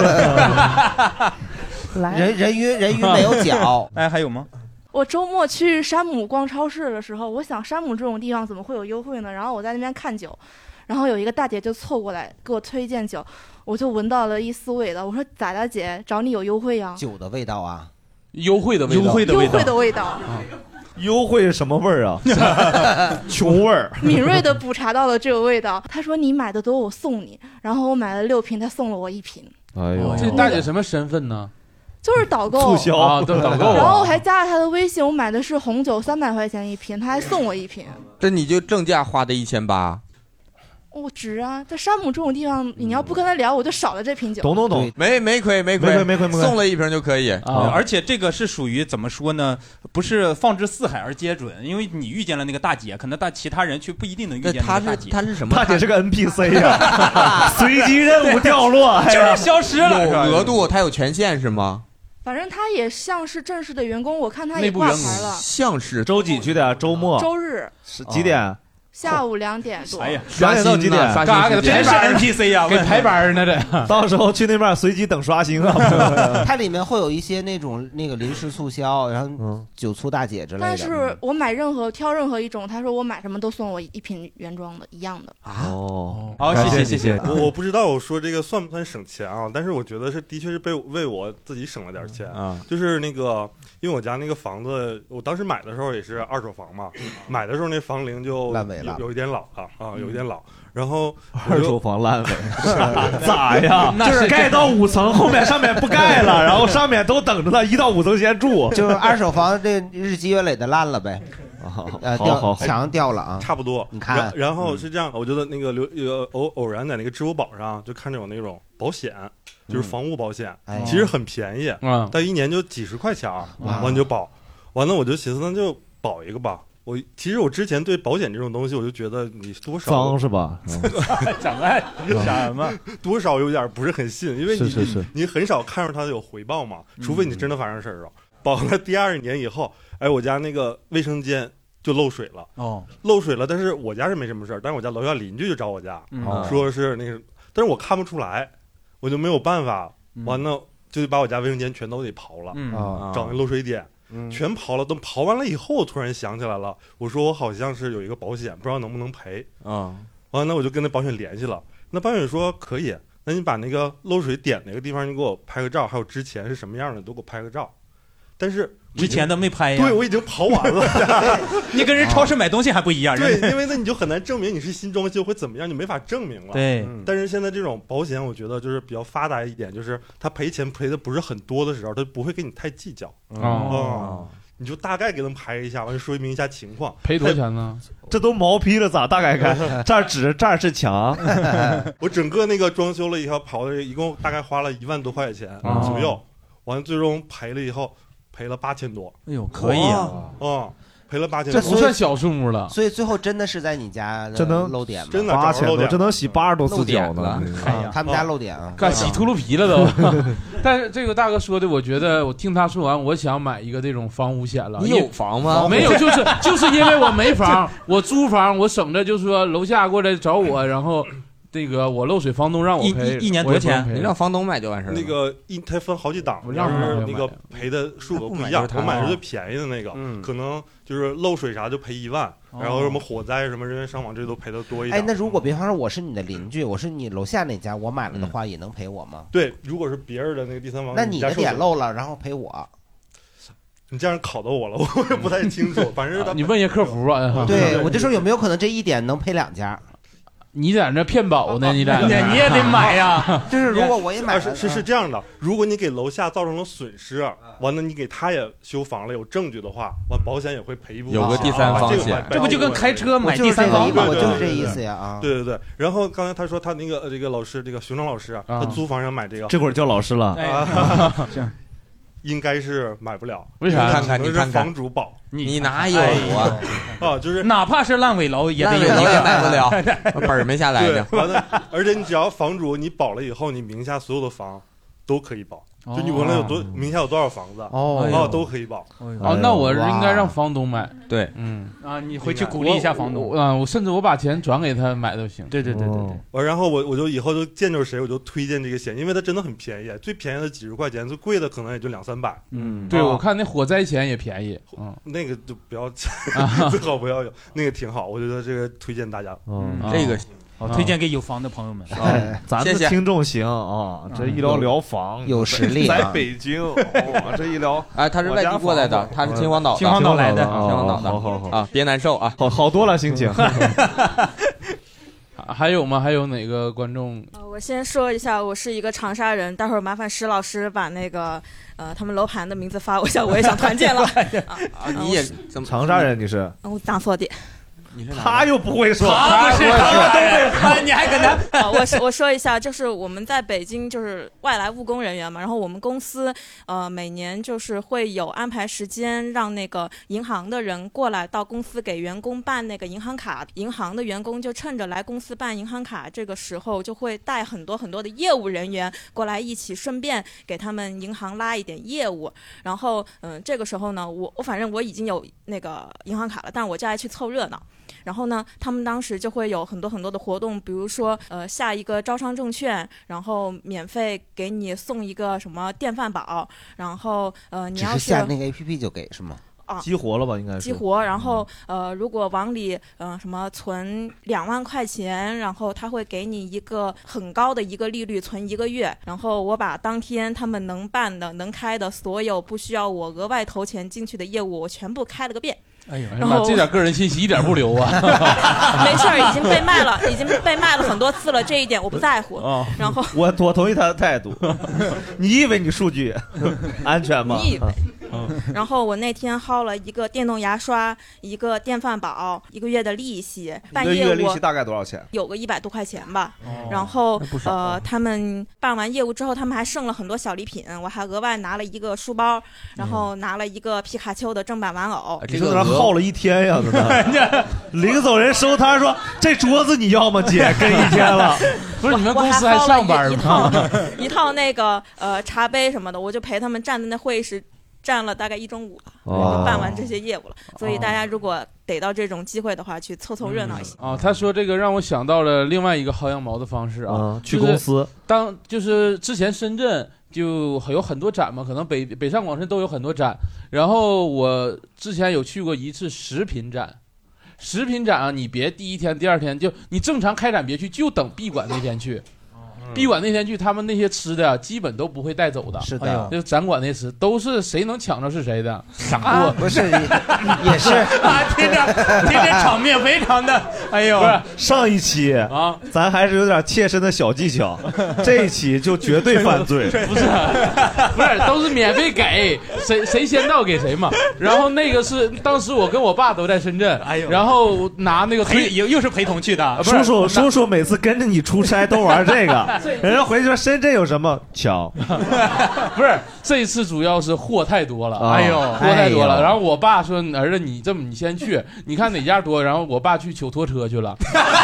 [SPEAKER 1] 人人鱼人鱼没有脚。
[SPEAKER 3] 哎，还有吗？
[SPEAKER 15] 我周末去山姆逛超市的时候，我想山姆这种地方怎么会有优惠呢？然后我在那边看酒，然后有一个大姐就凑过来给我推荐酒。我就闻到了一丝味道，我说咋的姐，找你有优惠呀？
[SPEAKER 1] 酒的味道啊，
[SPEAKER 5] 优惠的味道，
[SPEAKER 3] 优惠的味道，
[SPEAKER 15] 优惠的味道。
[SPEAKER 13] 优惠是什么味儿啊？穷味儿。
[SPEAKER 15] 敏锐的捕查到了这个味道。他说你买的多我送你，然后我买了六瓶，他送了我一瓶。
[SPEAKER 13] 哎呦，
[SPEAKER 5] 这大姐什么身份呢？
[SPEAKER 15] 就是导购
[SPEAKER 13] 促销
[SPEAKER 5] 啊，对导购。
[SPEAKER 15] 然后我还加了他的微信，我买的是红酒，三百块钱一瓶，他还送我一瓶。
[SPEAKER 4] 这你就正价花的一千八。
[SPEAKER 15] 我值啊，在山姆这种地方，你要不跟他聊，我就少了这瓶酒。
[SPEAKER 13] 懂懂懂，
[SPEAKER 4] 没没亏没亏
[SPEAKER 13] 没亏没亏没亏，
[SPEAKER 4] 送了一瓶就可以
[SPEAKER 3] 啊！而且这个是属于怎么说呢？不是放之四海而皆准，因为你遇见了那个大姐，可能大其他人却不一定能遇见那个大姐。
[SPEAKER 4] 他是什么？
[SPEAKER 13] 大姐是个 N P C 呀，随机任务掉落，
[SPEAKER 3] 就是消失了。
[SPEAKER 4] 有额度，他有权限是吗？
[SPEAKER 15] 反正他也像是正式的员工，我看他也挂牌了。
[SPEAKER 4] 像是
[SPEAKER 13] 周几去的？周末？
[SPEAKER 15] 周日。
[SPEAKER 13] 几点？
[SPEAKER 15] 下午两点多。
[SPEAKER 3] 哎呀，
[SPEAKER 13] 两点到几点？
[SPEAKER 5] 干啥给他
[SPEAKER 3] 真是 N P C 呀？
[SPEAKER 5] 给排班呢这。
[SPEAKER 13] 到时候去那边随机等刷新啊。
[SPEAKER 1] 它里面会有一些那种那个临时促销，然后酒促大姐之类的。
[SPEAKER 15] 但是我买任何挑任何一种，他说我买什么都送我一瓶原装的一样的。
[SPEAKER 13] 哦，
[SPEAKER 3] 好，谢谢谢谢。
[SPEAKER 6] 我我不知道我说这个算不算省钱啊？但是我觉得是的确是被为我自己省了点钱啊。就是那个，因为我家那个房子，我当时买的时候也是二手房嘛，买的时候那房龄就
[SPEAKER 1] 烂尾了，
[SPEAKER 6] 有一点老了。啊，有一点老，然后
[SPEAKER 13] 二手房烂尾，咋呀？就是盖到五层，后面上面不盖了，然后上面都等着他一到五层先住，
[SPEAKER 1] 就是二手房这日积月累的烂了呗。呃，掉墙掉了啊，
[SPEAKER 6] 差不多。
[SPEAKER 1] 你看，
[SPEAKER 6] 然后是这样，我觉得那个留呃偶偶然在那个支付宝上就看着有那种保险，就是房屋保险，其实很便宜，但一年就几十块钱，完你就保，完了我就寻思那就保一个吧。我其实我之前对保险这种东西，我就觉得你多少
[SPEAKER 13] 脏是吧？
[SPEAKER 3] 想爱什么？
[SPEAKER 6] 多少有点不是很信，因为你
[SPEAKER 13] 是是是
[SPEAKER 6] 你很少看着它有回报嘛，除非你真的发生事儿了。保了第二年以后，哎，我家那个卫生间就漏水了。哦，漏水了，但是我家是没什么事儿，但是我家楼下邻居就找我家，嗯、说是那个，但是我看不出来，我就没有办法，完了就把我家卫生间全都得刨了，嗯、找那漏水点。嗯、全刨了，都刨完了以后，我突然想起来了，我说我好像是有一个保险，不知道能不能赔啊。完了，那我就跟那保险联系了，那保险说可以，那你把那个漏水点那个地方，你给我拍个照，还有之前是什么样的，都给我拍个照。但是
[SPEAKER 3] 之前的没拍呀？
[SPEAKER 6] 对，我已经刨完了。
[SPEAKER 3] 你跟人超市买东西还不一样。
[SPEAKER 6] 对，因为那你就很难证明你是新装修会怎么样，你没法证明了。
[SPEAKER 3] 对、
[SPEAKER 6] 嗯。但是现在这种保险，我觉得就是比较发达一点，就是他赔钱赔的不是很多的时候，他不会跟你太计较。哦。哦你就大概给他们排一下，完说明一下情况。
[SPEAKER 5] 赔多少钱呢？
[SPEAKER 13] 这都毛坯了，咋大概看？这儿纸，这儿是墙。
[SPEAKER 6] 我整个那个装修了以后，跑的一共大概花了一万多块钱左右，完了最终赔了以后赔了八千多。
[SPEAKER 3] 哎呦，可以啊！
[SPEAKER 6] 哦，赔了八千，
[SPEAKER 5] 这不算小数目了。
[SPEAKER 1] 所以最后真的是在你家
[SPEAKER 13] 这能
[SPEAKER 1] 漏点吗？
[SPEAKER 6] 真的
[SPEAKER 13] 八千多，这能洗八十多次脚呢。
[SPEAKER 1] 哎呀，他们家漏点啊，
[SPEAKER 5] 干洗秃噜皮了都。但是这个大哥说的，我觉得我听他说完，我想买一个这种房屋险了。
[SPEAKER 4] 你有房吗？
[SPEAKER 5] 没有，就是就是因为我没房，我租房，我省着就说楼下过来找我，然后。那个我漏水，房东让我赔，
[SPEAKER 3] 一年多少钱？
[SPEAKER 4] 你让房东买就完事儿了。
[SPEAKER 6] 那个一它分好几档，要是那个赔的数额不一样，我买的最便宜的那个，可能就是漏水啥就赔一万，然后什么火灾什么人员伤亡这都赔的多一点。
[SPEAKER 1] 哎，那如果比方说我是你的邻居，我是你楼下那家，我买了的话也能赔我吗？
[SPEAKER 6] 对，如果是别人的那个第三方，
[SPEAKER 1] 那你的点漏了，然后赔我。
[SPEAKER 6] 你这样考到我了，我也不太清楚。反正
[SPEAKER 5] 你问一下客服吧。
[SPEAKER 1] 对，我就说有没有可能这一点能赔两家？
[SPEAKER 5] 你在那骗保呢？你在
[SPEAKER 3] 你你也得买呀。
[SPEAKER 1] 就是如果我也买，
[SPEAKER 6] 是是是这样的，如果你给楼下造成了损失，完了你给他也修房了，有证据的话，完保险也会赔一部分。
[SPEAKER 4] 有个第三方险，
[SPEAKER 3] 这不就跟开车买第三方
[SPEAKER 1] 吗？我就是这意思呀啊！
[SPEAKER 6] 对对对。然后刚才他说他那个这个老师，这个熊掌老师啊，他租房想买这个，
[SPEAKER 13] 这会儿叫老师了
[SPEAKER 6] 啊。应该是买不了，
[SPEAKER 5] 为啥？
[SPEAKER 4] 看看你看看，
[SPEAKER 6] 房主保，
[SPEAKER 4] 你哪有啊？
[SPEAKER 6] 啊，就是
[SPEAKER 3] 哪怕是烂尾楼也得有，
[SPEAKER 4] 也买不了，本儿没下来呢。
[SPEAKER 6] 完了，而且你只要房主你保了以后，你名下所有的房都可以保。就你无论有多名下有多少房子哦，哦都可以保
[SPEAKER 5] 哦。那我应该让房东买，
[SPEAKER 4] 对，
[SPEAKER 5] 嗯
[SPEAKER 3] 啊，你回去鼓励一下房东
[SPEAKER 5] 啊，我甚至我把钱转给他买都行。
[SPEAKER 3] 对对对对对。
[SPEAKER 6] 我然后我我就以后就见着谁我就推荐这个险，因为它真的很便宜，最便宜的几十块钱，最贵的可能也就两三百。
[SPEAKER 5] 嗯，对，我看那火灾险也便宜，
[SPEAKER 6] 嗯，那个就不要，最好不要有，那个挺好，我觉得这个推荐大家。
[SPEAKER 4] 嗯，这个。
[SPEAKER 3] 好，推荐给有房的朋友们。
[SPEAKER 13] 哎，咱们听众行啊，这一聊聊房
[SPEAKER 1] 有实力，
[SPEAKER 13] 在北京，这一聊，
[SPEAKER 4] 哎，他是外地过来的，他是秦皇岛，
[SPEAKER 3] 秦皇岛来的，
[SPEAKER 4] 秦皇岛的，
[SPEAKER 13] 好好好
[SPEAKER 4] 啊，别难受啊，
[SPEAKER 13] 好好多了心情。
[SPEAKER 5] 还有吗？还有哪个观众？
[SPEAKER 16] 我先说一下，我是一个长沙人，待会儿麻烦石老师把那个呃他们楼盘的名字发我一下，我也想团建了。
[SPEAKER 4] 啊，你也
[SPEAKER 13] 长沙人？你是？
[SPEAKER 16] 我长沙的。
[SPEAKER 13] 他又不会说，
[SPEAKER 3] 他不是他都会翻，你还跟他？
[SPEAKER 16] 我我说一下，就是我们在北京就是外来务工人员嘛，然后我们公司呃每年就是会有安排时间让那个银行的人过来到公司给员工办那个银行卡，银行的员工就趁着来公司办银行卡这个时候，就会带很多很多的业务人员过来一起，顺便给他们银行拉一点业务。然后嗯、呃，这个时候呢，我我反正我已经有那个银行卡了，但是我就爱去凑热闹。然后呢，他们当时就会有很多很多的活动，比如说，呃，下一个招商证券，然后免费给你送一个什么电饭煲，然后呃，你要是
[SPEAKER 1] 只是下那个 A P P 就给是吗？
[SPEAKER 16] 啊，
[SPEAKER 13] 激活了吧？应该是
[SPEAKER 16] 激活。然后呃，如果往里呃什么存两万块钱，然后他会给你一个很高的一个利率，存一个月。然后我把当天他们能办的、能开的所有不需要我额外投钱进去的业务，我全部开了个遍。
[SPEAKER 5] 哎呦，然后这点个人信息一点不留啊！
[SPEAKER 16] 没事儿，已经被卖了，已经被卖了很多次了，这一点我不在乎。哦、然后
[SPEAKER 13] 我我同意他的态度。你以为你数据安全吗？
[SPEAKER 16] 你以为？然后我那天薅了一个电动牙刷，一个电饭煲，一个月的利息。半夜我
[SPEAKER 13] 利息大概多少钱？
[SPEAKER 16] 有个一百多块钱吧。哦、然后呃，他们办完业务之后，他们还剩了很多小礼品，我还额外拿了一个书包，然后拿了一个皮卡丘的正版玩偶。
[SPEAKER 13] 这个耗了一天呀，真的。临走人收摊说：“这桌子你要吗，姐？跟一天了。”
[SPEAKER 5] 不是你们公司还上班吗？
[SPEAKER 16] 一套一套那个呃茶杯什么的，我就陪他们站在那会议室。站了大概一中午了，哦、就办完这些业务了。所以大家如果逮到这种机会的话，去凑凑热闹一些。
[SPEAKER 5] 嗯、哦，他说这个让我想到了另外一个薅羊毛的方式啊，
[SPEAKER 13] 嗯、去公司。
[SPEAKER 5] 当就是之前深圳就有很多展嘛，可能北北上广深都有很多展。然后我之前有去过一次食品展。食品展啊，你别第一天、第二天就你正常开展别去，就等闭馆那天去。闭馆那天去，他们那些吃的基本都不会带走的。
[SPEAKER 1] 是的，
[SPEAKER 5] 就展馆那吃都是谁能抢着是谁的。
[SPEAKER 1] 啥、啊？不是，也是
[SPEAKER 3] 啊，听着听着场面非常的，哎呦，
[SPEAKER 13] 不是上一期啊，咱还是有点切身的小技巧，这一期就绝对犯罪。
[SPEAKER 5] 不是，不是，都是免费给，谁谁先到给谁嘛。然后那个是当时我跟我爸都在深圳，哎呦，然后拿那个
[SPEAKER 3] 陪又又是陪同去的，
[SPEAKER 13] 叔叔叔叔每次跟着你出差都玩这个。人家回去说深圳有什么巧？
[SPEAKER 5] 不是，这一次主要是货太多了，
[SPEAKER 3] 哦、哎呦，
[SPEAKER 5] 货太多了。然后我爸说：“儿子，你这么你先去，你看哪家多。”然后我爸去取拖车去了。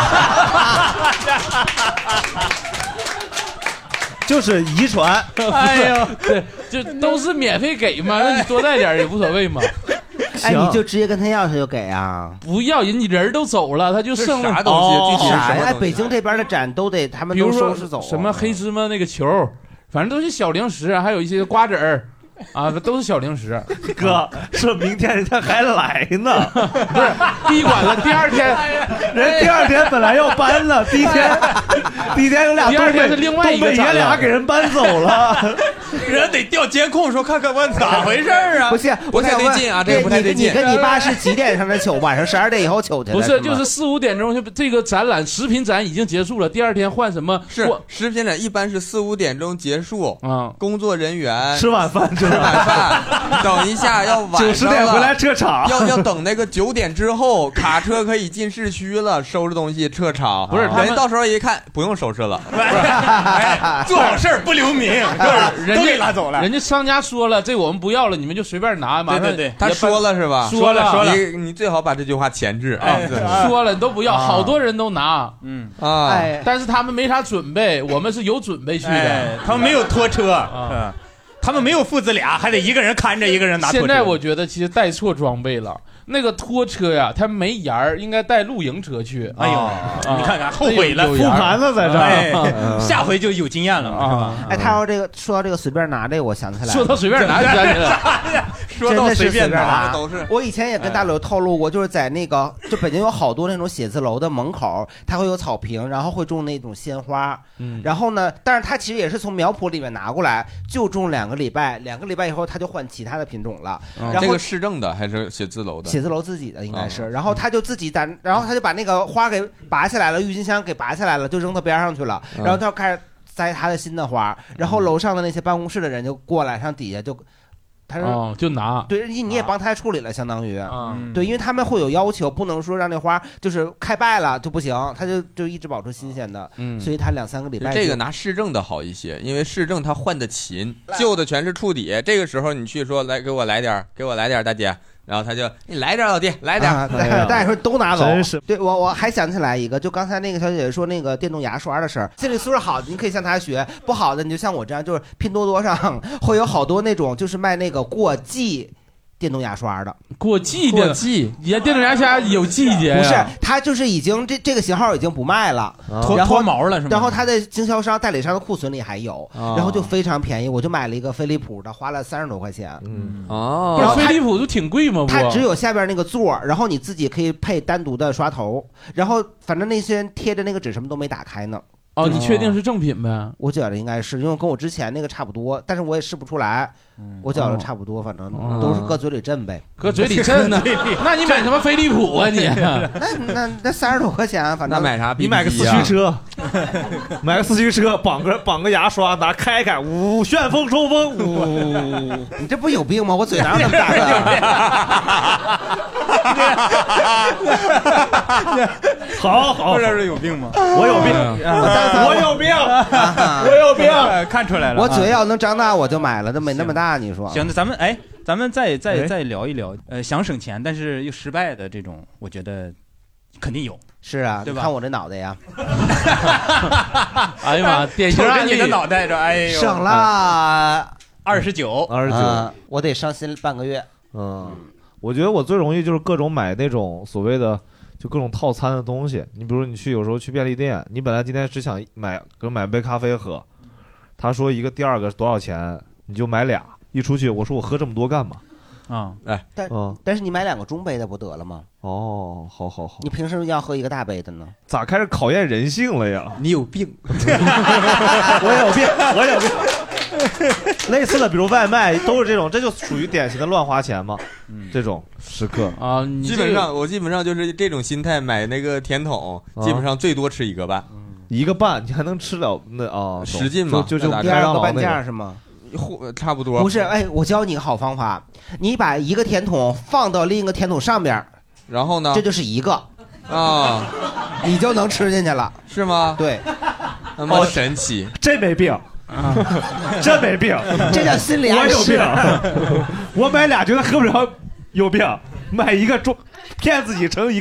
[SPEAKER 13] 就是遗传。
[SPEAKER 5] 哎呦，对，就都是免费给嘛，那你多带点也无所谓嘛。
[SPEAKER 1] 哎，你就直接跟他要，他就给啊！
[SPEAKER 5] 不要人，你人都走了，他就剩
[SPEAKER 4] 啥东西？具体
[SPEAKER 1] 啥呀？北京这边的展都得他们都收拾走、啊。
[SPEAKER 5] 什么黑芝麻那个球，反正都是小零食，还有一些瓜子儿。 啊，都是小零食。
[SPEAKER 13] 哥，说明天人家还来呢，
[SPEAKER 5] 不是闭馆了，第二天
[SPEAKER 13] 人第二天本来要搬呢，第一天第一天有俩
[SPEAKER 5] 第二天是另外一个
[SPEAKER 13] 东北爷俩给人搬走了，
[SPEAKER 3] 人得调监控说看看问咋回事啊？
[SPEAKER 1] 不是，
[SPEAKER 4] 不太对劲啊，这个不太对劲。
[SPEAKER 1] 你跟你爸是几点上的球？晚上十二点以后球去？
[SPEAKER 5] 不是，就是四五点钟，这个展览食品展已经结束了，第二天换什么？
[SPEAKER 4] 是食品展一般是四五点钟结束，
[SPEAKER 5] 啊，
[SPEAKER 4] 工作人员
[SPEAKER 13] 吃晚饭，
[SPEAKER 4] 吃晚饭，等一下要晚上
[SPEAKER 13] 九十点回来撤场，
[SPEAKER 4] 要要等那个九点之后，卡车可以进市区了，收拾东西撤场。
[SPEAKER 5] 不是，
[SPEAKER 4] 人到时候一看不用收拾了，
[SPEAKER 3] 哎，做好事儿不留名，
[SPEAKER 5] 人
[SPEAKER 3] 都给拉走了。
[SPEAKER 5] 人家商家说了，这我们不要了，你们就随便拿。
[SPEAKER 3] 对对对，
[SPEAKER 4] 他说了是吧？
[SPEAKER 5] 说了
[SPEAKER 3] 说了，
[SPEAKER 4] 你你最好把这句话前置啊。
[SPEAKER 5] 说了都不要，好多人都拿，
[SPEAKER 3] 嗯
[SPEAKER 4] 啊，
[SPEAKER 5] 但是他们没啥准备，我们是有准备去的，
[SPEAKER 3] 他们没有拖车啊。他们没有父子俩，还得一个人看着一个人拿拖车。
[SPEAKER 5] 现在我觉得其实带错装备了。那个拖车呀，他没沿儿，应该带露营车去。
[SPEAKER 3] 哎呦，啊、你看看，后悔了，
[SPEAKER 13] 复盘了在这儿、
[SPEAKER 3] 哎，下回就有经验了嘛，是吧？
[SPEAKER 1] 哎，他要这个说到这个随便拿这个，我想起来了，
[SPEAKER 5] 说到随便拿就想起来了，
[SPEAKER 3] 说到随便拿
[SPEAKER 1] 都是。我以前也跟大刘透露过，就是在那个就北京有好多那种写字楼的门口，它会有草坪，然后会种那种鲜花。嗯，然后呢，但是它其实也是从苗圃里面拿过来，就种两个礼拜，两个礼拜以后他就换其他的品种了。
[SPEAKER 4] 嗯、
[SPEAKER 1] 然后
[SPEAKER 4] 这个市政的还是写字楼的？
[SPEAKER 1] 写字楼自己的应该是。嗯、然后他就自己攒，然后他就把那个花给拔下来了，郁金香给拔下来了，就扔到边上去了。嗯、然后他就开始栽他的新的花，然后楼上的那些办公室的人就过来，上底下就。他说、
[SPEAKER 5] 哦、就拿
[SPEAKER 1] 对，你也帮他处理了，相当于、嗯、对，因为他们会有要求，不能说让那花就是开败了就不行，他就就一直保持新鲜的，嗯，所以他两三个礼拜
[SPEAKER 4] 这个拿市政的好一些，因为市政他换的勤，旧的全是触底，这个时候你去说来给我来点，给我来点，大姐。然后他就你来点老弟，来点，
[SPEAKER 1] 啊、大家说都拿走。
[SPEAKER 13] 真是，
[SPEAKER 1] 对我我还想起来一个，就刚才那个小姐姐说那个电动牙刷的事儿，心理素质好的你可以向她学，不好的你就像我这样，就是拼多多上会有好多那种就是卖那个过季电动牙刷的。
[SPEAKER 5] 过季
[SPEAKER 4] 过季，
[SPEAKER 5] 也电动牙刷有季节、啊，
[SPEAKER 1] 不是，它就是已经这这个型号已经不卖了，
[SPEAKER 3] 脱脱毛了是吗？
[SPEAKER 1] 然后它的经销商代理商的库存里还有，哦、然后就非常便宜，我就买了一个飞利浦的，花了三十多块钱。
[SPEAKER 4] 嗯哦，
[SPEAKER 1] 然后
[SPEAKER 5] 飞利浦都挺贵吗？
[SPEAKER 1] 它只有下边那个座，然后你自己可以配单独的刷头，然后反正那些贴着那个纸什么都没打开呢。
[SPEAKER 5] 哦，你确定是正品呗？
[SPEAKER 1] 我觉得应该是，因为跟我之前那个差不多，但是我也试不出来。我觉得差不多，反正都是搁嘴里震呗，
[SPEAKER 5] 搁嘴里震呢。那你买什么飞利浦啊你？
[SPEAKER 1] 那那那三十多块钱，反正
[SPEAKER 4] 那买啥？
[SPEAKER 13] 你买个四驱车，买个四驱车，绑个绑个牙刷，拿开开，呜，旋风冲锋，呜，
[SPEAKER 1] 你这不有病吗？我嘴哪有那么大
[SPEAKER 13] 个？好好，
[SPEAKER 3] 这是有病吗？
[SPEAKER 13] 我有病，我有病，我有病，
[SPEAKER 3] 看出来了。
[SPEAKER 1] 我嘴要能长大，我就买了，都没那么大。你说
[SPEAKER 3] 行，那咱们哎，咱们再再再聊一聊，呃，想省钱但是又失败的这种，我觉得肯定有。
[SPEAKER 1] 是啊，
[SPEAKER 3] 对吧？
[SPEAKER 1] 看我这脑袋呀！
[SPEAKER 5] 哎呀妈，典型案例，
[SPEAKER 3] 你的脑袋这，哎呦，
[SPEAKER 1] 省了
[SPEAKER 3] 二十九，
[SPEAKER 13] 二十九，
[SPEAKER 1] 我得伤心半个月。
[SPEAKER 13] 嗯，我觉得我最容易就是各种买那种所谓的就各种套餐的东西。你比如你去有时候去便利店，你本来今天只想买，比如买杯咖啡喝，他说一个第二个多少钱？你就买俩，一出去我说我喝这么多干嘛？
[SPEAKER 5] 啊，
[SPEAKER 4] 哎，
[SPEAKER 1] 但、嗯、但是你买两个中杯的不得了吗？
[SPEAKER 13] 哦，好好好，
[SPEAKER 1] 你凭什么要喝一个大杯的呢？
[SPEAKER 13] 咋开始考验人性了呀？
[SPEAKER 4] 你有病，
[SPEAKER 13] 我有病，我有病。类似的，比如外卖都是这种，这就属于典型的乱花钱嘛。嗯，这种时刻
[SPEAKER 5] 啊，
[SPEAKER 4] 基本上我基本上就是这种心态，买那个甜筒，啊、基本上最多吃一个半，
[SPEAKER 13] 嗯、一个半你还能吃了那啊，
[SPEAKER 4] 十斤嘛，
[SPEAKER 13] 就就
[SPEAKER 1] 第二个半价是吗？
[SPEAKER 4] 差不多
[SPEAKER 1] 不是，哎，我教你个好方法，你把一个甜筒放到另一个甜筒上边，
[SPEAKER 4] 然后呢，
[SPEAKER 1] 这就是一个
[SPEAKER 4] 啊，
[SPEAKER 1] 你就能吃进去了，
[SPEAKER 4] 是吗？
[SPEAKER 1] 对，
[SPEAKER 4] 那么神奇，
[SPEAKER 13] 这没病啊，这没病，
[SPEAKER 1] 这叫心理暗示。
[SPEAKER 13] 我有病，我买俩觉得喝不了，有病，买一个中骗自己成一个。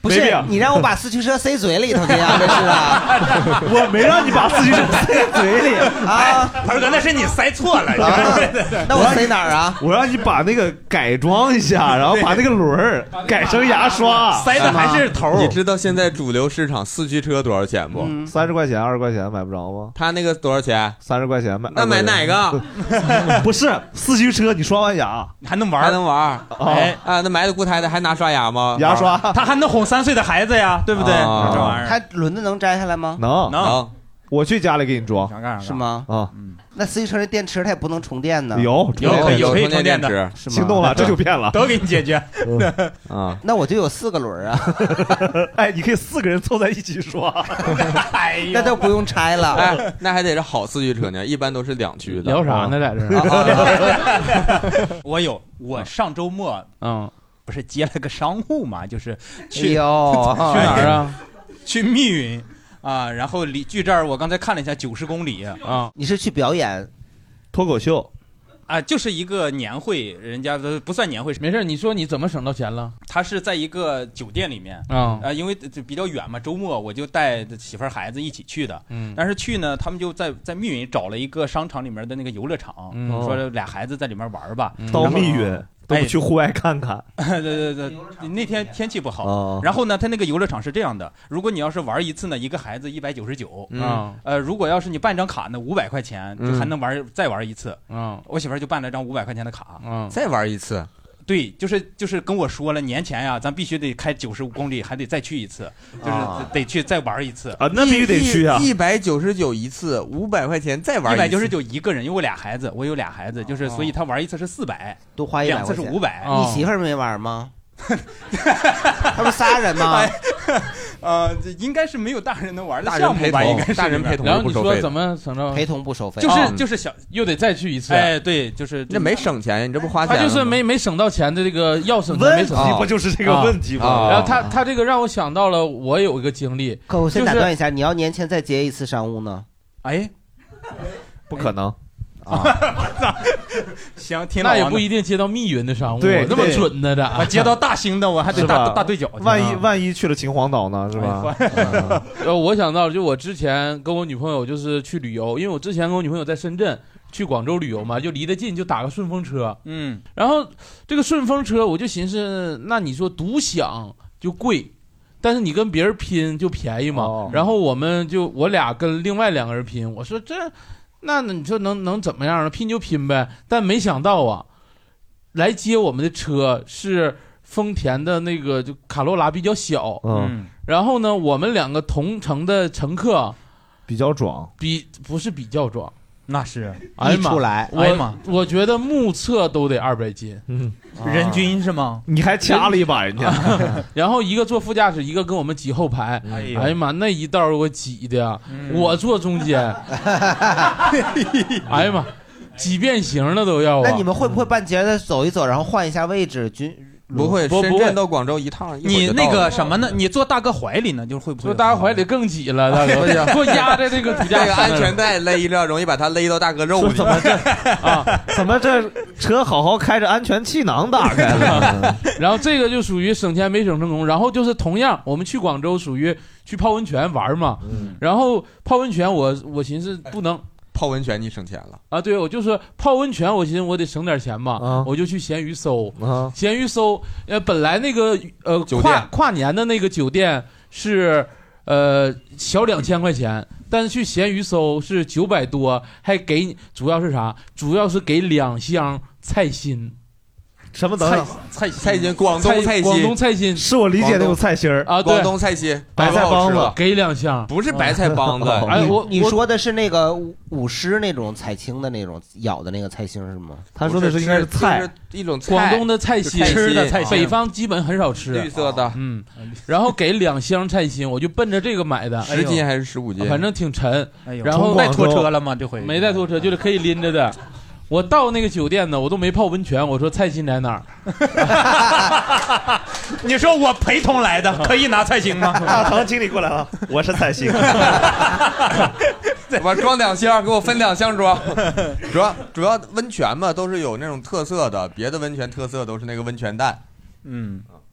[SPEAKER 1] 不是你让我把四驱车塞嘴里头去呀？这是啊，
[SPEAKER 13] 我没让你把四驱车塞嘴里
[SPEAKER 1] 啊，
[SPEAKER 3] 盆哥，那是你塞错了。
[SPEAKER 1] 那我塞哪儿啊？
[SPEAKER 13] 我让你把那个改装一下，然后把那个轮儿改成牙刷，
[SPEAKER 3] 塞的还是头。
[SPEAKER 4] 你知道现在主流市场四驱车多少钱不？
[SPEAKER 13] 三十块钱、二十块钱买不着吗？
[SPEAKER 4] 他那个多少钱？
[SPEAKER 13] 三十块钱买。
[SPEAKER 4] 那买哪个？
[SPEAKER 13] 不是四驱车，你刷完牙
[SPEAKER 3] 还能玩，
[SPEAKER 4] 还能玩。哎啊，那埋的固态的还拿刷牙吗？
[SPEAKER 13] 牙刷，
[SPEAKER 3] 他还能哄三岁的孩子呀，对不对？这玩意儿，
[SPEAKER 1] 它轮子能摘下来吗？
[SPEAKER 13] 能
[SPEAKER 3] 能。
[SPEAKER 13] 我去家里给你装，
[SPEAKER 1] 是吗？
[SPEAKER 13] 啊，
[SPEAKER 1] 那四驱车的电池它也不能充电呢。
[SPEAKER 13] 有
[SPEAKER 4] 有
[SPEAKER 3] 有可以充电
[SPEAKER 4] 的，
[SPEAKER 1] 是吗？
[SPEAKER 13] 心动了，这就骗了，
[SPEAKER 3] 都给你解决。
[SPEAKER 4] 啊，
[SPEAKER 1] 那我就有四个轮啊！
[SPEAKER 13] 哎，你可以四个人凑在一起刷，
[SPEAKER 3] 哎
[SPEAKER 1] 那都不用拆了。
[SPEAKER 4] 哎，那还得是好四驱车呢，一般都是两驱的。
[SPEAKER 5] 聊啥呢，在这？
[SPEAKER 3] 我有，我上周末嗯，不是接了个商务嘛，就是去
[SPEAKER 1] 去
[SPEAKER 5] 哪儿啊？
[SPEAKER 3] 去密云。啊，然后离距这儿我刚才看了一下，九十公里啊。
[SPEAKER 1] 你是去表演
[SPEAKER 13] 脱口秀
[SPEAKER 3] 啊？就是一个年会，人家都不算年会。
[SPEAKER 5] 没事，你说你怎么省到钱了？
[SPEAKER 3] 他是在一个酒店里面
[SPEAKER 5] 啊，
[SPEAKER 3] 呃，因为比较远嘛，周末我就带媳妇儿孩子一起去的。
[SPEAKER 5] 嗯，
[SPEAKER 3] 但是去呢，他们就在在密云找了一个商场里面的那个游乐场，
[SPEAKER 5] 嗯、
[SPEAKER 3] 说俩孩子在里面玩吧。
[SPEAKER 5] 嗯、
[SPEAKER 13] 到密云。都不去户外看看，
[SPEAKER 3] 对对对，那天天气不好。哦、然后呢，他那个游乐场是这样的：如果你要是玩一次呢，一个孩子一百九十九，
[SPEAKER 5] 嗯，
[SPEAKER 3] 呃，如果要是你办张卡呢，五百块钱就还能玩、嗯、再玩一次。
[SPEAKER 5] 嗯，
[SPEAKER 3] 我媳妇儿就办了张五百块钱的卡，
[SPEAKER 5] 嗯，
[SPEAKER 4] 再玩一次。
[SPEAKER 3] 对，就是就是跟我说了，年前呀，咱必须得开九十五公里，还得再去一次，就是得去再玩一次
[SPEAKER 13] 啊。那必须得去啊！
[SPEAKER 4] 一百九十九一次，五百块钱再玩一次。
[SPEAKER 3] 一百九十九一个人，因为我俩孩子，我有俩孩子，就是所以他玩一次是四百，
[SPEAKER 1] 多花一百，
[SPEAKER 3] 两次是五百。
[SPEAKER 1] 你媳妇儿没玩吗？他不是仨人吗？
[SPEAKER 3] 呃，应该是没有大人能玩的项目吧？应该是
[SPEAKER 4] 大人陪同。
[SPEAKER 5] 然后你说怎么省着？
[SPEAKER 1] 陪同不收费，
[SPEAKER 3] 就是就是小
[SPEAKER 5] 又得再去一次。
[SPEAKER 3] 哎，对，就是
[SPEAKER 4] 那没省钱，你这不花钱？
[SPEAKER 5] 他就是没没省到钱的这个要省钱没省
[SPEAKER 13] 到，不就是这个问题吗？
[SPEAKER 5] 然后他他这个让我想到了我有一个经历。
[SPEAKER 1] 可我先打断一下，你要年前再接一次商务呢？
[SPEAKER 3] 哎，
[SPEAKER 13] 不可能。
[SPEAKER 1] 啊，
[SPEAKER 3] 行，挺
[SPEAKER 5] 那也不一定接到密云的商务，
[SPEAKER 13] 对，
[SPEAKER 5] 这么准的这，
[SPEAKER 3] 我接到大兴的，我还得大大对角。
[SPEAKER 13] 万一万一去了秦皇岛呢，是吧？
[SPEAKER 5] 呃，我想到就我之前跟我女朋友就是去旅游，因为我之前跟我女朋友在深圳去广州旅游嘛，就离得近，就打个顺风车。
[SPEAKER 3] 嗯，
[SPEAKER 5] 然后这个顺风车，我就寻思，那你说独享就贵。但是你跟别人拼就便宜嘛，哦、然后我们就我俩跟另外两个人拼，我说这。那你说能能怎么样呢？拼就拼呗。但没想到啊，来接我们的车是丰田的那个就卡罗拉比较小，
[SPEAKER 13] 嗯，
[SPEAKER 5] 然后呢，我们两个同乘的乘客
[SPEAKER 13] 比较壮，
[SPEAKER 5] 比不是比较壮，
[SPEAKER 3] 那是
[SPEAKER 5] 哎
[SPEAKER 1] 出来，
[SPEAKER 5] 哎呀妈，我觉得目测都得二百斤，
[SPEAKER 13] 嗯，
[SPEAKER 3] 人均是吗？
[SPEAKER 13] 你还掐了一把人家，
[SPEAKER 5] 然后一个坐副驾驶，一个跟我们挤后排，哎呀妈，那一道我挤的，我坐中间，哎呀妈，挤变形了都要啊！
[SPEAKER 1] 那你们会不会半截的走一走，然后换一下位置？均
[SPEAKER 4] 不会，深圳到广州一趟，
[SPEAKER 3] 你那个什么呢？你坐大哥怀里呢，就会不会
[SPEAKER 5] 坐大哥怀里更挤了？大哥，给我压在这个主驾
[SPEAKER 4] 这个安全带勒着，容易把它勒到大哥肉里。
[SPEAKER 13] 怎么这啊？怎么这车好好开着，安全气囊打开了？
[SPEAKER 5] 然后这个就属于省钱没省成功。然后就是同样，我们去广州属于去泡温泉玩嘛，
[SPEAKER 13] 嗯、
[SPEAKER 5] 然后泡温泉我我寻思不能。
[SPEAKER 4] 泡温泉你省钱了
[SPEAKER 5] 啊？对，我就说泡温泉，我寻思我得省点钱嘛，
[SPEAKER 13] 啊、
[SPEAKER 5] 我就去闲鱼搜，
[SPEAKER 13] 啊、
[SPEAKER 5] 闲鱼搜，呃，本来那个呃跨跨年的那个酒店是呃小两千块钱，但是去闲鱼搜是九百多，还给主要是啥？主要是给两箱菜心。
[SPEAKER 13] 什么等等？
[SPEAKER 5] 菜
[SPEAKER 4] 菜心，广东菜心，
[SPEAKER 5] 广东菜心
[SPEAKER 13] 是我理解那种菜心儿
[SPEAKER 5] 啊，
[SPEAKER 4] 广东菜心，
[SPEAKER 13] 白菜帮子
[SPEAKER 5] 给两箱，
[SPEAKER 4] 不是白菜帮子。
[SPEAKER 5] 哎，我
[SPEAKER 1] 你说的是那个舞狮那种彩青的那种咬的那个菜心是吗？
[SPEAKER 13] 他说的是应该是菜，
[SPEAKER 4] 一种菜
[SPEAKER 5] 广东的菜心，
[SPEAKER 4] 吃
[SPEAKER 5] 的菜心，北方基本很少吃，
[SPEAKER 4] 绿色的，
[SPEAKER 5] 嗯，然后给两箱菜心，我就奔着这个买的，
[SPEAKER 4] 十斤还是十五斤？
[SPEAKER 5] 反正挺沉。
[SPEAKER 3] 哎
[SPEAKER 5] 然后
[SPEAKER 3] 带拖车了吗？这回
[SPEAKER 5] 没带拖车，就是可以拎着的。我到那个酒店呢，我都没泡温泉。我说菜心在哪儿？
[SPEAKER 3] 你说我陪同来的，可以拿菜心吗？
[SPEAKER 13] 大堂经理过来了，我是菜心。
[SPEAKER 4] 我装两箱，给我分两箱装。主要主要温泉嘛，都是有那种特色的，别的温泉特色都是那个温泉蛋。
[SPEAKER 5] 嗯，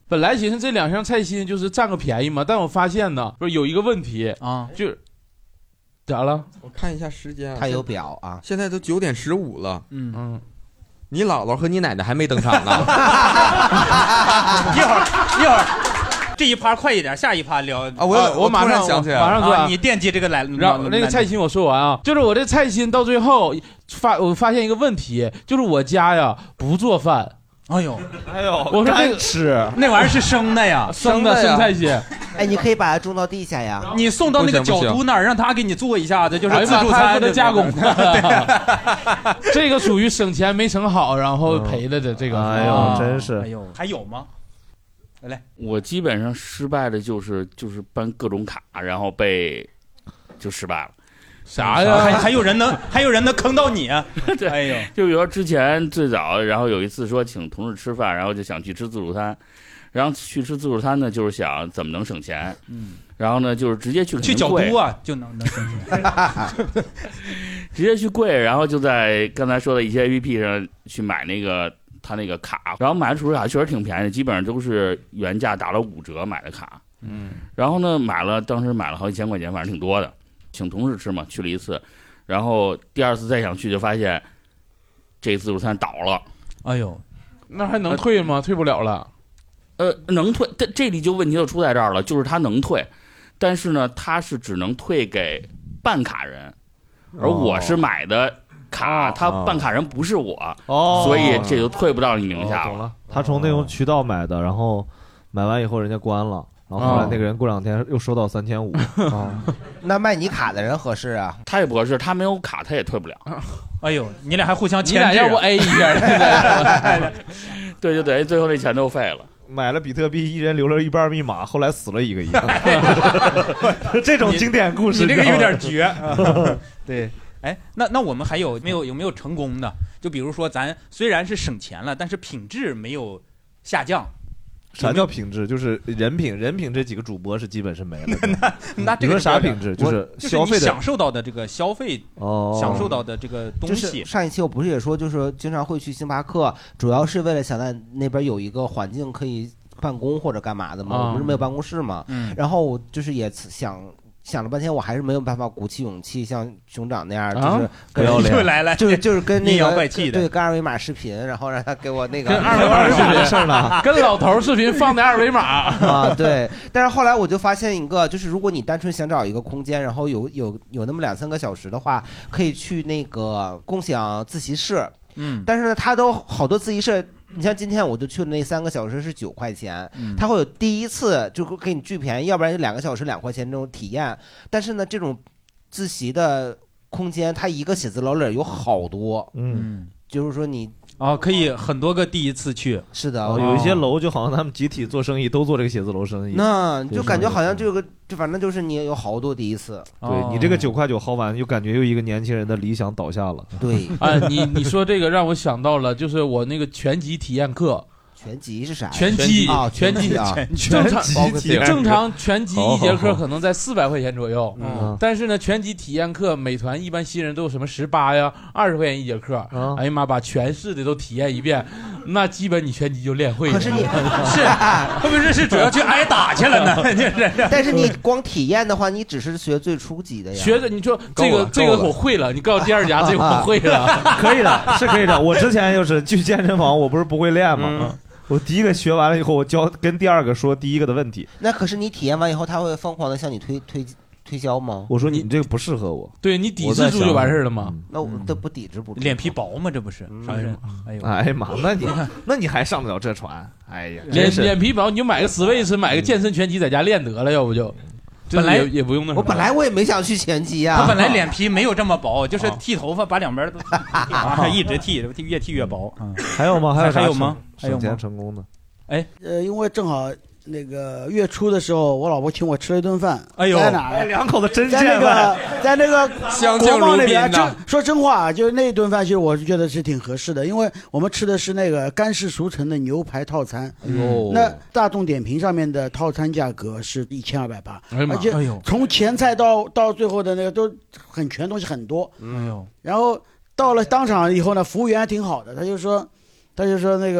[SPEAKER 5] 本来寻思这两项菜心就是占个便宜嘛，但我发现呢，不是有一个问题啊，就是咋了？
[SPEAKER 4] 我看一下时间，
[SPEAKER 1] 他有表啊，
[SPEAKER 4] 现在都九点十五了。
[SPEAKER 5] 嗯嗯，
[SPEAKER 4] 你姥姥和你奶奶还没登场呢。
[SPEAKER 3] 一会儿一会儿，这一趴快一点，下一趴聊
[SPEAKER 4] 啊！我
[SPEAKER 5] 我马上
[SPEAKER 4] 想起来，
[SPEAKER 5] 马上说、
[SPEAKER 3] 啊，你惦记这个来，
[SPEAKER 5] 然后那个菜心我说完啊，就是我这菜心到最后发我发现一个问题，就是我家呀不做饭。
[SPEAKER 3] 哎呦，
[SPEAKER 13] 哎呦，
[SPEAKER 5] 我说这个
[SPEAKER 13] 吃
[SPEAKER 3] 那玩意儿是生的呀，
[SPEAKER 5] 生的生菜心。
[SPEAKER 1] 哎，你可以把它种到地下呀，
[SPEAKER 3] 你送到那个角都那儿，让他给你做一下子，就是自助餐
[SPEAKER 5] 的加工。这个属于省钱没省好，然后赔了的这个。
[SPEAKER 13] 哎呦，真是。
[SPEAKER 3] 哎呦，还有吗？来，
[SPEAKER 7] 我基本上失败的就是就是办各种卡，然后被就失败了。
[SPEAKER 5] 啥呀？
[SPEAKER 3] 还还有人能还有人能坑到你啊？
[SPEAKER 7] 对，
[SPEAKER 3] 哎呦，
[SPEAKER 7] 就比如说之前最早，然后有一次说请同事吃饭，然后就想去吃自助餐，然后去吃自助餐呢，就是想怎么能省钱，
[SPEAKER 3] 嗯，
[SPEAKER 7] 然后呢就是直接去
[SPEAKER 3] 去角都啊，就能能省钱，
[SPEAKER 7] 直接去柜，然后就在刚才说的一些 A P P 上去买那个他那个卡，然后买的储值卡确实挺便宜的，基本上都是原价打了五折买的卡，
[SPEAKER 5] 嗯，
[SPEAKER 7] 然后呢买了，当时买了好几千块钱，反正挺多的。请同事吃嘛，去了一次，然后第二次再想去就发现这自助餐倒了。
[SPEAKER 3] 哎呦，
[SPEAKER 5] 那还能退吗？呃、退不了了。
[SPEAKER 7] 呃，能退，但这里就问题就出在这儿了，就是他能退，但是呢，他是只能退给办卡人，而我是买的卡，哦、他办卡人不是我，哦，所以这就退不到你名下了。
[SPEAKER 13] 哦、懂了，他从那种渠道买的，然后买完以后人家关了。然后后来那个人过两天又收到三千五，
[SPEAKER 1] 那卖你卡的人合适啊？
[SPEAKER 7] 他也不合适，他没有卡他也退不了。
[SPEAKER 3] 哎呦，你俩还互相牵制、
[SPEAKER 5] 啊，你俩要不 A 一下？
[SPEAKER 7] 对，就等于最后那钱都废了。
[SPEAKER 13] 买了比特币，一人留了一半密码，后来死了一个一样。这种经典故事，
[SPEAKER 3] 你这个有点绝。对，哎，那那我们还有没有有没有成功的？就比如说咱虽然是省钱了，但是品质没有下降。
[SPEAKER 13] 啥叫品质？就是人品，人品这几个主播是基本是没了。
[SPEAKER 3] 那那这
[SPEAKER 13] 个啥品质？就是消费的、
[SPEAKER 3] 就是、享受到的这个消费，哦，享受到的这个东西。
[SPEAKER 1] 就是上一期我不是也说，就是经常会去星巴克，主要是为了想在那边有一个环境可以办公或者干嘛的嘛。啊、我不是没有办公室嘛，嗯，然后我就是也想。想了半天，我还是没有办法鼓起勇气像熊掌那样，就是
[SPEAKER 13] 不要脸，
[SPEAKER 3] 来来，
[SPEAKER 1] 就是就是跟那个
[SPEAKER 3] 对
[SPEAKER 1] 跟二维码视频，然后让他给我那个
[SPEAKER 5] 跟二维码视频事儿呢，跟老头视频放的二维码
[SPEAKER 1] 啊，对。但是后来我就发现一个，就是如果你单纯想找一个空间，然后有有有那么两三个小时的话，可以去那个共享自习室，
[SPEAKER 3] 嗯，
[SPEAKER 1] 但是呢，它都好多自习室。你像今天我就去了那三个小时是九块钱，嗯、它会有第一次就给你巨便宜，要不然就两个小时两块钱这种体验。但是呢，这种自习的空间，它一个写字楼里有好多，
[SPEAKER 13] 嗯，
[SPEAKER 1] 就是说你
[SPEAKER 3] 啊、哦，可以很多个第一次去。
[SPEAKER 1] 是的，
[SPEAKER 13] 哦、有一些楼就好像他们集体做生意，都做这个写字楼生意，
[SPEAKER 1] 那就感觉好像这个就反正就是你有好多第一次。
[SPEAKER 13] 对、哦、你这个九块九薅完，就感觉又一个年轻人的理想倒下了。
[SPEAKER 1] 对，
[SPEAKER 5] 啊，你你说这个让我想到了，就是我那个拳击体验课。
[SPEAKER 1] 拳击是啥？
[SPEAKER 5] 拳击
[SPEAKER 1] 啊，
[SPEAKER 5] 拳击
[SPEAKER 1] 啊，
[SPEAKER 5] 正常正常拳击一节课可能在四百块钱左右，嗯，但是呢，拳击体验课美团一般新人都有什么十八呀、二十块钱一节课，哎呀妈，把全市的都体验一遍，那基本你拳击就练会了。
[SPEAKER 1] 可是你
[SPEAKER 3] 是会不会是主要去挨打去了呢？
[SPEAKER 1] 但是你光体验的话，你只是学最初级的呀。
[SPEAKER 5] 学的你说这个这个我会了，你告诉第二家这个我会了，
[SPEAKER 13] 可以的，是可以的。我之前就是去健身房，我不是不会练吗？我第一个学完了以后，我教跟第二个说第一个的问题。
[SPEAKER 1] 那可是你体验完以后，他会疯狂的向你推推推销吗？
[SPEAKER 13] 我说你这个不适合我，
[SPEAKER 5] 对你抵制住就完事了吗？
[SPEAKER 1] 那我这不抵制不住，
[SPEAKER 3] 脸皮薄吗？这不是？
[SPEAKER 13] 哎呀，哎呦，哎呀妈，那你那你还上得了这船？哎呀，
[SPEAKER 5] 脸脸皮薄，你就买个 Switch， 买个健身拳击在家练得了，要不就。
[SPEAKER 3] 本来
[SPEAKER 5] 也不用那，
[SPEAKER 1] 我本来我也没想去拳击啊。
[SPEAKER 3] 他本来脸皮没有这么薄，就是剃头发把两边都一直剃，越剃越薄。
[SPEAKER 13] 还有吗？还有
[SPEAKER 3] 还有吗？
[SPEAKER 13] 还有吗？成功的。
[SPEAKER 3] 哎，
[SPEAKER 17] 呃，因为正好那个月初的时候，我老婆请我吃了一顿饭。
[SPEAKER 3] 哎呦，
[SPEAKER 17] 在哪儿？
[SPEAKER 13] 哎，两口子真
[SPEAKER 17] 在那个，在那个国贸那边。
[SPEAKER 5] 真
[SPEAKER 17] 说真话，就是那一顿饭，其实我是觉得是挺合适的，因为我们吃的是那个干式熟成的牛排套餐。
[SPEAKER 5] 哎呦，
[SPEAKER 17] 那大众点评上面的套餐价格是一千二百八，
[SPEAKER 5] 而
[SPEAKER 17] 且从前菜到到最后的那个都很全，东西很多。
[SPEAKER 3] 哎呦，
[SPEAKER 17] 然后到了当场以后呢，服务员还挺好的，他就说，他就说那个。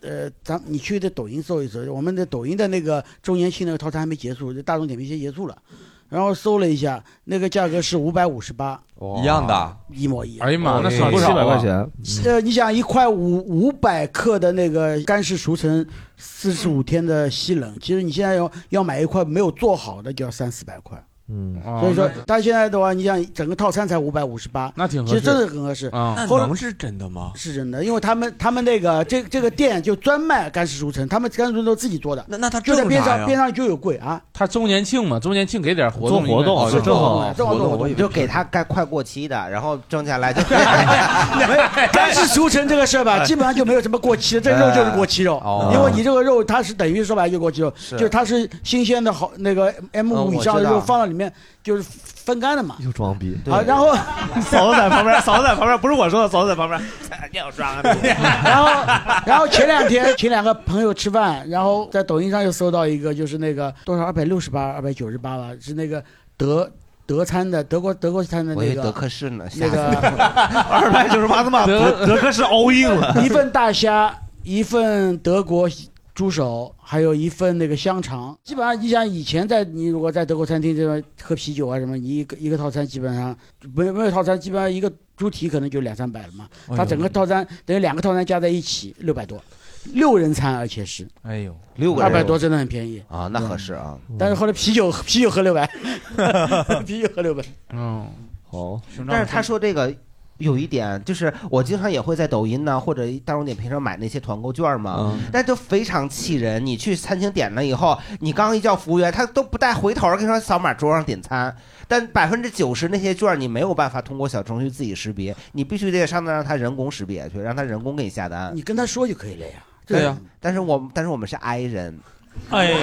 [SPEAKER 17] 呃，咱你去的抖音搜一搜，我们的抖音的那个周年庆那个套餐还没结束，大众点评先结束了。然后搜了一下，那个价格是五百五十八，
[SPEAKER 4] 一样的，
[SPEAKER 17] 一模一样。
[SPEAKER 5] 哎呀妈，那省不少
[SPEAKER 13] 七百块钱。
[SPEAKER 17] 呃，你想一块五五百克的那个干式熟成四十五天的西冷，其实你现在要要买一块没有做好的就要三四百块。
[SPEAKER 13] 嗯，
[SPEAKER 17] 所以说他现在的话，你想整个套餐才五百五十八，
[SPEAKER 5] 那挺合适，
[SPEAKER 17] 其实真的很合适。
[SPEAKER 4] 那能是真的吗？
[SPEAKER 17] 是真的，因为他们他们那个这这个店就专卖干式熟成，他们干式熟成都自己做的。
[SPEAKER 4] 那那他
[SPEAKER 17] 就在边上边上就有柜啊。
[SPEAKER 5] 他周年庆嘛，周年庆给点活动，
[SPEAKER 13] 做活动是正好，
[SPEAKER 17] 正好做活动，
[SPEAKER 1] 就给他该快过期的，然后挣下来就。
[SPEAKER 17] 干式熟成这个事儿吧，基本上就没有什么过期的，这肉就是过期肉，因为你这个肉它是等于说白就过期肉，就是它是新鲜的好那个 M 五以上的肉放到里面就是风干的嘛。
[SPEAKER 13] 又装逼
[SPEAKER 17] 啊！然后
[SPEAKER 13] 嫂子在旁边，嫂子在旁边，不是我说的，嫂子在旁边，你要装啊！
[SPEAKER 17] 然后然后前两天请两个朋友吃饭，然后在抖音上又搜到一个，就是那个多少二百六十八、二百九十八吧，是那个德。德餐的德国德国餐的那个
[SPEAKER 1] 德克士呢，
[SPEAKER 17] 那个
[SPEAKER 13] 二百九十八他妈德德克士 all in 了，
[SPEAKER 17] 一份大虾，一份德国猪手，还有一份那个香肠。基本上你想以前在你如果在德国餐厅这边喝啤酒啊什么，你一个一个套餐基本上没有没有套餐，基本上一个猪蹄可能就两三百了嘛。它整个套餐等于两个套餐加在一起六百多。六人餐，而且是，
[SPEAKER 3] 哎呦，
[SPEAKER 1] 六个
[SPEAKER 17] 二百多真的很便宜
[SPEAKER 1] 啊，那合适啊。
[SPEAKER 17] 但是后来啤酒啤酒喝六百，啤酒喝六百，
[SPEAKER 3] 嗯，
[SPEAKER 13] 好。
[SPEAKER 1] 但是他说这个有一点，就是我经常也会在抖音呢或者大众点评上买那些团购券嘛，嗯、但就非常气人。你去餐厅点了以后，你刚一叫服务员，他都不带回头跟你说扫码桌上点餐。但百分之九十那些券你没有办法通过小程序自己识别，你必须得上那让他人工识别去，让他人工给你下单。
[SPEAKER 17] 你跟他说就可以了呀。
[SPEAKER 1] 对呀，但是我但是我们是 I 人，
[SPEAKER 3] 哎。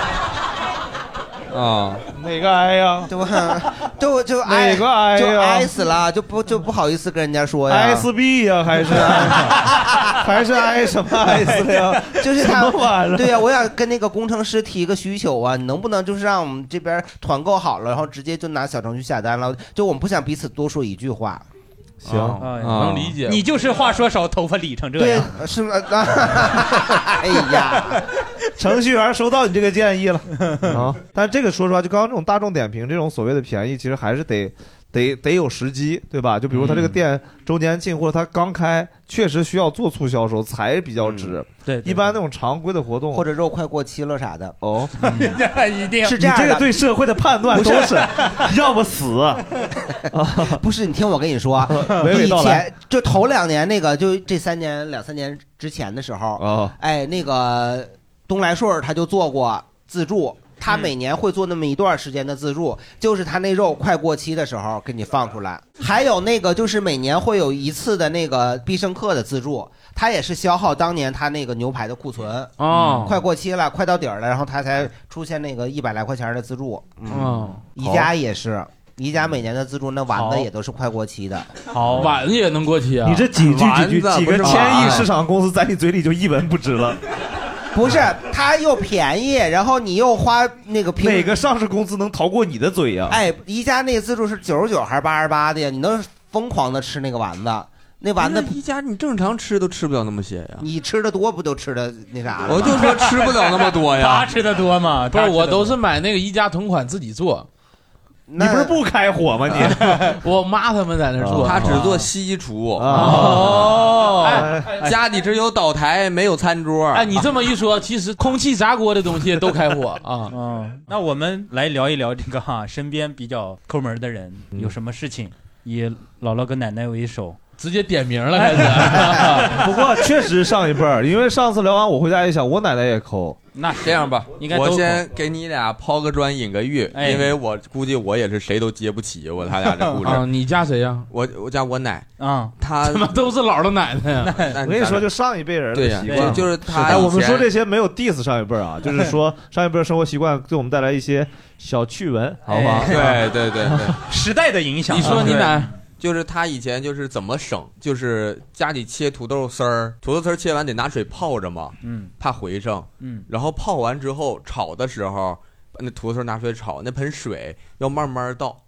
[SPEAKER 13] 啊，哪个挨呀？
[SPEAKER 1] 就就就
[SPEAKER 13] 哪个挨呀？
[SPEAKER 1] 就挨死了，就不就不好意思跟人家说呀。
[SPEAKER 13] S B 呀，还是还是挨什么挨死了呀？
[SPEAKER 1] 就是他，对呀，我想跟那个工程师提个需求啊，你能不能就是让我们这边团购好了，然后直接就拿小程序下单了？就我们不想彼此多说一句话。
[SPEAKER 13] 行，
[SPEAKER 5] 能理解。
[SPEAKER 3] 你就是话说少，头发理成这样，
[SPEAKER 1] 对，是吗？哎呀，
[SPEAKER 13] 程序员收到你这个建议了啊！但这个说实话，就刚刚这种大众点评这种所谓的便宜，其实还是得得得有时机，对吧？就比如他这个店周年庆或者他刚开，确实需要做促销时候才比较值。
[SPEAKER 1] 嗯、
[SPEAKER 3] 对, 对，
[SPEAKER 13] 一般那种常规的活动
[SPEAKER 1] 或者肉快过期了啥的，
[SPEAKER 13] 哦，
[SPEAKER 3] 一定
[SPEAKER 1] 是这样的。
[SPEAKER 13] 你这个对社会的判断都是要不死啊！
[SPEAKER 1] 不是，你听我跟你说，以前就头两年那个，就这三年两三年之前的时候，
[SPEAKER 13] 哦，
[SPEAKER 1] 哎，那个东来顺他就做过自助。他每年会做那么一段时间的自助，就是他那肉快过期的时候给你放出来。还有那个就是每年会有一次的那个必胜客的自助，他也是消耗当年他那个牛排的库存
[SPEAKER 5] 哦，
[SPEAKER 1] 快过期了，快到底儿了，然后他才出现那个一百来块钱的自助。嗯，宜家也是。宜家每年的自助那丸子也都是快过期的，
[SPEAKER 5] 好，丸子也能过期啊！
[SPEAKER 13] 你这几句几句几个千亿市场公司在你嘴里就一文不值了。
[SPEAKER 1] 不是，它又便宜，然后你又花那个平，
[SPEAKER 13] 哪个上市公司能逃过你的嘴呀？
[SPEAKER 1] 哎，宜家那个自助是九十九还是八十八的呀？你能疯狂的吃那个丸子，那丸子
[SPEAKER 4] 宜家你正常吃都吃不了那么些呀。
[SPEAKER 1] 你吃的多不都吃的那啥了？
[SPEAKER 4] 我就说吃不了那么多呀。
[SPEAKER 3] 他吃的多吗？
[SPEAKER 5] 不是，我都是买那个宜家同款自己做。
[SPEAKER 13] 你不是不开火吗？你
[SPEAKER 5] 我妈他们在那做，
[SPEAKER 4] 他只做西厨
[SPEAKER 5] 哦。
[SPEAKER 4] 哎，家里只有岛台，没有餐桌。
[SPEAKER 5] 哎，你这么一说，其实空气炸锅的东西都开火啊。
[SPEAKER 3] 嗯，那我们来聊一聊这个哈，身边比较抠门的人有什么事情，以姥姥跟奶奶为首。
[SPEAKER 5] 直接点名了，开始。
[SPEAKER 13] 不过确实上一辈儿，因为上次聊完我回家一想，我奶奶也抠。
[SPEAKER 3] 那
[SPEAKER 4] 这样吧，
[SPEAKER 3] 应该
[SPEAKER 4] 我先给你俩抛个砖引个玉，
[SPEAKER 3] 哎、
[SPEAKER 4] 因为我估计我也是谁都接不起我他俩这故事。
[SPEAKER 5] 啊，你家谁呀？
[SPEAKER 4] 我我家我奶
[SPEAKER 3] 啊，
[SPEAKER 4] 他
[SPEAKER 5] 怎么都是姥姥奶奶呀？
[SPEAKER 13] 我跟你说，就上一辈人的习惯，
[SPEAKER 4] 就是他。
[SPEAKER 13] 哎，我们说这些没有 diss 上一辈啊，就是说上一辈生活习惯给我们带来一些小趣闻，好不好？
[SPEAKER 4] 对对对对，
[SPEAKER 3] 时代的影响。
[SPEAKER 5] 你说你奶。
[SPEAKER 4] 就是他以前就是怎么省，就是家里切土豆丝儿，土豆丝儿切完得拿水泡着嘛，
[SPEAKER 3] 嗯，
[SPEAKER 4] 怕回生，
[SPEAKER 3] 嗯，
[SPEAKER 4] 然后泡完之后炒的时候，那土豆丝儿拿水炒，那盆水要慢慢倒，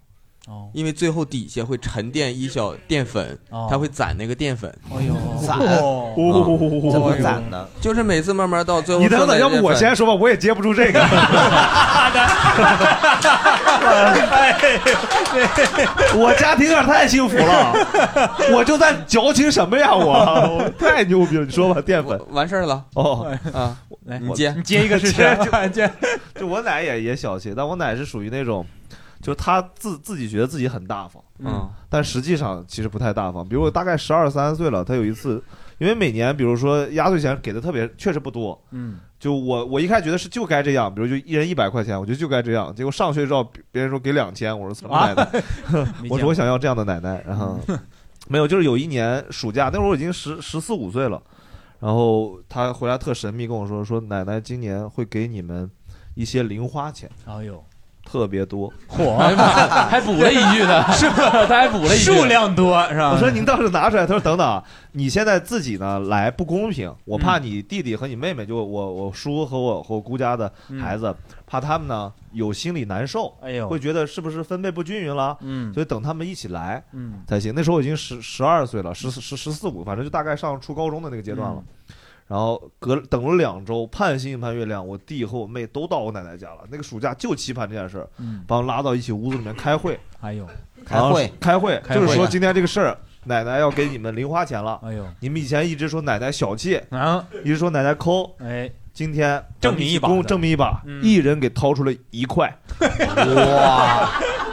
[SPEAKER 4] 哦，因为最后底下会沉淀一小淀粉，
[SPEAKER 3] 哦、
[SPEAKER 4] 它会攒那个淀粉。
[SPEAKER 3] 哎呦，
[SPEAKER 1] 攒，
[SPEAKER 13] 哦，
[SPEAKER 1] 怎么攒的？
[SPEAKER 4] 就是每次慢慢到最后，
[SPEAKER 13] 你等等，要不我先说吧，我也接不住这个。我家庭有点太幸福了，我就在矫情什么呀？我我太牛逼了！你说吧，淀粉
[SPEAKER 4] 完事儿了。
[SPEAKER 13] 哦
[SPEAKER 4] 啊，
[SPEAKER 3] 来
[SPEAKER 4] 你接
[SPEAKER 3] 你接一个试试。
[SPEAKER 13] 就就我奶也也小气，但我奶是属于那种。就是他自自己觉得自己很大方，
[SPEAKER 4] 嗯，
[SPEAKER 13] 但实际上其实不太大方。比如我大概十二三岁了，他有一次，因为每年比如说压岁钱给的特别确实不多，
[SPEAKER 3] 嗯，
[SPEAKER 13] 就我我一开始觉得是就该这样，比如就一人一百块钱，我觉得就该这样。结果上学之后别人说给两千，我说什么奶奶？啊、我说我想要这样的奶奶，然后没有，就是有一年暑假那会儿我已经十十四五岁了，然后他回来特神秘跟我说说奶奶今年会给你们一些零花钱。
[SPEAKER 3] 哎呦。
[SPEAKER 13] 特别多，
[SPEAKER 5] 嚯，还补了一句呢，是吧？他还补了一句，
[SPEAKER 3] 数量多是吧？
[SPEAKER 13] 我说您倒是拿出来。他说等等，你现在自己呢来不公平，我怕你弟弟和你妹妹，就我我叔和我和我姑家的孩子，嗯、怕他们呢有心里难受，
[SPEAKER 3] 哎呦，
[SPEAKER 13] 会觉得是不是分配不均匀了？
[SPEAKER 3] 嗯，
[SPEAKER 13] 所以等他们一起来，
[SPEAKER 3] 嗯
[SPEAKER 13] 才行。那时候我已经十十二岁了，十十十四五，反正就大概上初高中的那个阶段了。嗯然后隔等了两周，盼星星盼月亮，我弟和我妹都到我奶奶家了。那个暑假就期盼这件事儿，
[SPEAKER 3] 嗯，
[SPEAKER 13] 把我拉到一起屋子里面开会。
[SPEAKER 3] 哎呦，
[SPEAKER 1] 开会
[SPEAKER 13] 开会，
[SPEAKER 3] 开会
[SPEAKER 13] 就是说今天这个事儿，奶奶要给你们零花钱了。
[SPEAKER 3] 哎呦，
[SPEAKER 13] 你们以前一直说奶奶小气
[SPEAKER 3] 啊，
[SPEAKER 13] 一直说奶奶抠，
[SPEAKER 3] 哎，
[SPEAKER 13] 今天
[SPEAKER 3] 证明一把，
[SPEAKER 13] 证明一把，
[SPEAKER 3] 嗯、
[SPEAKER 13] 一人给掏出了一块，
[SPEAKER 1] 哇，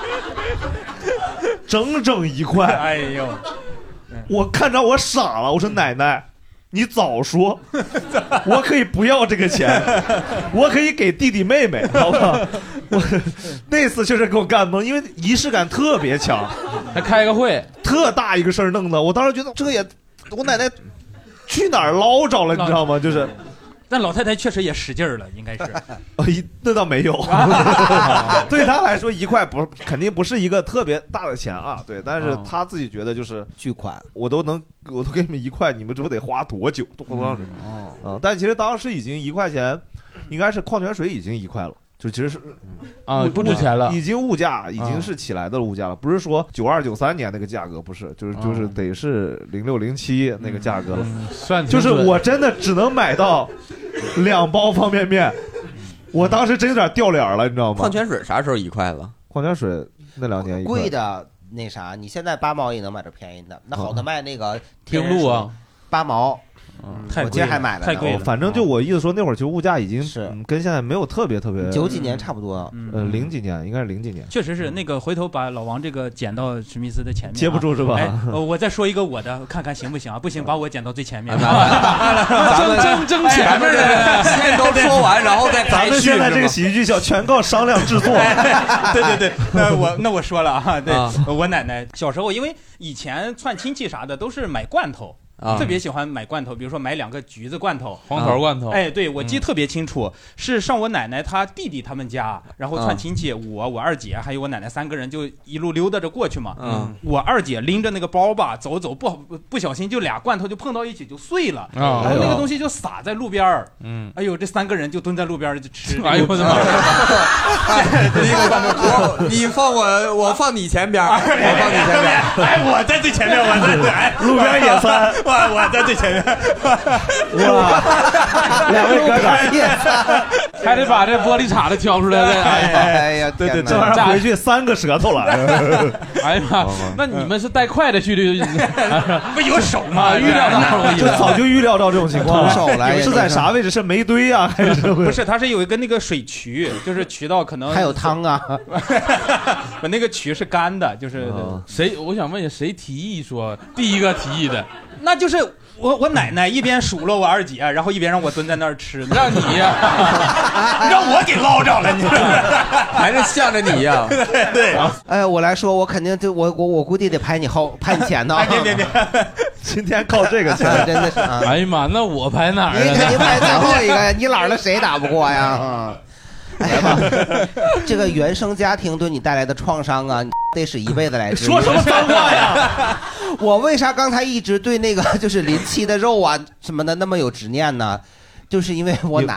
[SPEAKER 13] 整整一块。
[SPEAKER 3] 哎呦，
[SPEAKER 13] 我看着我傻了，我说奶奶。你早说，我可以不要这个钱，我可以给弟弟妹妹，好不好？我那次确实给我干懵，因为仪式感特别强，
[SPEAKER 5] 还开个会，
[SPEAKER 13] 特大一个事儿弄的，我当时觉得这也，我奶奶去哪儿捞着了，你知道吗？就是。
[SPEAKER 3] 但老太太确实也使劲儿了，应该是。
[SPEAKER 13] 哦，那倒没有。对她来说，一块不肯定不是一个特别大的钱啊，对，但是她自己觉得就是
[SPEAKER 1] 巨款，
[SPEAKER 13] 我都能，我都给你们一块，你们知道得花多久？多长时间？哦，啊，但其实当时已经一块钱，应该是矿泉水已经一块了。就其实是
[SPEAKER 5] 啊，不值钱了，
[SPEAKER 13] 已经物价已经是起来的物价了，不是说九二九三年那个价格，不是，就是就是得是零六零七那个价格了。
[SPEAKER 5] 算
[SPEAKER 13] 就是我真的只能买到两包方便面，我当时真有点掉脸了，你知道吗？
[SPEAKER 4] 矿泉水啥时候一块了？
[SPEAKER 13] 矿泉水那两年一块
[SPEAKER 1] 贵的那啥，你现在八毛也能买着便宜的，那好的卖那个
[SPEAKER 5] 冰露啊，
[SPEAKER 1] 八毛。
[SPEAKER 3] 嗯，
[SPEAKER 1] 我今天还买了，
[SPEAKER 3] 太贵了。
[SPEAKER 13] 反正就我意思说，那会儿就物价已经
[SPEAKER 1] 是、
[SPEAKER 13] 嗯、跟现在没有特别特别。
[SPEAKER 1] 九几年差不多，
[SPEAKER 13] 嗯、呃，零几年应该是零几年。
[SPEAKER 3] 确实是那个，回头把老王这个剪到史密斯的前面、啊，
[SPEAKER 13] 接不住是吧？
[SPEAKER 3] 哎，我再说一个我的，看看行不行啊？不行，把我剪到最前面。
[SPEAKER 4] 咱们
[SPEAKER 5] 争争前面的，
[SPEAKER 4] 先都说完，然后再
[SPEAKER 13] 咱们现在这个喜剧剧叫全靠商量制作。
[SPEAKER 3] 对对对，那我那我说了啊，对、啊、我奶奶小时候，因为以前串亲戚啥的都是买罐头。啊、特别喜欢买罐头，比如说买两个橘子罐头、
[SPEAKER 5] 黄桃罐头。
[SPEAKER 3] 哎，对我记得特别清楚，嗯、是上我奶奶她弟弟他们家，然后串亲戚，啊、我、我二姐还有我奶奶三个人就一路溜达着过去嘛。嗯，我二姐拎着那个包吧，走走不不小心就俩罐头就碰到一起就碎了，啊、然后那个东西就洒在路边儿。嗯，哎呦，这三个人就蹲在路边就吃。
[SPEAKER 5] 哎呦我的妈！
[SPEAKER 4] 第一个罐头，你放我，我放你前边，我放你前边。
[SPEAKER 3] 哎，我在最前面，我在哎，
[SPEAKER 13] 路边野餐。
[SPEAKER 3] 我我在最前面，
[SPEAKER 13] 哇！两位哥哥
[SPEAKER 3] 也
[SPEAKER 5] 还得把这玻璃碴子挑出来了。
[SPEAKER 1] 哎呀，
[SPEAKER 13] 对对，这玩意儿回去三个舌头了。
[SPEAKER 5] 哎呀妈！那你们是带筷子去的？
[SPEAKER 3] 不有手吗？
[SPEAKER 5] 预料到，
[SPEAKER 13] 就早就预料到这种情况。
[SPEAKER 1] 手来
[SPEAKER 13] 是在啥位置？是煤堆啊，还是
[SPEAKER 3] 不是？它是有一个那个水渠，就是渠道可能
[SPEAKER 1] 还有汤啊。
[SPEAKER 3] 我那个渠是干的，就是
[SPEAKER 5] 谁？我想问一下，谁提议说第一个提议的？
[SPEAKER 3] 那就是我，我奶奶一边数落我二姐，然后一边让我蹲在那儿吃，
[SPEAKER 5] 让你呀，
[SPEAKER 3] 让我给捞着了，你
[SPEAKER 4] 还是向着你呀？
[SPEAKER 3] 对对。
[SPEAKER 1] 哎，我来说，我肯定就我我我估计得排你后排你前呢。
[SPEAKER 3] 别别别，
[SPEAKER 13] 今天靠这个钱，
[SPEAKER 1] 真的是。
[SPEAKER 5] 哎呀妈，那我排哪儿？
[SPEAKER 1] 你肯定排最后一个，你懒了谁打不过呀？哎呀，这个原生家庭对你带来的创伤啊，你得使一辈子来治。
[SPEAKER 13] 说什么脏话呀？
[SPEAKER 1] 我为啥刚才一直对那个就是临期的肉啊什么的那么有执念呢？就是因为我奶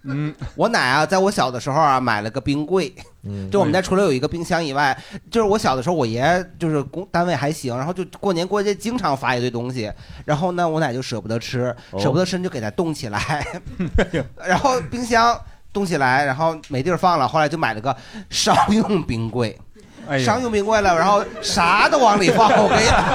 [SPEAKER 1] 嗯，我奶啊，在我小的时候啊，买了个冰柜。嗯，就我们家除了有一个冰箱以外，就是我小的时候，我爷爷就是工单位还行，然后就过年过节经常发一堆东西，然后呢，我奶就舍不得吃，舍不得吃就给它冻起来，然后冰箱冻起来，然后没地儿放了，后来就买了个商用冰柜。哎、商用冰柜了，然后啥都往里放，我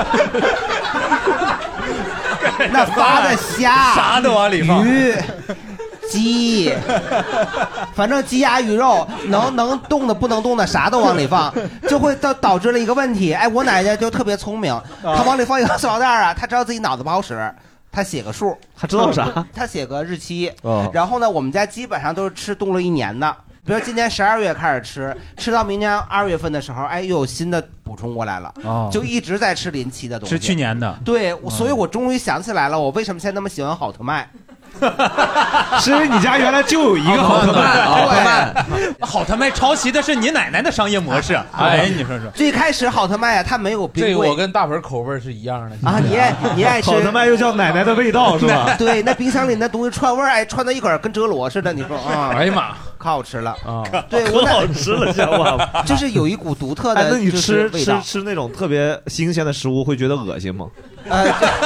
[SPEAKER 1] 跟你那发的虾，
[SPEAKER 11] 啥都往里放，
[SPEAKER 1] 鱼、鸡，反正鸡鸭鱼肉能能动的不能动的啥都往里放，就会导导致了一个问题。哎，我奶奶就特别聪明，她往里放一个塑料袋啊，她知道自己脑子不好使。他写个数，
[SPEAKER 13] 他知道啥？
[SPEAKER 1] 他写个日期。
[SPEAKER 13] 哦、
[SPEAKER 1] 然后呢，我们家基本上都是吃冻了一年的。比如今年十二月开始吃，吃到明年二月份的时候，哎，又有新的补充过来了，哦、就一直在吃临期的东西。
[SPEAKER 3] 是去年的。
[SPEAKER 1] 对，所以我终于想起来了，我为什么现在那么喜欢好特卖。
[SPEAKER 13] 是因为你家原来就有一个好特卖，
[SPEAKER 3] 好特卖，好特卖抄袭的是你奶奶的商业模式。哎，你说说，
[SPEAKER 1] 最开始好特卖啊，它没有冰柜，
[SPEAKER 5] 这个我跟大盆口味是一样的
[SPEAKER 1] 啊。你爱你爱吃
[SPEAKER 13] 好特卖又叫奶奶的味道是吧？
[SPEAKER 1] 对，那冰箱里那东西串味儿，哎，串到一块儿跟折罗似的，你说啊？
[SPEAKER 5] 哎呀妈，
[SPEAKER 1] 可好吃了
[SPEAKER 5] 啊！
[SPEAKER 1] 对，
[SPEAKER 13] 可好吃了，像我
[SPEAKER 1] 就是有一股独特的。
[SPEAKER 13] 那你吃吃吃那种特别新鲜的食物，会觉得恶心吗？
[SPEAKER 1] 呃，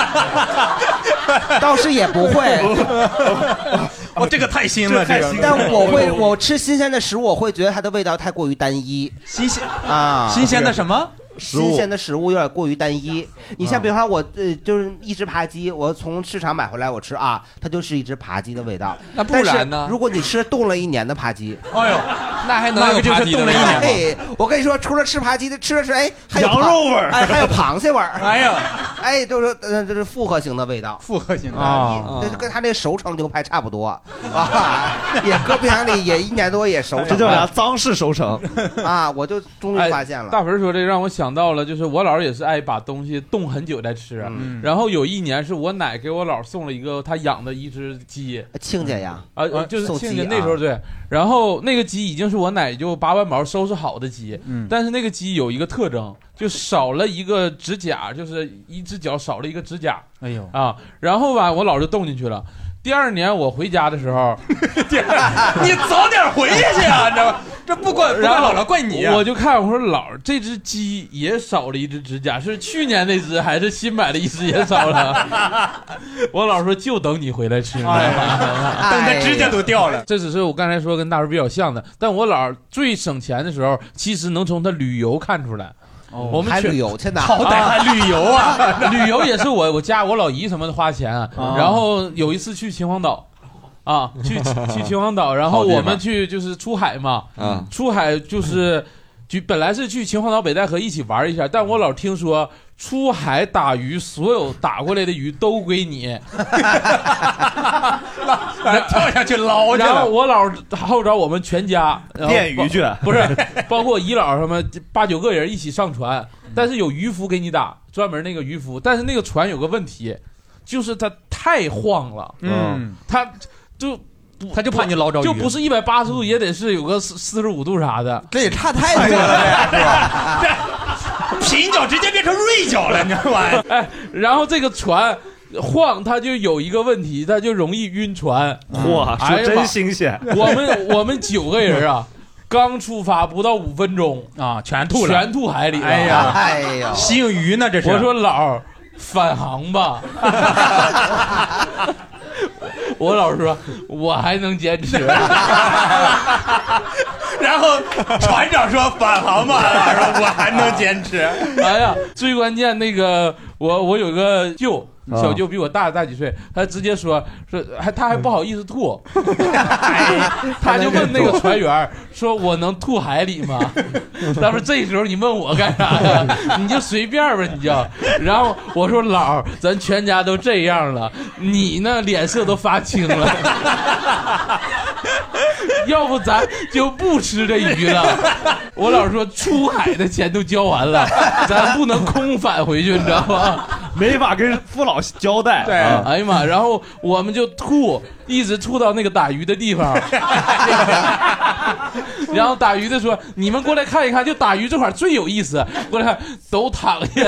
[SPEAKER 1] 倒是也不会。
[SPEAKER 3] 哦，这个太新了，这个。
[SPEAKER 1] 但我会，我吃新鲜的食物，我会觉得它的味道太过于单一。
[SPEAKER 3] 新鲜
[SPEAKER 1] 啊，
[SPEAKER 3] 新鲜的什么？
[SPEAKER 1] 新鲜的食物有点过于单一。你像比如说我呃，就是一只扒鸡，我从市场买回来我吃啊，它就是一只扒鸡的味道。
[SPEAKER 4] 那不然呢？
[SPEAKER 1] 如果你吃冻了一年的扒鸡，
[SPEAKER 3] 哎呦，
[SPEAKER 4] 那还能有
[SPEAKER 3] 就是冻了一年。
[SPEAKER 1] 哎，我跟你说，除了吃扒鸡的，吃的是哎，还有
[SPEAKER 13] 羊肉味儿，
[SPEAKER 1] 哎，还有螃蟹味儿。
[SPEAKER 3] 哎呀，
[SPEAKER 1] 哎，就是呃，这是复合型的味道，
[SPEAKER 3] 复合型的
[SPEAKER 1] 啊，这跟他那熟成牛排差不多啊，也搁冰箱里也一年多也熟成。
[SPEAKER 13] 这叫啥？脏式熟成
[SPEAKER 1] 啊！我就终于发现了。
[SPEAKER 5] 大盆说这让我想到了，就是我姥也是爱把东西冻很久再吃。嗯、然后有一年是我奶给我姥送了一个她养的一只鸡，
[SPEAKER 1] 亲家呀，
[SPEAKER 5] 啊，就是亲家那时候对。然后那个鸡已经是我奶就拔完毛收拾好的鸡，嗯、但是那个鸡有一个特征，就少了一个指甲，就是一只脚少了一个指甲。
[SPEAKER 3] 哎呦
[SPEAKER 5] 啊！然后吧，我姥就冻进去了。第二年我回家的时候，
[SPEAKER 3] 你早点回去啊，你知道吗？这不怪不怪姥姥，怪你、啊。
[SPEAKER 5] 我就看我说姥，这只鸡也少了一只指甲，是去年那只还是新买的一只也少了？我姥说就等你回来吃，哎、
[SPEAKER 3] 等它指甲都掉了。
[SPEAKER 5] 这只是我刚才说跟大叔比较像的，但我姥最省钱的时候，其实能从他旅游看出来。
[SPEAKER 1] 哦、
[SPEAKER 5] 我们
[SPEAKER 1] 还旅游去呢，
[SPEAKER 3] 好歹还旅游啊！
[SPEAKER 5] 旅游也是我我家我老姨什么的花钱、啊，哦、然后有一次去秦皇岛，啊，去去秦皇岛，然后我们去就是出海嘛，嗯，出海就是就本来是去秦皇岛北戴河一起玩一下，但我老听说出海打鱼，所有打过来的鱼都归你，
[SPEAKER 3] 跳下去捞去了。
[SPEAKER 5] 然后我老号召我们全家
[SPEAKER 13] 电鱼去，
[SPEAKER 5] 不是，包括姨姥什么八九个人一起上船，但是有渔夫给你打，专门那个渔夫，但是那个船有个问题，就是它太晃了，嗯，它就。
[SPEAKER 3] 他就怕你捞着鱼，
[SPEAKER 5] 就不是一百八十度，也得是有个四十五度啥的，
[SPEAKER 4] 这也差太多了，这是吧？
[SPEAKER 3] 这平角直接变成锐角了，你知道吗？
[SPEAKER 5] 哎，然后这个船晃，它就有一个问题，它就容易晕船。
[SPEAKER 13] 哇，说真新鲜！
[SPEAKER 5] 我们我们九个人啊，刚出发不到五分钟
[SPEAKER 3] 啊，全吐了，
[SPEAKER 5] 全吐海里了。
[SPEAKER 3] 哎呀，
[SPEAKER 1] 哎呀，
[SPEAKER 3] 吸引鱼呢，这是。
[SPEAKER 5] 我说姥返航吧。我老说，我还能坚持。
[SPEAKER 3] 然后船长说返航吧，说我还能坚持。
[SPEAKER 5] 哎呀，最关键那个，我我有个舅。小舅比我大大几岁，他直接说说还他还不好意思吐，他就问那个船员说：“我能吐海里吗？”他说：“这时候你问我干啥呀？你就随便吧，你就。”然后我说：“姥，咱全家都这样了，你呢脸色都发青了，要不咱就不吃这鱼了。”我姥说：“出海的钱都交完了，咱不能空返回去，你知道吗？
[SPEAKER 13] 没法跟父老交代。”
[SPEAKER 5] 对，啊、哎呀妈！然后我们就吐，一直吐到那个打鱼的地方。然后打鱼的说：“你们过来看一看，就打鱼这块最有意思。过来看，都躺下，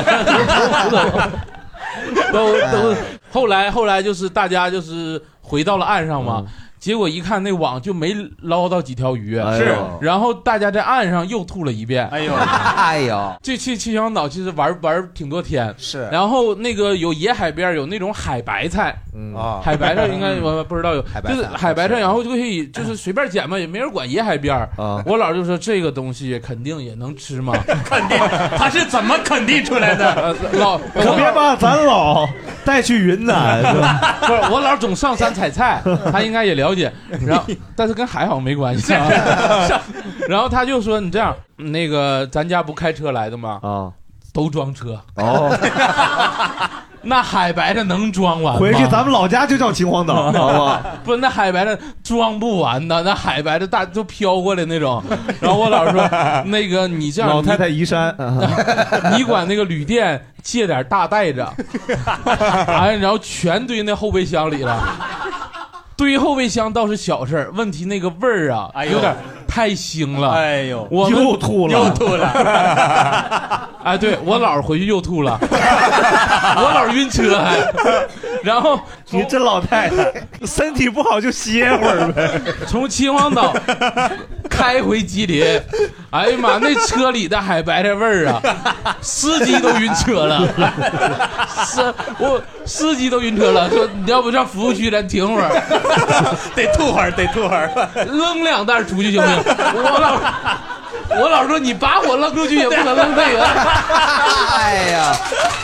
[SPEAKER 5] 都都都。后来后来就是大家就是回到了岸上嘛。嗯， 结果一看那网就没捞到几条鱼，
[SPEAKER 1] 是，
[SPEAKER 5] 然后大家在岸上又吐了一遍，
[SPEAKER 1] 哎呦，哎呦，
[SPEAKER 5] 这去秦皇岛其实玩玩挺多天，
[SPEAKER 1] 是，
[SPEAKER 5] 然后那个有野海边有那种海白菜，
[SPEAKER 1] 啊，
[SPEAKER 5] 海白菜应该我不知道有，
[SPEAKER 1] 海白菜
[SPEAKER 5] 就是海白菜，然后就可以就是随便捡嘛，也没人管野海边
[SPEAKER 1] 啊。
[SPEAKER 5] 我姥就说这个东西肯定也能吃吗？
[SPEAKER 3] 肯定，他是怎么肯定出来的？
[SPEAKER 5] 老
[SPEAKER 13] 可别把咱老带去云南，
[SPEAKER 5] 不是我姥总上山采菜，他应该也了解，然后但是跟海好像没关系啊。然后他就说你这样，那个咱家不开车来的吗？
[SPEAKER 13] 啊，
[SPEAKER 5] 都装车
[SPEAKER 13] 哦。
[SPEAKER 5] 那海白的能装完吗？
[SPEAKER 13] 回去咱们老家就叫秦皇岛，好不好？
[SPEAKER 5] 不，那海白的装不完的，那海白的大都飘过来那种。然后我老说，那个你这样，
[SPEAKER 13] 老太太移山，
[SPEAKER 5] 你管那个旅店借点大袋子，哎，然后全堆那后备箱里了。堆后备箱倒是小事儿，问题那个味儿啊，
[SPEAKER 3] 哎、
[SPEAKER 5] 有点太腥了。
[SPEAKER 3] 哎呦，
[SPEAKER 5] 我
[SPEAKER 13] 又吐了，
[SPEAKER 3] 又吐了。
[SPEAKER 5] 哎，对我姥回去又吐了，我姥晕车还。然后
[SPEAKER 13] 你这老太太身体不好就歇会儿呗。
[SPEAKER 5] 从秦皇岛开回吉林，哎呀妈，那车里的海白菜味儿啊，司机都晕车了。是，我司机都晕车了，说你要不上服务区咱停会儿。
[SPEAKER 3] 得吐会儿，得吐会儿，
[SPEAKER 5] 扔两袋出去行不行？我老，我老说你把我扔出去也不能扔这个。
[SPEAKER 1] 哎呀，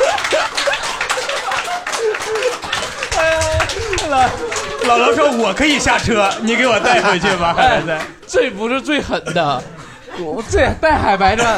[SPEAKER 3] 哎呀，老姥说我可以下车，你给我带回去吧。
[SPEAKER 5] 哎，这不是最狠的，我这带海白的。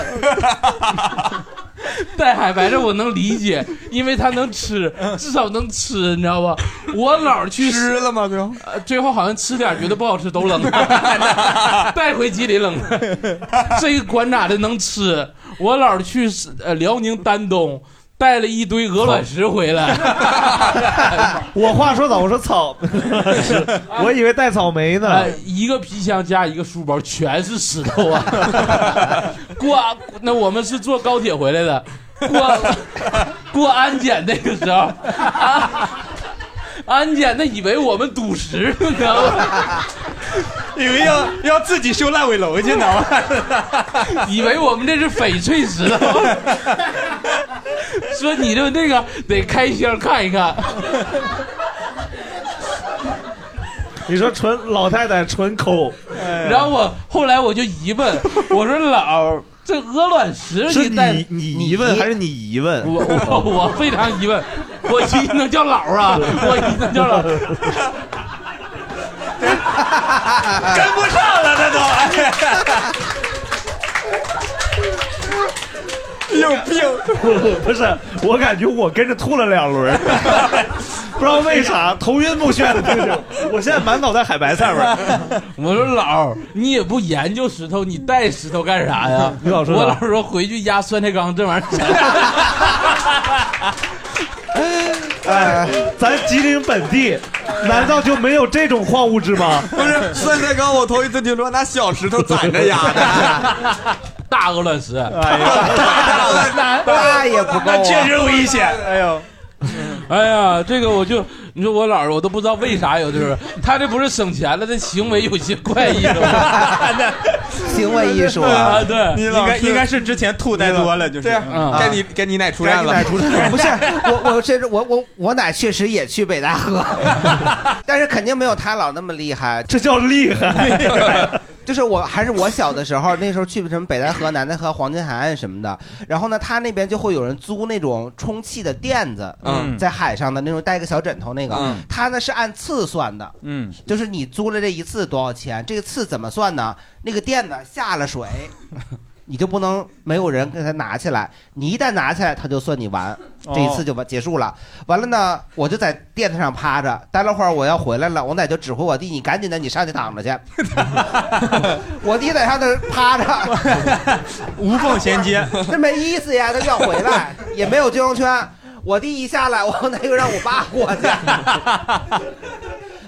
[SPEAKER 5] 带海白的我能理解，因为他能吃，至少能吃，你知道吧？我姥去
[SPEAKER 4] 吃了吗？最后，
[SPEAKER 5] 呃，最后好像吃点觉得不好吃都扔了，带回吉林扔了。这个管咋的能吃？我姥去呃辽宁丹东。带了一堆鹅卵石回来，
[SPEAKER 13] 我话说早，我说草，我以为带草莓呢。
[SPEAKER 5] 哎、一个皮箱加一个书包，全是石头啊！过那我们是坐高铁回来的，过过安检那个时候，啊、安检的以为我们赌石，你知道吗？
[SPEAKER 3] 以为要要自己修烂尾楼去呢，
[SPEAKER 5] 以为我们这是翡翠石头，说你就那个得开箱看一看。
[SPEAKER 13] 你说纯老太太纯抠，
[SPEAKER 5] 然后我后来我就疑问，我说姥，这鹅卵石
[SPEAKER 13] 是
[SPEAKER 5] 你带
[SPEAKER 13] 你你疑问还是你疑问？
[SPEAKER 5] 我我我非常疑问，我一能叫姥啊，我一能叫姥。
[SPEAKER 3] 跟不上了，那
[SPEAKER 13] 都有病！不是，我感觉我跟着吐了两轮，不知道为啥头晕目眩的听着，我现在满脑袋海白菜味儿。
[SPEAKER 5] 我说姥，你也不研究石头，你带石头干啥呀？
[SPEAKER 13] 你老说，
[SPEAKER 5] 我老说回去压酸菜缸这玩意
[SPEAKER 13] 儿。哎，咱吉林本地难道就没有这种矿物质吗？
[SPEAKER 4] 不是，酸菜缸我头一次听说拿小石头攒着压的，
[SPEAKER 5] 大鹅卵石，
[SPEAKER 3] 哎
[SPEAKER 1] 呀，那也不够、啊，
[SPEAKER 3] 那确实危险。哎呦，
[SPEAKER 5] 哎呀，这个我就你说我姥儿，我都不知道为啥有的时候他这不是省钱了，这行为有些怪异了。
[SPEAKER 1] 行为艺术啊，
[SPEAKER 5] 对，
[SPEAKER 3] 应该应该是之前吐太多了，就是
[SPEAKER 4] 该你该你奶出战了，
[SPEAKER 1] 不是我我这是我我我奶确实也去北戴河，但是肯定没有他姥那么厉害，
[SPEAKER 13] 这叫厉害。
[SPEAKER 1] 就是我还是我小的时候，那时候去什么北戴河、南戴河、黄金海岸什么的，然后呢，他那边就会有人租那种充气的垫子，嗯，在海上的那种带个小枕头那个，嗯，他呢是按次算的，嗯，就是你租了这一次多少钱，这个次怎么算呢？那个垫子下了水。你就不能没有人给他拿起来，你一旦拿起来，他就算你完，这一次就完结束了。完了呢，我就在垫子上趴着，待了会儿我要回来了，我奶就指挥我弟，你赶紧的，你上去躺着去。我弟在上那趴着，
[SPEAKER 3] 无缝衔接，
[SPEAKER 1] 这没意思呀，他就要回来，也没有救生圈。我弟一下来，我那个让我爸过去。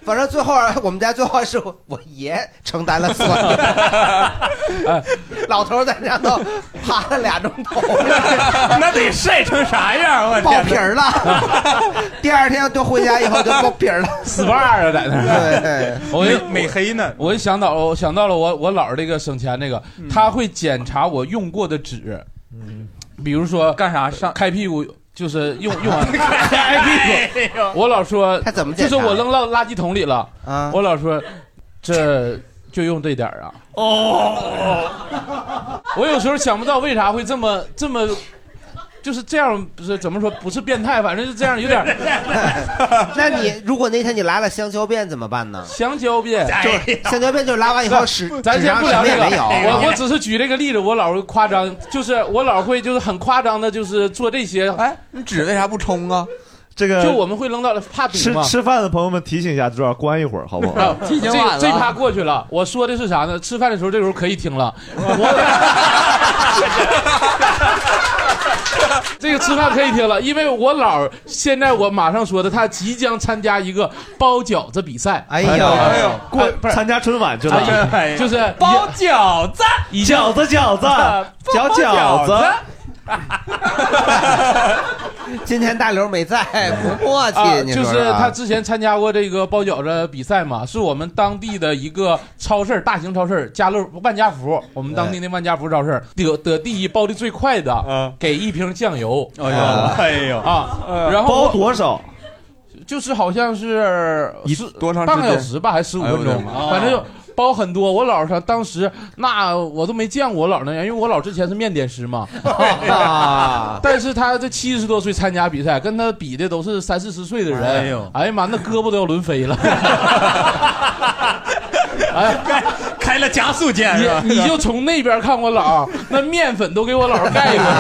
[SPEAKER 1] 反正最后我们家最后是我爷承担了所有，老头在上头趴了俩钟头，
[SPEAKER 3] 那得晒成啥样？我
[SPEAKER 1] 爆皮儿了。第二天就回家以后就爆皮儿了，
[SPEAKER 5] 死把儿啊，在那儿。
[SPEAKER 1] 对，
[SPEAKER 5] 我
[SPEAKER 3] 美黑呢。
[SPEAKER 5] 我一想到，我想到了我我姥儿这个省钱那个，他会检查我用过的纸，嗯，比如说
[SPEAKER 3] 干啥上
[SPEAKER 5] 开屁股。就是用用完开屁股，我老说
[SPEAKER 1] 他怎么
[SPEAKER 5] 就是我扔到垃圾桶里了，
[SPEAKER 1] 啊，
[SPEAKER 5] 我老说这就用这点啊。哦，我有时候想不到为啥会这么这么。就是这样，不是怎么说，不是变态，反正是这样，有点。
[SPEAKER 1] 那你如果那天你拉了香蕉便怎么办呢？
[SPEAKER 5] 香蕉便
[SPEAKER 1] 就是香蕉便，就是拉完以后屎，
[SPEAKER 5] 咱先不聊这个。我我
[SPEAKER 1] 我
[SPEAKER 5] 只是举这个例子，我老会夸张，就是我老会就是很夸张的，就是做这些。
[SPEAKER 4] 哎，你纸为啥不冲啊？
[SPEAKER 13] 这个
[SPEAKER 5] 就我们会扔到了，怕堵嘛。
[SPEAKER 13] 吃吃饭的朋友们提醒一下，这要关一会儿，好不好？
[SPEAKER 5] 这这趴过去了。我说的是啥呢？吃饭的时候这时候可以听了。这个吃饭可以听了，因为我姥现在我马上说的，他即将参加一个包饺子比赛。
[SPEAKER 1] 哎呦
[SPEAKER 13] 哎呦，过参加春晚去了，
[SPEAKER 5] 就是
[SPEAKER 3] 包饺子，
[SPEAKER 13] 饺子饺子，饺饺子。
[SPEAKER 1] 今天大刘没在，不默契。
[SPEAKER 5] 啊、
[SPEAKER 1] 你说
[SPEAKER 5] 就是他之前参加过这个包饺子比赛嘛，是我们当地的一个超市，大型超市家乐万家福，我们当地那万家福超市得得第一，包的最快的，嗯，给一瓶酱油。
[SPEAKER 3] 哎呦，哎呦
[SPEAKER 5] 啊，然后
[SPEAKER 13] 包多少？
[SPEAKER 5] 就是好像是
[SPEAKER 4] 一多长时间？
[SPEAKER 5] 半个小时吧，还是十五分钟？哎、反正就。包很多，我姥他当时那我都没见过我姥那样，因为我姥之前是面点师嘛，但是他这七十多岁参加比赛，跟他比的都是三四十岁的人，哎呦，哎呀妈，那胳膊都要轮飞了。
[SPEAKER 3] 哎，开开了加速键是吧？
[SPEAKER 5] 你你就从那边看我姥，那面粉都给我姥盖过。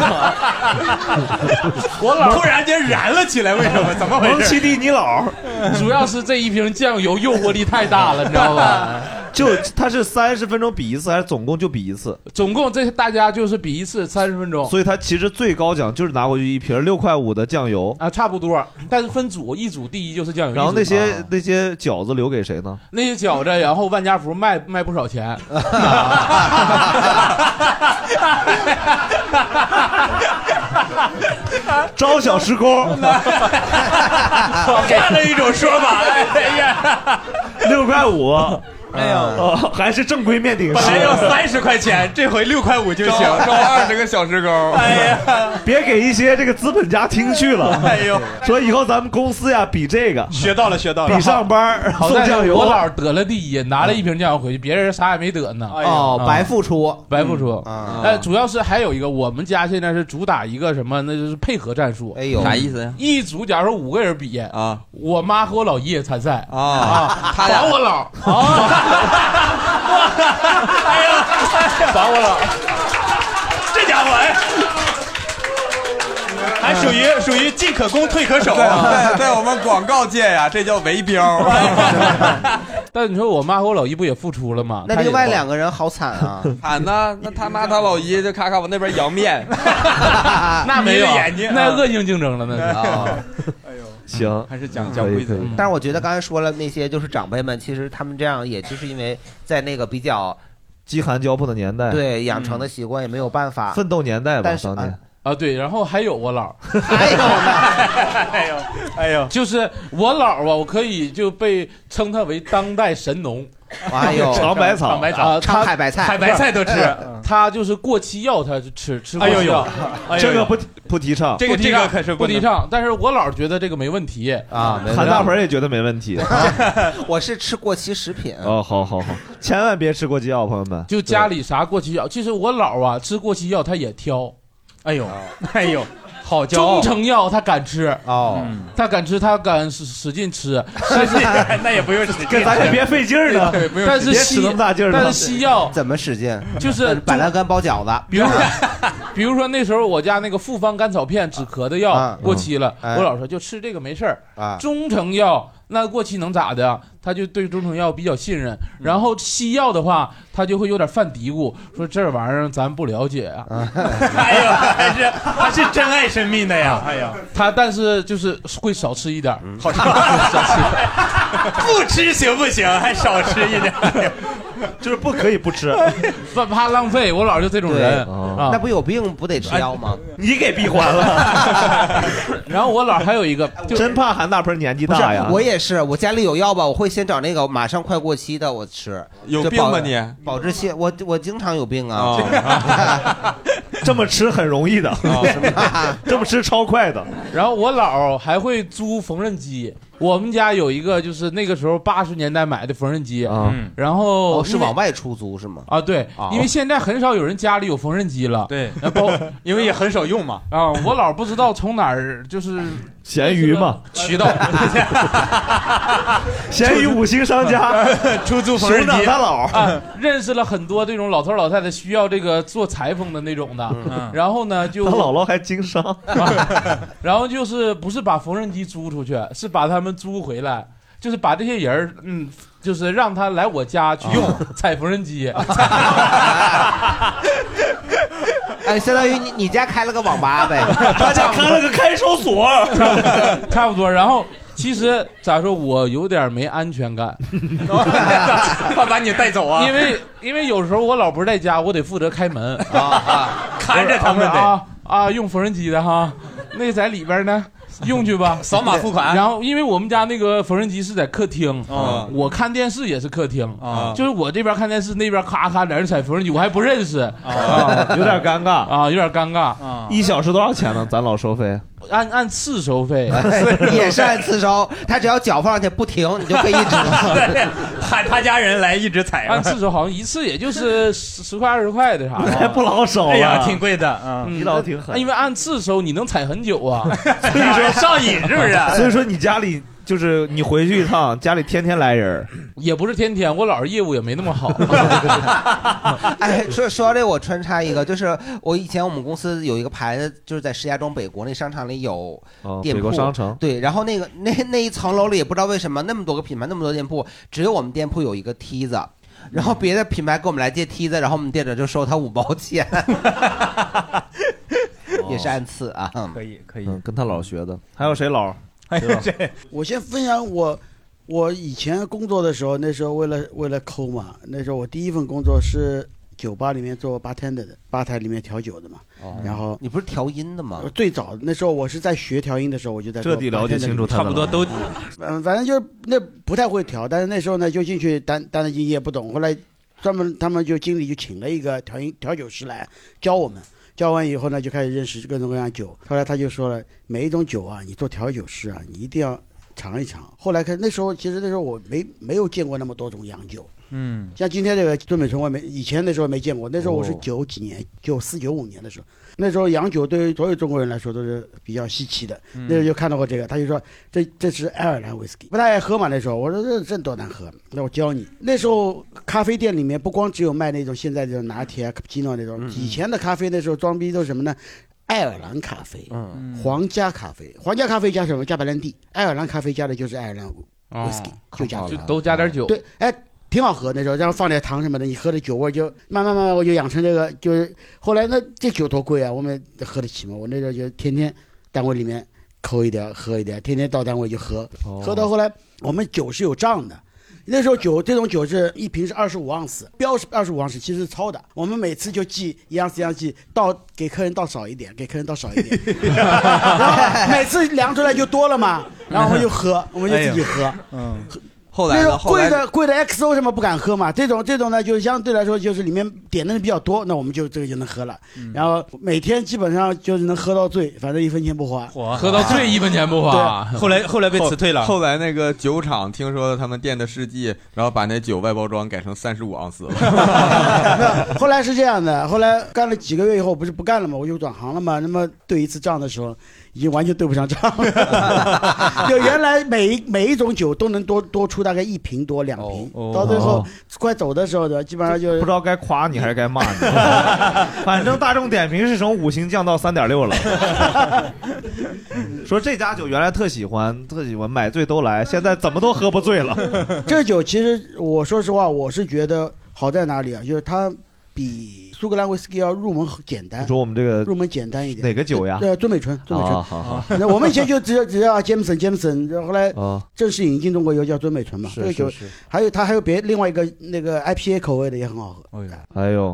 [SPEAKER 5] 我姥
[SPEAKER 3] 突然间燃了起来，为什么？怎么回事？
[SPEAKER 13] 蒙奇蒂尼姥，
[SPEAKER 5] 主要是这一瓶酱油诱惑力太大了，你知道吧？
[SPEAKER 13] 就他是三十分钟比一次，还是总共就比一次？
[SPEAKER 5] 总共这大家就是比一次三十分钟，
[SPEAKER 13] 所以他其实最高奖就是拿回去一瓶六块五的酱油
[SPEAKER 5] 啊，差不多。但是分组，一组第一就是酱油，
[SPEAKER 13] 然后那些、啊、那些饺子留给谁呢？
[SPEAKER 5] 那些饺子，然后万家福卖卖不少钱。
[SPEAKER 13] 招小时工，
[SPEAKER 3] 这样的一种说法，哎呀，
[SPEAKER 13] 六块五。
[SPEAKER 3] 哎呦、
[SPEAKER 13] 哦，还是正规面顶师，
[SPEAKER 3] 本来要三十块钱，这回六块五就行，
[SPEAKER 4] 招二十个小时工。
[SPEAKER 3] 哎呀，
[SPEAKER 13] 别给一些这个资本家听去了。
[SPEAKER 3] 哎呦，
[SPEAKER 13] 说以后咱们公司呀比这个，
[SPEAKER 3] 学到了，学到了，
[SPEAKER 13] 比上班送酱油。
[SPEAKER 5] 我姥得了第一，拿了一瓶酱油回去，别人啥也没得呢。
[SPEAKER 1] 哦，白付出，
[SPEAKER 5] 白付出。哎，主要是还有一个，我们家现在是主打一个什么，那就是配合战术。
[SPEAKER 1] 哎呦，
[SPEAKER 4] 啥意思呀？
[SPEAKER 5] 一组假如五个人比啊，我妈和我姥爷参赛
[SPEAKER 4] 啊啊，
[SPEAKER 5] 他俩我姥啊。
[SPEAKER 3] 哎呀，
[SPEAKER 5] 把我了，
[SPEAKER 3] 这家伙哎，还属于属于进可攻退可守啊！
[SPEAKER 4] 在在我们广告界呀，这叫围标。
[SPEAKER 5] 但你说我妈和我老姨不也付出了吗？
[SPEAKER 1] 那另外两个人好惨啊！
[SPEAKER 4] 惨呐，那他妈他老姨就咔咔往那边摇面，
[SPEAKER 5] 那没有
[SPEAKER 3] 眼睛，
[SPEAKER 5] 那恶性竞争了，那是啊。
[SPEAKER 13] 哎呦，行，
[SPEAKER 3] 还是讲讲规则。
[SPEAKER 1] 但是我觉得刚才说了那些，就是长辈们，其实他们这样，也就是因为在那个比较
[SPEAKER 13] 饥寒交迫的年代，
[SPEAKER 1] 对养成的习惯也没有办法。
[SPEAKER 13] 奋斗年代吧，
[SPEAKER 1] 但是
[SPEAKER 13] 当年。
[SPEAKER 5] 啊，对，然后还有我姥，
[SPEAKER 1] 还有呢，
[SPEAKER 3] 哎呦，哎呦，
[SPEAKER 5] 就是我姥啊，我可以就被称他为当代神农。
[SPEAKER 1] 哎呦，
[SPEAKER 13] 尝百草，
[SPEAKER 3] 尝百草，
[SPEAKER 1] 尝海白菜，
[SPEAKER 3] 海白菜都吃。
[SPEAKER 5] 他就是过期药，他就吃吃过期药。
[SPEAKER 13] 这个不不提倡，
[SPEAKER 3] 这个这个可是
[SPEAKER 5] 不提倡。但是我姥觉得这个没问题
[SPEAKER 1] 啊，
[SPEAKER 13] 韩大盆也觉得没问题。
[SPEAKER 1] 我是吃过期食品。
[SPEAKER 13] 哦，好好好，千万别吃过期药，朋友们。
[SPEAKER 5] 就家里啥过期药，其实我姥啊吃过期药他也挑。
[SPEAKER 3] 哎呦，哎呦。好骄傲，
[SPEAKER 5] 中成药他敢吃
[SPEAKER 1] 哦，
[SPEAKER 5] 嗯、他敢吃，他敢使使劲吃，
[SPEAKER 3] 但是那也不用使劲，
[SPEAKER 13] 咱也别费劲儿呢。
[SPEAKER 5] 但是西，
[SPEAKER 13] 那么大劲儿，
[SPEAKER 5] 但是西药
[SPEAKER 1] 怎么使劲？
[SPEAKER 5] 就是
[SPEAKER 1] 板蓝根包饺子，
[SPEAKER 5] 比如说，比如说那时候我家那个复方甘草片止咳的药过期了，
[SPEAKER 1] 嗯、
[SPEAKER 5] 我老说就吃这个没事儿
[SPEAKER 1] 啊。
[SPEAKER 5] 中成药那过期能咋的？他就对中成药比较信任。然后西药的话，他就会有点犯嘀咕，说这玩意儿咱不了解啊。
[SPEAKER 3] 哎呀，还是他是真爱生命的呀！哎呀，
[SPEAKER 5] 他但是就是会少吃一点，
[SPEAKER 3] 好少吃，不吃行不行？还少吃一点，
[SPEAKER 13] 就是不可以不吃，
[SPEAKER 5] 怕怕浪费。我姥就这种人
[SPEAKER 1] 啊，那不有病不得吃药吗？
[SPEAKER 13] 你给闭环了。
[SPEAKER 5] 然后我姥还有一个，
[SPEAKER 13] 真怕韩大鹏年纪大呀。
[SPEAKER 1] 我也是，我家里有药吧，我会先找那个马上快过期的我吃。
[SPEAKER 4] 有病吗你？
[SPEAKER 1] 保质期，我我经常有病啊。
[SPEAKER 13] 哦、这么吃很容易的，哦、这么吃超快的。
[SPEAKER 5] 然后我姥还会租缝纫机。我们家有一个，就是那个时候八十年代买的缝纫机，嗯，然后、
[SPEAKER 1] 哦、是往外出租是吗？
[SPEAKER 5] 啊，对，哦、因为现在很少有人家里有缝纫机了，
[SPEAKER 3] 对，包因为也很少用嘛。
[SPEAKER 5] 啊，我姥不知道从哪儿就是
[SPEAKER 13] 闲鱼嘛
[SPEAKER 5] 渠道，
[SPEAKER 13] 闲鱼五星商家
[SPEAKER 3] 出租缝纫机，
[SPEAKER 13] 他姥
[SPEAKER 5] 啊，认识了很多这种老头老太太需要这个做裁缝的那种的，嗯、然后呢就
[SPEAKER 13] 他姥姥还经商，
[SPEAKER 5] 啊，然后就是不是把缝纫机租出去，是把他们租回来，就是把这些人嗯，就是让他来我家去用踩缝纫机。
[SPEAKER 1] 哎，相当于你你家开了个网吧呗，
[SPEAKER 13] 他家开了个看守所，
[SPEAKER 5] 差不多。然后其实咋说，我有点没安全感，
[SPEAKER 3] 怕把你带走啊。
[SPEAKER 5] 因为因为有时候我老不在家，我得负责开门啊啊，
[SPEAKER 3] 看着他们得
[SPEAKER 5] 啊啊，用缝纫机的哈，那在里边呢。用去吧，
[SPEAKER 3] 扫码付款。
[SPEAKER 5] 然后，因为我们家那个缝纫机是在客厅，啊、我看电视也是客厅，啊、就是我这边看电视，那边咔咔在那踩缝纫机，我还不认识，
[SPEAKER 13] 啊、有点尴尬
[SPEAKER 5] 啊，有点尴尬。
[SPEAKER 13] 啊、一小时多少钱呢？咱老收费？
[SPEAKER 5] 按按次收费，
[SPEAKER 1] 也是按次收，他只要脚放上去不停，你就可以一直
[SPEAKER 3] 喊他家人来一直踩。
[SPEAKER 5] 按次收好像一次也就是十十块二十块的啥的，
[SPEAKER 13] 还不老少啊，
[SPEAKER 3] 哎呀，挺贵的，
[SPEAKER 5] 嗯，
[SPEAKER 13] 你老挺狠。
[SPEAKER 5] 因为按次收，你能踩很久啊，
[SPEAKER 13] 所以说
[SPEAKER 3] 上瘾是不是？
[SPEAKER 13] 所以说你家里就是你回去一趟，家里天天来人，
[SPEAKER 5] 也不是天天，我姥爷业务也没那么好。
[SPEAKER 1] 哎，说说到这，我穿插一个，就是我以前我们公司有一个牌子，就是在石家庄北国那商场里有店铺，
[SPEAKER 13] 哦、北国商城
[SPEAKER 1] 对，然后那个那那一层楼里也不知道为什么那么多个品牌，那么多店铺，只有我们店铺有一个梯子。然后别的品牌给我们来借梯子，然后我们店长就收他五毛钱，也是按次啊。
[SPEAKER 3] 可以可以、
[SPEAKER 13] 嗯，跟他姥学的。还有谁姥？
[SPEAKER 17] 我先分享我我以前工作的时候，那时候为了为了抠嘛，那时候我第一份工作是酒吧里面做 bartender 的，吧台里面调酒的嘛。哦、然后
[SPEAKER 1] 你不是调音的吗？
[SPEAKER 17] 最早那时候我是在学调音的时候，我就在
[SPEAKER 13] 这地了解清楚，
[SPEAKER 3] 差不多都，
[SPEAKER 17] 嗯，反正就那不太会调，但是那时候呢就进去单单的经也不懂，后来专门他们就经理就请了一个调音调酒师来教我们。教完以后呢，就开始认识各种各样的酒。后来他就说了，每一种酒啊，你做调酒师啊，你一定要尝一尝。后来看那时候，其实那时候我没没有见过那么多种洋酒。嗯，像今天这个敦美醇我没，以前那时候没见过。那时候我是九几年，九四九五年的时候，那时候洋酒对于所有中国人来说都是比较稀奇的。嗯、那时候就看到过这个，他就说这这是爱尔兰威士忌，不太爱喝嘛。那时候我说这这多难喝，那我教你。那时候咖啡店里面不光只有卖那种现在这种拿铁啊、卡布奇诺那种，嗯、以前的咖啡那时候装逼都是什么呢？爱尔兰咖啡，嗯，皇家咖啡，皇家咖啡加什么？加白兰地。爱尔兰咖啡加的就是爱尔兰威士忌，哦、就加
[SPEAKER 5] 就都加点酒。
[SPEAKER 17] 对，哎。挺好喝那时候，然后放点糖什么的，你喝的酒味就慢慢慢慢我就养成这个，就是后来那这酒多贵啊，我们喝得起吗？我那时候就天天单位里面抠一点喝一点，天天到单位就喝，哦、喝到后来我们酒是有账的。那时候酒这种酒是一瓶是二十五盎司，标是二十五盎司，其实是超的。我们每次就记一盎司一盎司记，倒给客人倒少一点，给客人倒少一点，然后每次量出来就多了嘛，然后我们就喝，我们就自己喝，哎、嗯。
[SPEAKER 4] 后来
[SPEAKER 17] 那种贵的贵的 X O 什么不敢喝嘛，这种这种呢，就相对来说就是里面点的比较多，那我们就这个就能喝了。嗯、然后每天基本上就是能喝到醉，反正一分钱不花。
[SPEAKER 5] 喝到醉一分钱不花。
[SPEAKER 3] 后来后来被辞退了。
[SPEAKER 4] 后, 后来那个酒厂听说他们店的事迹，然后把那酒外包装改成三十五盎司
[SPEAKER 17] 了。后来是这样的，后来干了几个月以后，不是不干了嘛，我就转行了嘛。那么对一次账的时候， 已经完全对不上账了。就原来每一每一种酒都能多多出大概一瓶多两瓶，
[SPEAKER 13] 哦、
[SPEAKER 17] 到最后快走的时候的，基本上就
[SPEAKER 13] 不知道该夸你还是该骂你。反正大众点评是从五星降到三点六了。说这家酒原来特喜欢，特喜欢买醉都来，现在怎么都喝不醉了。
[SPEAKER 17] 这酒其实我说实话，我是觉得好在哪里啊？就是它比苏格兰威士忌要入门简单。
[SPEAKER 13] 你说我们这个
[SPEAKER 17] 入门简单一点。
[SPEAKER 13] 哪个酒呀？
[SPEAKER 17] 对，尊美醇，尊美醇。
[SPEAKER 13] 哦、好好。
[SPEAKER 17] 那我们以前就只要只要 Jameson Jameson， 后来正式引进中国以后叫尊美醇嘛。
[SPEAKER 13] 是
[SPEAKER 17] 这个酒还有它还有别另外一个那个 I P A 口味的也很好喝。
[SPEAKER 13] 哎呦。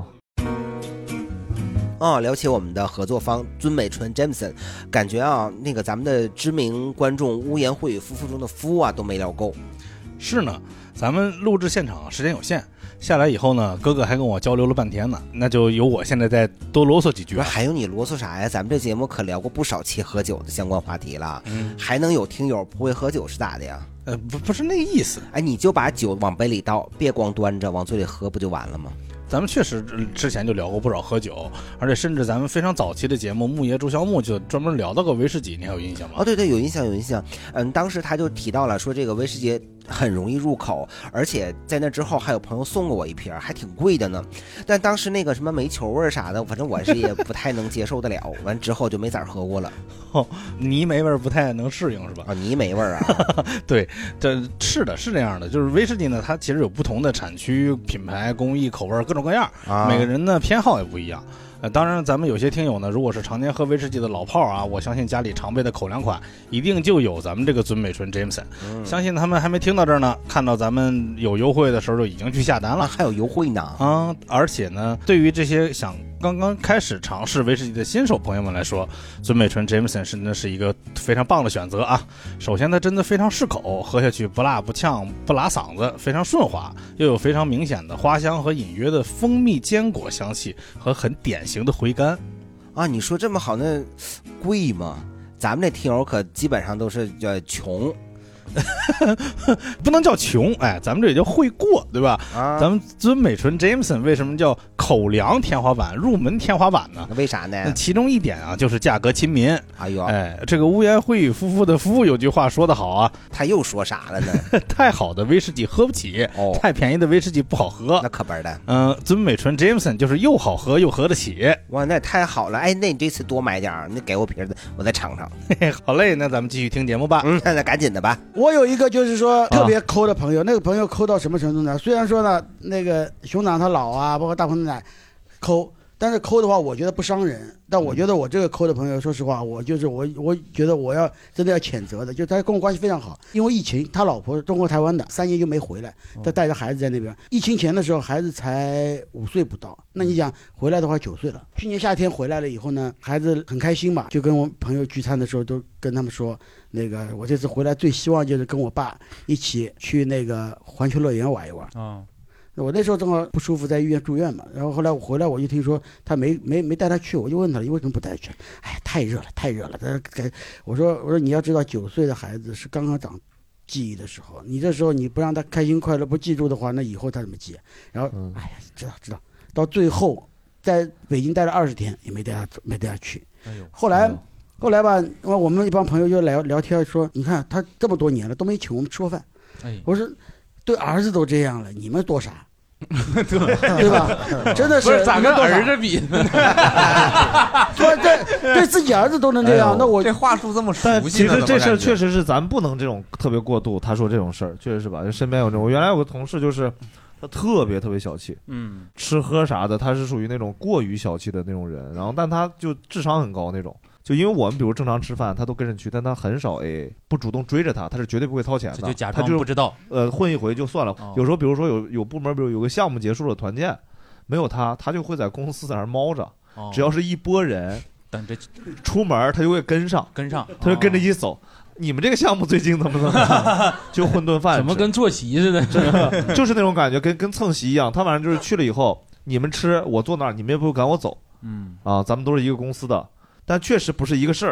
[SPEAKER 1] 哦，聊起我们的合作方尊美醇 Jameson， 感觉啊，那个咱们的知名观众污言秽语夫妇中的夫啊都没聊够。
[SPEAKER 2] 是呢，咱们录制现场时间有限，下来以后呢，哥哥还跟我交流了半天呢，那就由我现在再多啰嗦几句。
[SPEAKER 1] 还有你啰嗦啥呀？咱们这节目可聊过不少期喝酒的相关话题了，嗯、还能有听友不会喝酒是咋的呀？
[SPEAKER 2] 呃，不不是那意思。
[SPEAKER 1] 哎，你就把酒往杯里倒，别光端着往嘴里喝，不就完了吗？
[SPEAKER 2] 咱们确实之前就聊过不少喝酒，而且甚至咱们非常早期的节目《木爷朱萧木》就专门聊到过威士忌，你还有印象吗？
[SPEAKER 1] 哦，对对，有印象有印象。嗯，当时他就提到了说这个威士忌很容易入口，而且在那之后还有朋友送过我一瓶，还挺贵的呢。但当时那个什么煤球味啥的，反正我是也不太能接受得了。完之后就没咋喝过了。
[SPEAKER 2] 哦，泥煤味不太能适应是吧？
[SPEAKER 1] 啊、哦，泥煤味啊。
[SPEAKER 2] 对，这是的，是这样的。就是威士忌呢，它其实有不同的产区、品牌、工艺、口味，各种各样，啊、每个人的偏好也不一样。呃，当然，咱们有些听友呢，如果是常年喝威士忌的老炮啊，我相信家里常备的口粮款一定就有咱们这个尊美醇 Jameson。嗯、相信他们还没听到这儿呢，看到咱们有优惠的时候就已经去下单了，
[SPEAKER 1] 啊、还有优惠呢
[SPEAKER 2] 啊！而且呢，对于这些想刚刚开始尝试威士忌的新手朋友们来说，尊美醇 Jameson 真的是一个非常棒的选择啊！首先，它真的非常适口，喝下去不辣不呛不拉嗓子，非常顺滑，又有非常明显的花香和隐约的蜂蜜坚果香气和很典型的回甘
[SPEAKER 1] 啊！你说这么好，那贵吗？咱们这听友可基本上都是叫穷。
[SPEAKER 2] 不能叫穷，哎，咱们这也叫会过，对吧？啊，咱们尊美醇 Jameson 为什么叫口粮天花板、入门天花板呢？
[SPEAKER 1] 为啥呢？
[SPEAKER 2] 那其中一点啊，就是价格亲民。
[SPEAKER 1] 哎呦，
[SPEAKER 2] 哎，这个污言秽语夫妇的夫有句话说得好啊，
[SPEAKER 1] 他又说啥了呢？
[SPEAKER 2] 太好的威士忌喝不起，哦，太便宜的威士忌不好喝。
[SPEAKER 1] 那可不是的。
[SPEAKER 2] 嗯、呃，尊美醇 Jameson 就是又好喝又喝得起。
[SPEAKER 1] 哇，那也太好了！哎，那你这次多买点儿，那给我瓶子，我再尝尝。
[SPEAKER 2] 嘿嘿，好嘞，那咱们继续听节目吧。
[SPEAKER 1] 嗯，那赶紧的吧。
[SPEAKER 17] 我有一个就是说特别抠的朋友，啊、那个朋友抠到什么程度呢？虽然说呢，那个熊掌他老啊，包括大鹏奶抠，但是抠的话，我觉得不伤人。但我觉得我这个抠的朋友，说实话，我就是我，我觉得我要真的要谴责的，就他跟我关系非常好。因为疫情，他老婆中国台湾的，三年就没回来，他带着孩子在那边。疫情前的时候，孩子才五岁不到，那你想回来的话九岁了。去年夏天回来了以后呢，孩子很开心嘛，就跟我朋友聚餐的时候都跟他们说，那个我这次回来最希望就是跟我爸一起去那个环球乐园玩一玩。啊。我那时候正好不舒服，在医院住院嘛，然后后来我回来，我就听说他没没没带他去，我就问他了，你为什么不带他去？哎，太热了，太热了。他给我说，我说你要知道，九岁的孩子是刚刚长记忆的时候，你这时候你不让他开心快乐，不记住的话，那以后他怎么记？然后，哎呀，知道知道，到最后在北京待了二十天，也没带他没带他去。后来。后来吧，我们一帮朋友就聊聊天说，你看他这么多年了都没请我们吃过饭。哎、我说，对儿子都这样了，你们多傻，对吧？真的是，
[SPEAKER 5] 不是咋跟儿子比呢？
[SPEAKER 17] 说对对自己儿子都能这样，哎、那我
[SPEAKER 4] 这话术这么熟悉呢？
[SPEAKER 13] 但其实这事儿确实是咱不能这种特别过度。他说这种事儿确实是吧？身边有这种，我原来有个同事就是。他特别特别小气，嗯，吃喝啥的，他是属于那种过于小气的那种人。然后，但他就智商很高那种。就因为我们比如正常吃饭，他都跟着去，但他很少 A A， 不主动追着他，他是绝对不会掏钱的。
[SPEAKER 3] 就假装不知道，
[SPEAKER 13] 呃，混一回就算了。哦、有时候，比如说有有部门，比如有个项目结束了团建，没有他，他就会在公司在那儿猫着。哦、只要是一拨人
[SPEAKER 3] 等着
[SPEAKER 13] 出门，他就会跟上，
[SPEAKER 3] 跟上，
[SPEAKER 13] 他就跟着一走。哦你们这个项目最近怎么怎么就混顿饭，
[SPEAKER 5] 怎么跟坐席似的，
[SPEAKER 13] 就是那种感觉，跟跟蹭席一样。他反正就是去了以后，你们吃，我坐那儿，你们也不赶我走，嗯啊，咱们都是一个公司的，但确实不是一个事儿，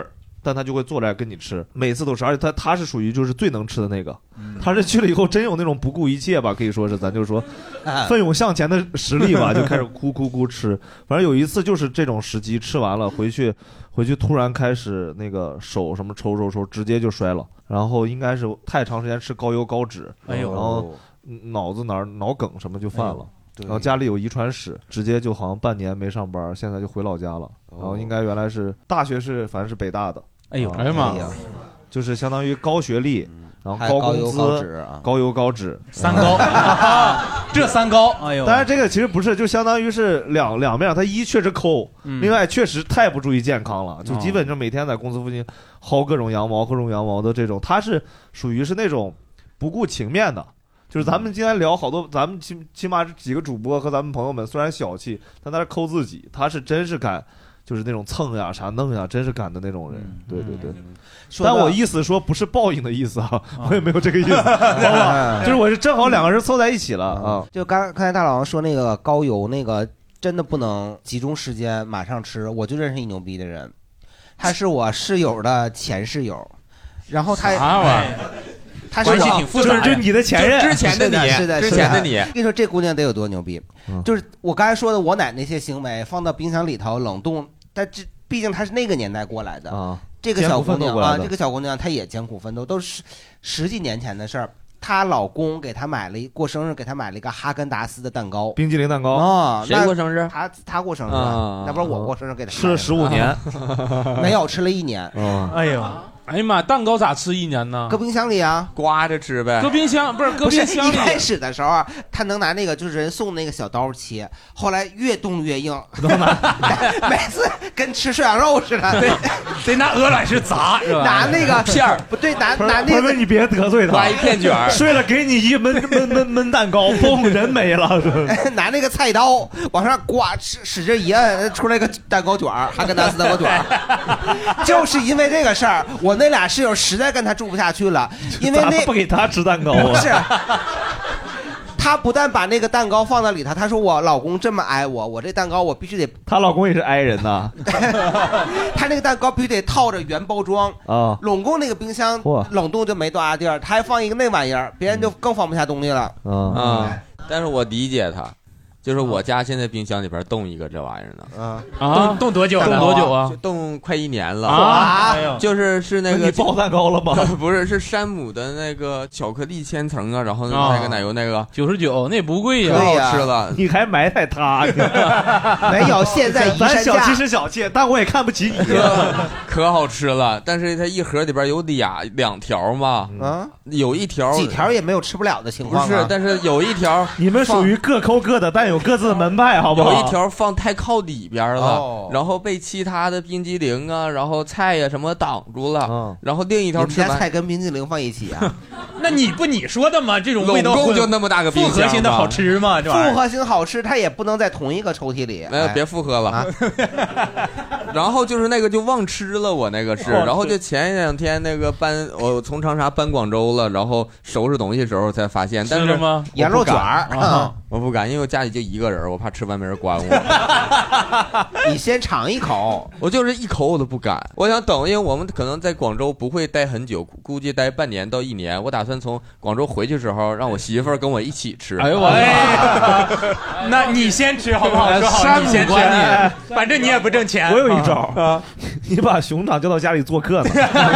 [SPEAKER 13] 但他就会坐来跟你吃，每次都是，而且他他是属于就是最能吃的那个，他是去了以后真有那种不顾一切吧，可以说是咱就说奋勇向前的实力吧，就开始哭哭哭吃。反正有一次就是这种时机，吃完了回去回去突然开始那个手什么抽抽抽，直接就摔了，然后应该是太长时间吃高油高脂，
[SPEAKER 3] 哎呦，
[SPEAKER 13] 然后脑子哪儿脑梗什么就犯了。哎然后家里有遗传史，直接就好像半年没上班，现在就回老家了。然后应该原来是大学是反正是北大的，
[SPEAKER 3] 哎呦，
[SPEAKER 13] 哎呀妈呀，就是相当于高学历，然后高工资、
[SPEAKER 1] 高脂啊，
[SPEAKER 13] 高油高脂，
[SPEAKER 3] 三高，这三高，哎呦！
[SPEAKER 13] 当然这个其实不是，就相当于是两两面，他一确实抠，另外确实太不注意健康了，就基本就每天在公司附近薅各种羊毛、各种羊毛的这种，他是属于是那种不顾情面的。就是咱们今天聊好多，咱们起起码几个主播和咱们朋友们虽然小气，但他是抠自己，他是真是敢，就是那种蹭呀啥弄呀，真是敢的那种人。嗯、对对对。但我意思说不是报应的意思啊，我也没有这个意思，好吧？就是我是正好两个人凑在一起了啊。
[SPEAKER 1] 就刚刚才大老王说那个高油那个，真的不能集中时间马上吃。我就认识一牛逼的人，他是我室友的前室友，然后他。啥玩意儿？他是
[SPEAKER 13] 关系挺复杂，就是你的前任，
[SPEAKER 1] 之前的你，是的，
[SPEAKER 4] 之前的你。
[SPEAKER 1] 跟你说，这姑娘得有多牛逼？就是我刚才说的，我奶那些行为放到冰箱里头冷冻，但这毕竟她是那个年代过来的啊。这个小姑娘啊，这个小姑娘她也艰苦奋斗，都是十几年前的事儿。她老公给她买了一过生日，给她买了一个哈根达斯的蛋糕，
[SPEAKER 13] 冰激凌蛋糕
[SPEAKER 1] 啊。
[SPEAKER 4] 谁过生日？
[SPEAKER 1] 她她过生日，那不是我过生日给她
[SPEAKER 13] 吃了十五年，
[SPEAKER 1] 没有吃了一年。
[SPEAKER 3] 哎呦。
[SPEAKER 5] 哎呀妈，蛋糕咋吃一年呢？
[SPEAKER 1] 搁冰箱里啊，
[SPEAKER 4] 刮着吃呗。
[SPEAKER 5] 搁冰箱不是搁冰箱里。
[SPEAKER 1] 一开始的时候，他能拿那个就是人送那个小刀切，后来越冻越硬，每次跟吃涮羊肉似的，
[SPEAKER 3] 得得拿鹅卵石砸是吧？
[SPEAKER 1] 拿那个
[SPEAKER 4] 片儿
[SPEAKER 1] 不对，拿拿那个
[SPEAKER 13] 你别得罪他，
[SPEAKER 4] 刮一片卷，
[SPEAKER 13] 睡了给你一焖焖焖焖蛋糕，嘣人没了。
[SPEAKER 1] 拿那个菜刀往上刮，使使劲一摁，出来个蛋糕卷儿，哈根达斯蛋糕卷儿。就是因为这个事儿，我。我那俩室友实在跟他住不下去了，因为那
[SPEAKER 13] 不给他吃蛋糕啊。
[SPEAKER 1] 是，他不但把那个蛋糕放在里头，他说我老公这么爱我，我这蛋糕我必须得。
[SPEAKER 13] 她老公也是爱人呐。
[SPEAKER 1] 他那个蛋糕必须得套着原包装啊，拢共那个冰箱冷冻就没多大地儿，他还放一个那玩意儿，别人就更放不下东西了。
[SPEAKER 4] 啊、嗯，但是我理解他。就是我家现在冰箱里边冻一个这玩意儿呢，
[SPEAKER 3] 啊，冻冻多久？冻
[SPEAKER 5] 多久啊？
[SPEAKER 4] 就冻快一年了
[SPEAKER 3] 啊！
[SPEAKER 4] 就是是那个
[SPEAKER 13] 你爆蛋糕了吗？
[SPEAKER 4] 不是，是山姆的那个巧克力千层啊，然后那个奶油那个
[SPEAKER 5] 九十九，那不贵呀，
[SPEAKER 4] 可好吃了。
[SPEAKER 13] 你还埋汰他？
[SPEAKER 1] 没有，现在
[SPEAKER 13] 咱小气是小气，但我也看不起你。
[SPEAKER 4] 可好吃了，但是它一盒里边有俩两条嘛，啊，有一条
[SPEAKER 1] 几条也没有吃不了的情况。
[SPEAKER 4] 不是，但是有一条，
[SPEAKER 13] 你们属于各抠各的，但有各自的门派，好不好？
[SPEAKER 4] 有一条放太靠里边了，哦、然后被其他的冰激凌啊，然后菜呀、啊、什么挡住了，嗯、然后另一条吃完。
[SPEAKER 1] 你家菜跟冰激凌放一起啊？
[SPEAKER 3] 那你不你说的吗？这种味道
[SPEAKER 4] 总共就那么大个冰箱，
[SPEAKER 3] 复合型的好吃吗？这
[SPEAKER 1] 复合型好吃，它也不能在同一个抽屉里。
[SPEAKER 4] 没有，别复合了。啊、然后就是那个就忘吃了，我那个是，然后就前两天那个搬，我从长沙搬广州了，然后收拾东西的时候才发现，但是
[SPEAKER 5] 吗？
[SPEAKER 1] 羊肉卷儿、
[SPEAKER 4] 啊，我不敢，因为我家里就一个人，我怕吃完没人管我。
[SPEAKER 1] 你先尝一口，
[SPEAKER 4] 我就是一口我都不敢。我想等，因为我们可能在广州不会待很久，估计待半年到一年。我打算从广州回去时候，让我媳妇儿跟我一起吃。
[SPEAKER 3] 哎呦我哎，那你先吃好不好？说好你先吃，你反正你也不挣钱。
[SPEAKER 13] 我有一招啊，你把熊掌叫到家里做客呢。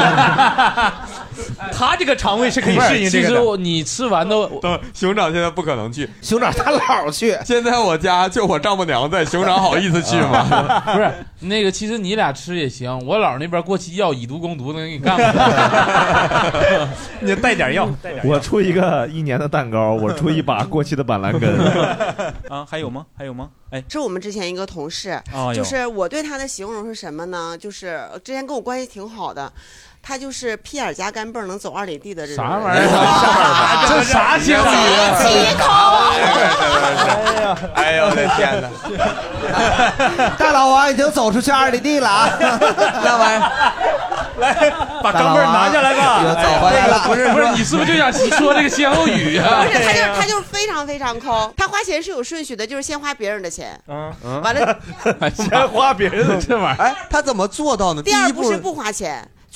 [SPEAKER 3] 他这个肠胃是可以适应这个的。
[SPEAKER 4] 其实你吃完都，熊掌现在不可能去，
[SPEAKER 1] 熊掌他姥去。
[SPEAKER 4] 现在我家就我丈母娘在，熊掌好意思去吗？
[SPEAKER 5] 不是那个，其实你俩吃也行。我姥那边过期药以毒攻毒，能给你干了。
[SPEAKER 3] 你带点药，带点药。
[SPEAKER 13] 我出一个一年的蛋糕，我出一把过期的板蓝根。
[SPEAKER 3] 啊，还有吗？还有吗？哎，
[SPEAKER 14] 是我们之前一个同事，
[SPEAKER 3] 哦、
[SPEAKER 14] 就是我对他的形容是什么呢？就是之前跟我关系挺好的。他就是屁眼加干蹦能走二里地的这种
[SPEAKER 5] 啥玩意儿？这啥经
[SPEAKER 14] 理？几口？
[SPEAKER 4] 哎呀，哎呦我的天哪！
[SPEAKER 1] 大老王已经走出去二里地了啊！
[SPEAKER 4] 那玩意儿，
[SPEAKER 3] 来把钢镚拿下来吧！
[SPEAKER 1] 又走回来了。
[SPEAKER 5] 不是不是，你是不是就想说这个歇后语啊？
[SPEAKER 14] 不是，他就是他就是非常非常抠。他花钱是有顺序的，就是先花别人的钱，嗯，完了
[SPEAKER 13] 先花别人的
[SPEAKER 3] 这玩意儿。
[SPEAKER 4] 哎，他怎么做到呢？
[SPEAKER 14] 第二步是不花钱。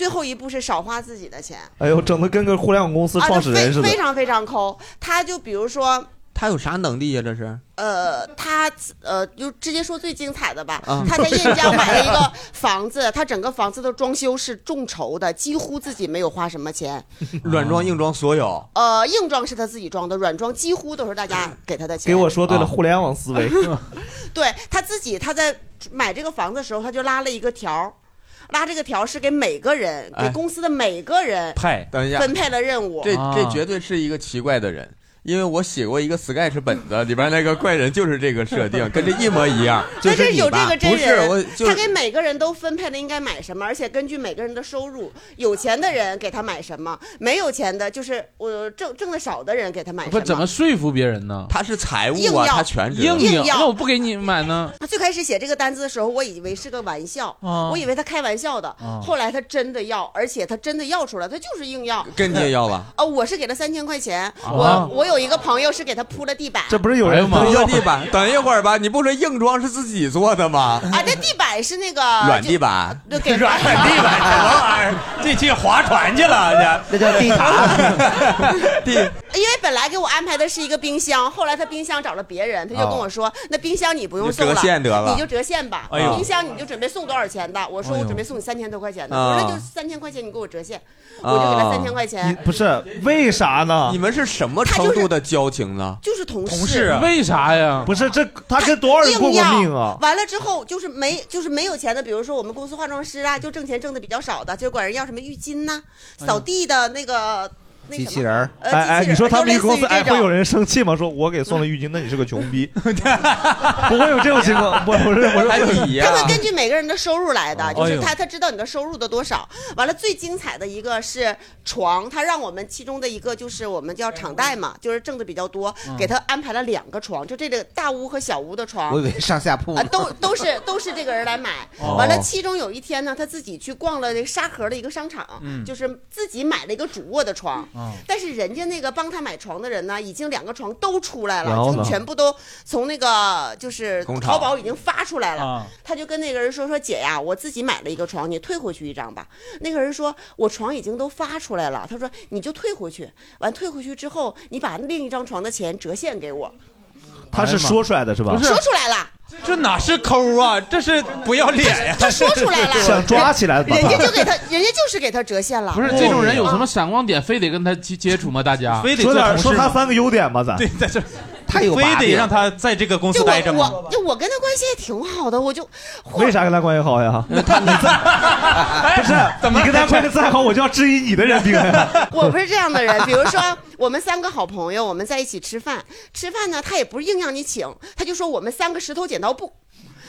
[SPEAKER 14] 最后一步是少花自己的钱。
[SPEAKER 13] 哎呦，整的跟个互联网公司创始人似的，
[SPEAKER 14] 啊、非, 非常非常抠。他就比如说，
[SPEAKER 4] 他有啥能力呀、啊？这是？
[SPEAKER 14] 呃，他呃，就直接说最精彩的吧。啊、他在燕郊买了一个房子，他整个房子的装修是众筹的，几乎自己没有花什么钱，
[SPEAKER 4] 软装硬装所有。
[SPEAKER 14] 呃，硬装是他自己装的，软装几乎都是大家给他的钱。
[SPEAKER 13] 给我说对了，啊、互联网思维。
[SPEAKER 14] 对他自己，他在买这个房子的时候，他就拉了一个条。拉这个条是给每个人，给公司的每个人
[SPEAKER 4] 派，等一下
[SPEAKER 14] 分配了任务。
[SPEAKER 4] 这这绝对是一个奇怪的人，因为我写过一个 Sketch 本子，里边那个怪人就是这个设定，跟这一模一样。
[SPEAKER 14] 但是有这个真人，
[SPEAKER 4] 不是我，
[SPEAKER 14] 他给每个人都分配了应该买什么，而且根据每个人的收入，有钱的人给他买什么，没有钱的，就是我挣挣的少的人给他买什么。
[SPEAKER 5] 不怎么说服别人呢？
[SPEAKER 4] 他是财务啊，他全
[SPEAKER 5] 硬硬要，那我不给你买呢？
[SPEAKER 14] 他最开始写这个单子的时候，我以为是个玩笑，
[SPEAKER 5] 啊、
[SPEAKER 14] 我以为他开玩笑的，啊、后来他真的要，而且他真的要出来，他就是硬要。
[SPEAKER 4] 跟你也要吧？
[SPEAKER 14] 哦，我是给了三千块钱，
[SPEAKER 4] 啊、
[SPEAKER 14] 我我有一个朋友是给他铺了地板。
[SPEAKER 13] 这不是有人
[SPEAKER 4] 铺了地板？等一会儿吧，你不说硬装是自己做的吗？
[SPEAKER 14] 啊，这地板是那个
[SPEAKER 4] 软地板，
[SPEAKER 14] 给
[SPEAKER 3] 软地板什么玩意儿？这去划船去了，
[SPEAKER 1] 这叫地塔。
[SPEAKER 4] 地，
[SPEAKER 14] 因为本来给我安排的是一个冰箱，后来他冰箱找了别人，他就跟我说，哦、那冰箱你不用送了，
[SPEAKER 4] 折现得了，
[SPEAKER 14] 你就折现吧。
[SPEAKER 4] 哎、
[SPEAKER 14] 冰箱你就准备送多少钱的？我说我准备送你三千多块钱的，
[SPEAKER 4] 哎、
[SPEAKER 14] 我说就三千块钱你给我折现，哦、我就给他三千块钱。
[SPEAKER 13] 不是为啥呢？
[SPEAKER 4] 你们是什么程度的交情呢？
[SPEAKER 14] 就是同事。
[SPEAKER 13] 同事
[SPEAKER 5] 为啥呀？
[SPEAKER 13] 不是这他跟多少人过过命啊？
[SPEAKER 14] 完了之后就是没就是没有钱的，比如说我们公司化妆师啊，就挣钱挣的比较少的，就管人要什么浴巾呐、啊、扫地的那个。
[SPEAKER 1] 机器人儿，
[SPEAKER 14] 呃、
[SPEAKER 13] 哎哎，你说他们公司哎会有人生气吗？说我给送了浴巾，那你是个穷逼，不会有这种情况，不不是不是，
[SPEAKER 14] 他会根据每个人的收入来的，就是他他知道你的收入的多少。完了，最精彩的一个是床，他让我们其中的一个就是我们叫场带嘛，就是挣的比较多，给他安排了两个床，就这个大屋和小屋的床，
[SPEAKER 1] 我以为上下铺
[SPEAKER 14] 啊，都都是都是这个人来买。完了，其中有一天呢，他自己去逛了那个沙河的一个商场，就是自己买了一个主卧的床。但是人家那个帮他买床的人呢，已经两个床都出来了，就全部都从那个就是淘宝已经发出来了。他就跟那个人说说姐呀，我自己买了一个床，你退回去一张吧。那个人说我床已经都发出来了，他说你就退回去，完退回去之后你把另一张床的钱折现给我。
[SPEAKER 13] 他是说出来的是吧？
[SPEAKER 14] 说出来了。
[SPEAKER 3] 这哪是抠啊，这是不要脸呀！
[SPEAKER 14] 他说出来了，
[SPEAKER 13] 想抓起来，
[SPEAKER 14] 人家就给他，人家就是给他折现了。
[SPEAKER 5] 不是这种人有什么闪光点，非得跟他接接触吗？大家
[SPEAKER 3] 非得
[SPEAKER 13] 说点说他三个优点吧，咱
[SPEAKER 3] 对，在这
[SPEAKER 1] 他有
[SPEAKER 3] 非得让他在这个公司待着吗？
[SPEAKER 14] 我就我跟他关系也挺好的，我就
[SPEAKER 13] 为啥跟他关系好呀？
[SPEAKER 3] 他你
[SPEAKER 13] 不是怎么你跟他关系再好，我就要质疑你的人品呀？
[SPEAKER 14] 我不是这样的人，比如说我们三个好朋友，我们在一起吃饭，吃饭呢，他也不是硬让你请，他就说我们三个石头剪刀布。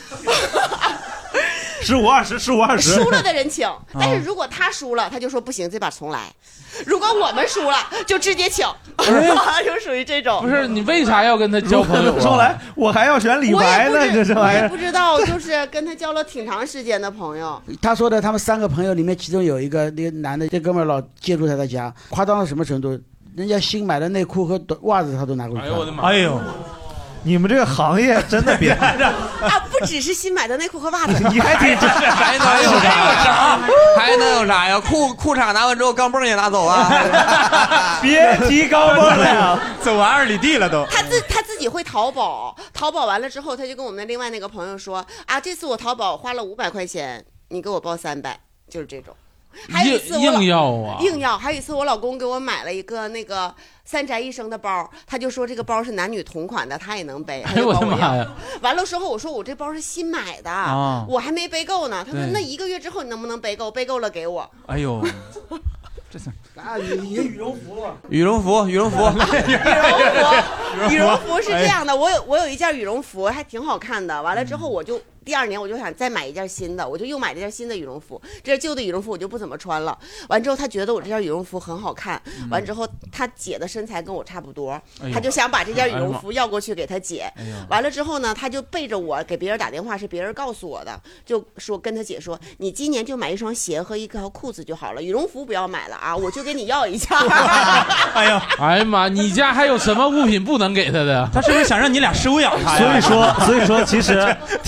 [SPEAKER 13] 十五二十，十五二十，
[SPEAKER 14] 输了的人请，但是如果他输了，他就说不行，这把重来。如果我们输了，就直接请，就属于这种。
[SPEAKER 5] 不是你为啥要跟他交朋友？
[SPEAKER 13] 重来，我还要选李白呢，这这玩意儿。
[SPEAKER 14] 我也不知道，就是跟他交了挺长时间的朋友。
[SPEAKER 17] 他说的，他们三个朋友里面，其中有一个那个男的，这哥们儿老接触他的家，夸张到什么程度？人家新买的内裤和袜子他都拿过去。
[SPEAKER 3] 哎呦我的妈！
[SPEAKER 13] 哎呦。你们这个行业真的别
[SPEAKER 14] 啊！不只是新买的内裤和袜子，
[SPEAKER 13] 你还挺
[SPEAKER 4] 还能有啥？还能有啥呀？裤裤衩拿完之后，钢镚也拿走啊！
[SPEAKER 13] 别提钢镚了呀，
[SPEAKER 3] 走完二里地了都。
[SPEAKER 14] 他自他自己会淘宝，淘宝完了之后，他就跟我们的另外那个朋友说啊，这次我淘宝花了五百块钱，你给我报三百，就是这种。还有一次我
[SPEAKER 5] 硬要啊，
[SPEAKER 14] 硬要。还有一次我老公给我买了一个那个三宅一生的包，他就说这个包是男女同款的，他也能背。
[SPEAKER 5] 哎呦我的妈呀！
[SPEAKER 14] 完了之后我说我这包是新买的，啊、我还没背够呢。他说那一个月之后你能不能背够？背够了给我。
[SPEAKER 3] 哎呦。
[SPEAKER 17] 这是啊，你你的羽绒服，
[SPEAKER 4] 羽绒服，羽绒服，
[SPEAKER 14] 羽绒服，羽绒服是这样的。我有我有一件羽绒服，还挺好看的。完了之后，我就第二年我就想再买一件新的，我就又买了一件新的羽绒服。这件旧的羽绒服我就不怎么穿了。完之后，他觉得我这件羽绒服很好看。完之后，他姐的身材跟我差不多，他就想把这件羽绒服要过去给他姐。完了之后呢，他就背着我给别人打电话，是别人告诉我的，就说跟他姐说，你今年就买一双鞋和一条裤子就好了，羽绒服不要买了啊，我就给你要一件。
[SPEAKER 5] 哎呀，哎呀妈，你家还有什么物品不能给他的？
[SPEAKER 3] 他是不是想让你俩收养他呀？
[SPEAKER 13] 所以说，所以说，其实听起来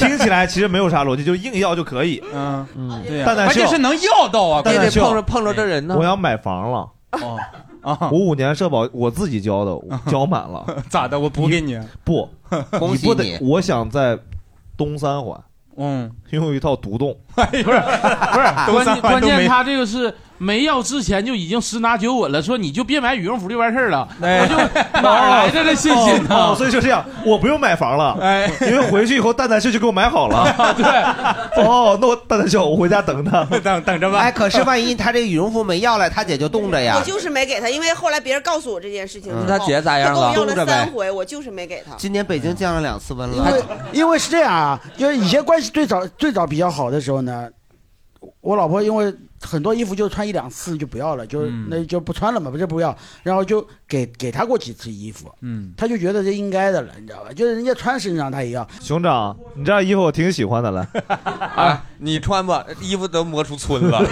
[SPEAKER 13] 来其实没有啥逻辑，就硬要就可以。
[SPEAKER 3] 嗯
[SPEAKER 13] 嗯，
[SPEAKER 3] 对呀，
[SPEAKER 13] 蛋蛋秀
[SPEAKER 3] 而且是能要到啊，
[SPEAKER 13] 蛋蛋秀
[SPEAKER 4] 碰着碰着这人呢。
[SPEAKER 13] 我要买房了。
[SPEAKER 3] 哦啊！
[SPEAKER 13] 我五年社保我自己交的，交满了。
[SPEAKER 3] 咋的？我补给你？
[SPEAKER 13] 不，
[SPEAKER 1] 恭喜
[SPEAKER 13] 你不得
[SPEAKER 1] 你。
[SPEAKER 13] 我想在东三环，
[SPEAKER 3] 嗯，
[SPEAKER 13] 拥有一套独栋。
[SPEAKER 5] 不是不是，关键关键他这个是没要之前就已经十拿九稳了，说你就别买羽绒服就完事儿了，我就哪来的这信心呢？
[SPEAKER 13] 哦，所以就这样，我不用买房了，
[SPEAKER 3] 哎，
[SPEAKER 13] 因为回去以后蛋蛋秀就给我买好了。对，哦，那我蛋蛋秀我回家等他，
[SPEAKER 3] 等等着吧。
[SPEAKER 1] 哎，可是万一他这个羽绒服没要来，他姐就冻着呀。
[SPEAKER 14] 我就是没给他，因为后来别人告诉我这件事情之后，
[SPEAKER 4] 他姐咋样了？
[SPEAKER 14] 他跟我要了
[SPEAKER 1] 冻着呗
[SPEAKER 14] 三回，我就是没给他。
[SPEAKER 1] 今年北京降了两次温了。
[SPEAKER 17] 因为因为是这样啊，就是以前关系最早最早比较好的时候呢，我老婆因为很多衣服就穿一两次就不要了，就是
[SPEAKER 3] 嗯
[SPEAKER 17] 那就不穿了嘛，不就不要，然后就给给她过几次衣服，
[SPEAKER 3] 嗯，
[SPEAKER 17] 她就觉得这应该的了，你知道吧？就是人家穿身上她也要。
[SPEAKER 13] 熊掌，你这件衣服我挺喜欢的了。
[SPEAKER 4] 啊，你穿吧，衣服都磨出皴了。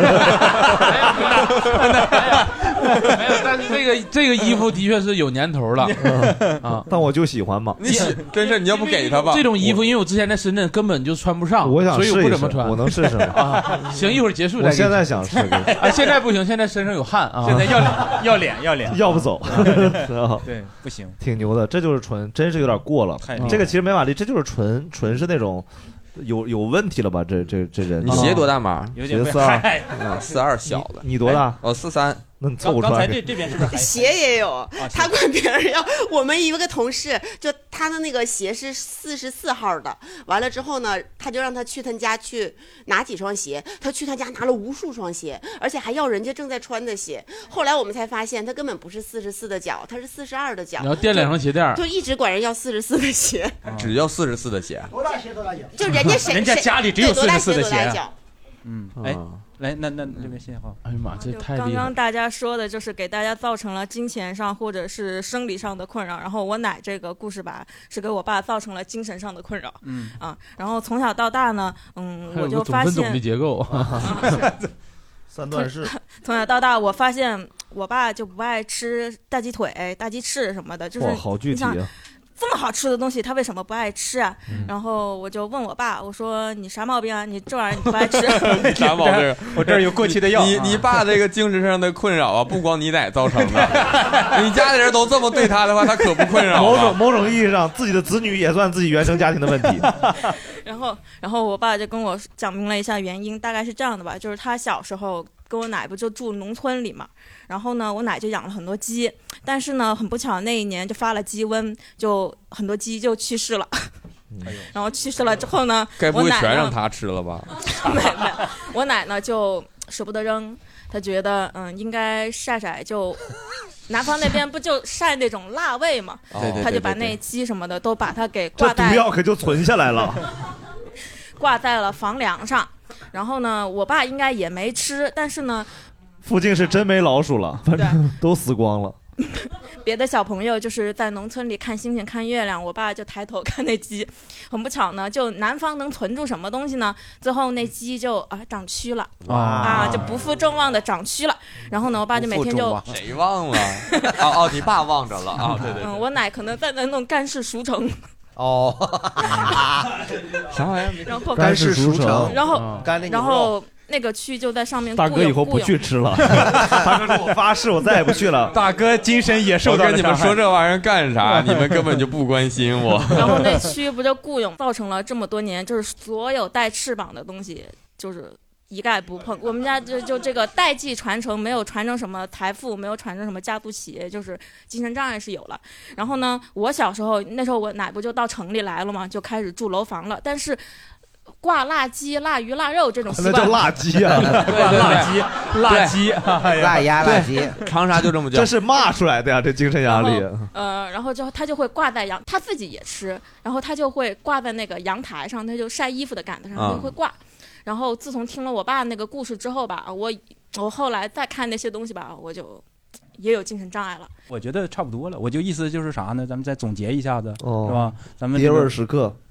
[SPEAKER 5] 没有，但是这个这个衣服的确是有年头了啊，
[SPEAKER 13] 但我就喜欢嘛。
[SPEAKER 4] 你喜真是你要不给他吧？
[SPEAKER 5] 这种衣服，因为我之前在深圳根本就穿不上，
[SPEAKER 13] 我想
[SPEAKER 5] 所以我
[SPEAKER 13] 试一试
[SPEAKER 5] 不怎么穿。
[SPEAKER 13] 我能试试吗？
[SPEAKER 5] 啊，行，一会儿结束再给你。
[SPEAKER 13] 我现在想试试
[SPEAKER 5] 啊，现在不行，现在身上有汗啊，
[SPEAKER 3] 现在要要脸要脸，
[SPEAKER 13] 要不走。
[SPEAKER 3] 对，不行，
[SPEAKER 13] 挺牛的，这就是纯，真是有点过了。这个其实没法力，这就是纯纯是那种有有问题了吧？这这这人，
[SPEAKER 4] 你鞋多大码？
[SPEAKER 13] 鞋四二，
[SPEAKER 4] 四二小的。
[SPEAKER 13] 你多大？
[SPEAKER 4] 哦，四三。
[SPEAKER 13] 那你凑合穿。
[SPEAKER 3] 刚才这这边是不是
[SPEAKER 14] 鞋也有？他管别人要。我们一个同事，就他的那个鞋是四十四号的，完了之后呢，他就让他去他家去拿几双鞋。他去他家拿了无数双鞋，而且还要人家正在穿的鞋。后来我们才发现，他根本不是四十四的脚，他是四十二的脚。
[SPEAKER 5] 你要垫两双鞋垫，
[SPEAKER 14] 就一直管人要四十四的鞋，
[SPEAKER 4] 只要四十四的鞋。
[SPEAKER 17] 多大鞋多大脚？
[SPEAKER 14] 就人家谁
[SPEAKER 3] 人家家里只有四十四的鞋。
[SPEAKER 14] 嗯，
[SPEAKER 3] 哎，来，那那这边信号。
[SPEAKER 5] 哎呀妈，这太
[SPEAKER 16] 刚
[SPEAKER 5] 厉害了。
[SPEAKER 16] 刚大家说的就是给大家造成了金钱上或者是生理上的困扰，然后我奶这个故事吧是给我爸造成了精神上的困扰。
[SPEAKER 3] 嗯
[SPEAKER 16] 啊，然后从小到大呢，嗯，
[SPEAKER 5] 还有
[SPEAKER 16] 我就发
[SPEAKER 5] 个总分总
[SPEAKER 16] 现
[SPEAKER 5] 的结构。
[SPEAKER 13] 三段式。
[SPEAKER 16] 从小到大，我发现我爸就不爱吃大鸡腿、大鸡翅什么的，就是
[SPEAKER 13] 哇，好具体啊！
[SPEAKER 16] 这么好吃的东西，他为什么不爱吃啊？
[SPEAKER 13] 嗯、
[SPEAKER 16] 然后我就问我爸，我说你啥毛病啊？你这玩意儿你不爱吃？
[SPEAKER 4] 你啥毛病？
[SPEAKER 3] 我这儿有过期的药。
[SPEAKER 4] 你你爸这个精神上的困扰啊，不光你奶造成的，你家里人都这么对他的话，他可不困扰。
[SPEAKER 13] 某种某种意义上，自己的子女也算自己原生家庭的问题。
[SPEAKER 16] 然后，然后我爸就跟我讲明了一下原因，大概是这样的吧，就是他小时候跟我奶不就住农村里嘛，然后呢，我奶就养了很多鸡，但是呢，很不巧那一年就发了鸡瘟，就很多鸡就去世了。然后去世了之后呢，
[SPEAKER 4] 该不会
[SPEAKER 16] 我奶
[SPEAKER 4] 全让他吃了吧？
[SPEAKER 16] 没没，我奶呢就舍不得扔，她觉得嗯应该晒晒就。南方那边不就晒那种腊味嘛，
[SPEAKER 13] 哦、
[SPEAKER 16] 他就把那鸡什么的都把它给挂在，
[SPEAKER 13] 这毒药可就存下来了，
[SPEAKER 16] 挂在了房梁上。然后呢，我爸应该也没吃，但是呢，
[SPEAKER 13] 附近是真没老鼠了，反正都死光了。
[SPEAKER 16] 别的小朋友就是在农村里看星星看月亮，我爸就抬头看那鸡，很不巧呢，就南方能存住什么东西呢？最后那鸡就啊长蛆了，啊就不负众望的长蛆了。然后呢，我爸就每天就
[SPEAKER 4] 谁忘了？哦哦，你爸忘着了啊？对对对。
[SPEAKER 16] 嗯，我奶可能在那弄干式熟成。
[SPEAKER 1] 哦，
[SPEAKER 4] 啥玩意儿？
[SPEAKER 16] 然后
[SPEAKER 1] 干式熟成，
[SPEAKER 16] 然后
[SPEAKER 1] 干那
[SPEAKER 16] 然后那个蛆就在上面。
[SPEAKER 13] 大哥以后不去吃了，大哥说我发誓我再也不去了。
[SPEAKER 3] 大哥精神也受到了。
[SPEAKER 4] 我跟你们说这玩意儿干啥？你们根本就不关心我。
[SPEAKER 16] 然后那蛆不就雇佣，造成了这么多年，就是所有带翅膀的东西，就是一概不碰。我们家就就这个代际传承，没有传承什么财富，没有传承什么家族企业，就是精神障碍是有了。然后呢，我小时候那时候我奶不就到城里来了嘛，就开始住楼房了，但是。挂腊鸡、腊鱼、腊肉这种习惯，
[SPEAKER 13] 那叫腊鸡啊！
[SPEAKER 3] 挂腊鸡、腊鸡、
[SPEAKER 1] 腊鸭、腊鸡，
[SPEAKER 4] 长沙就这么叫。
[SPEAKER 13] 这是骂出来的呀，这精神压力。
[SPEAKER 16] 呃，然后就他就会挂在阳，他自己也吃，然后他就会挂在那个阳台上，他就晒衣服的杆子上就会挂。嗯、然后自从听了我爸那个故事之后吧，我我后来再看那些东西吧，我就。也有精神障碍了，
[SPEAKER 3] 我觉得差不多了。我就意思就是啥呢？咱们再总结一下子，
[SPEAKER 13] 哦、
[SPEAKER 3] 是吧？咱们
[SPEAKER 13] 爹味时刻，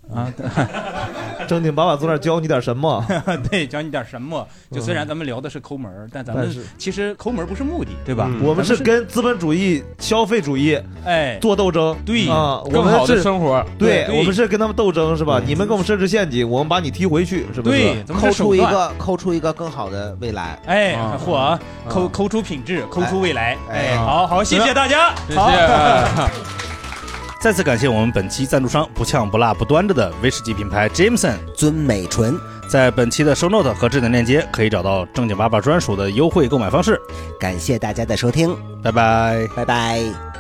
[SPEAKER 3] 啊，
[SPEAKER 13] 正经八百坐那儿教你点什么？
[SPEAKER 3] 对，教你点什么？就虽然咱们聊的是抠门，但咱们
[SPEAKER 13] 但是
[SPEAKER 3] 其实抠门不是目的，对吧？
[SPEAKER 13] 我们是跟资本主义、消费主义
[SPEAKER 3] 哎
[SPEAKER 13] 做斗争，
[SPEAKER 3] 对
[SPEAKER 13] 啊，
[SPEAKER 5] 更好的生活，
[SPEAKER 13] 对我们是跟他们斗争，是吧？你们给我们设置陷阱，我们把你踢回去，是不是？
[SPEAKER 3] 对，
[SPEAKER 1] 抠出一个，抠出一个更好的未来。
[SPEAKER 3] 哎，嚯，抠抠出品质，抠出未来。哎，好好，谢谢大家，
[SPEAKER 5] 谢谢。
[SPEAKER 2] 再次感谢我们本期赞助商不呛不辣不端着的威士忌品牌 Jameson
[SPEAKER 1] 尊美醇。
[SPEAKER 2] 在本期的 show note 和置顶链接可以找到正经八百专属的优惠购买方式。
[SPEAKER 1] 感谢大家的收听，
[SPEAKER 2] 拜拜，
[SPEAKER 1] 拜拜。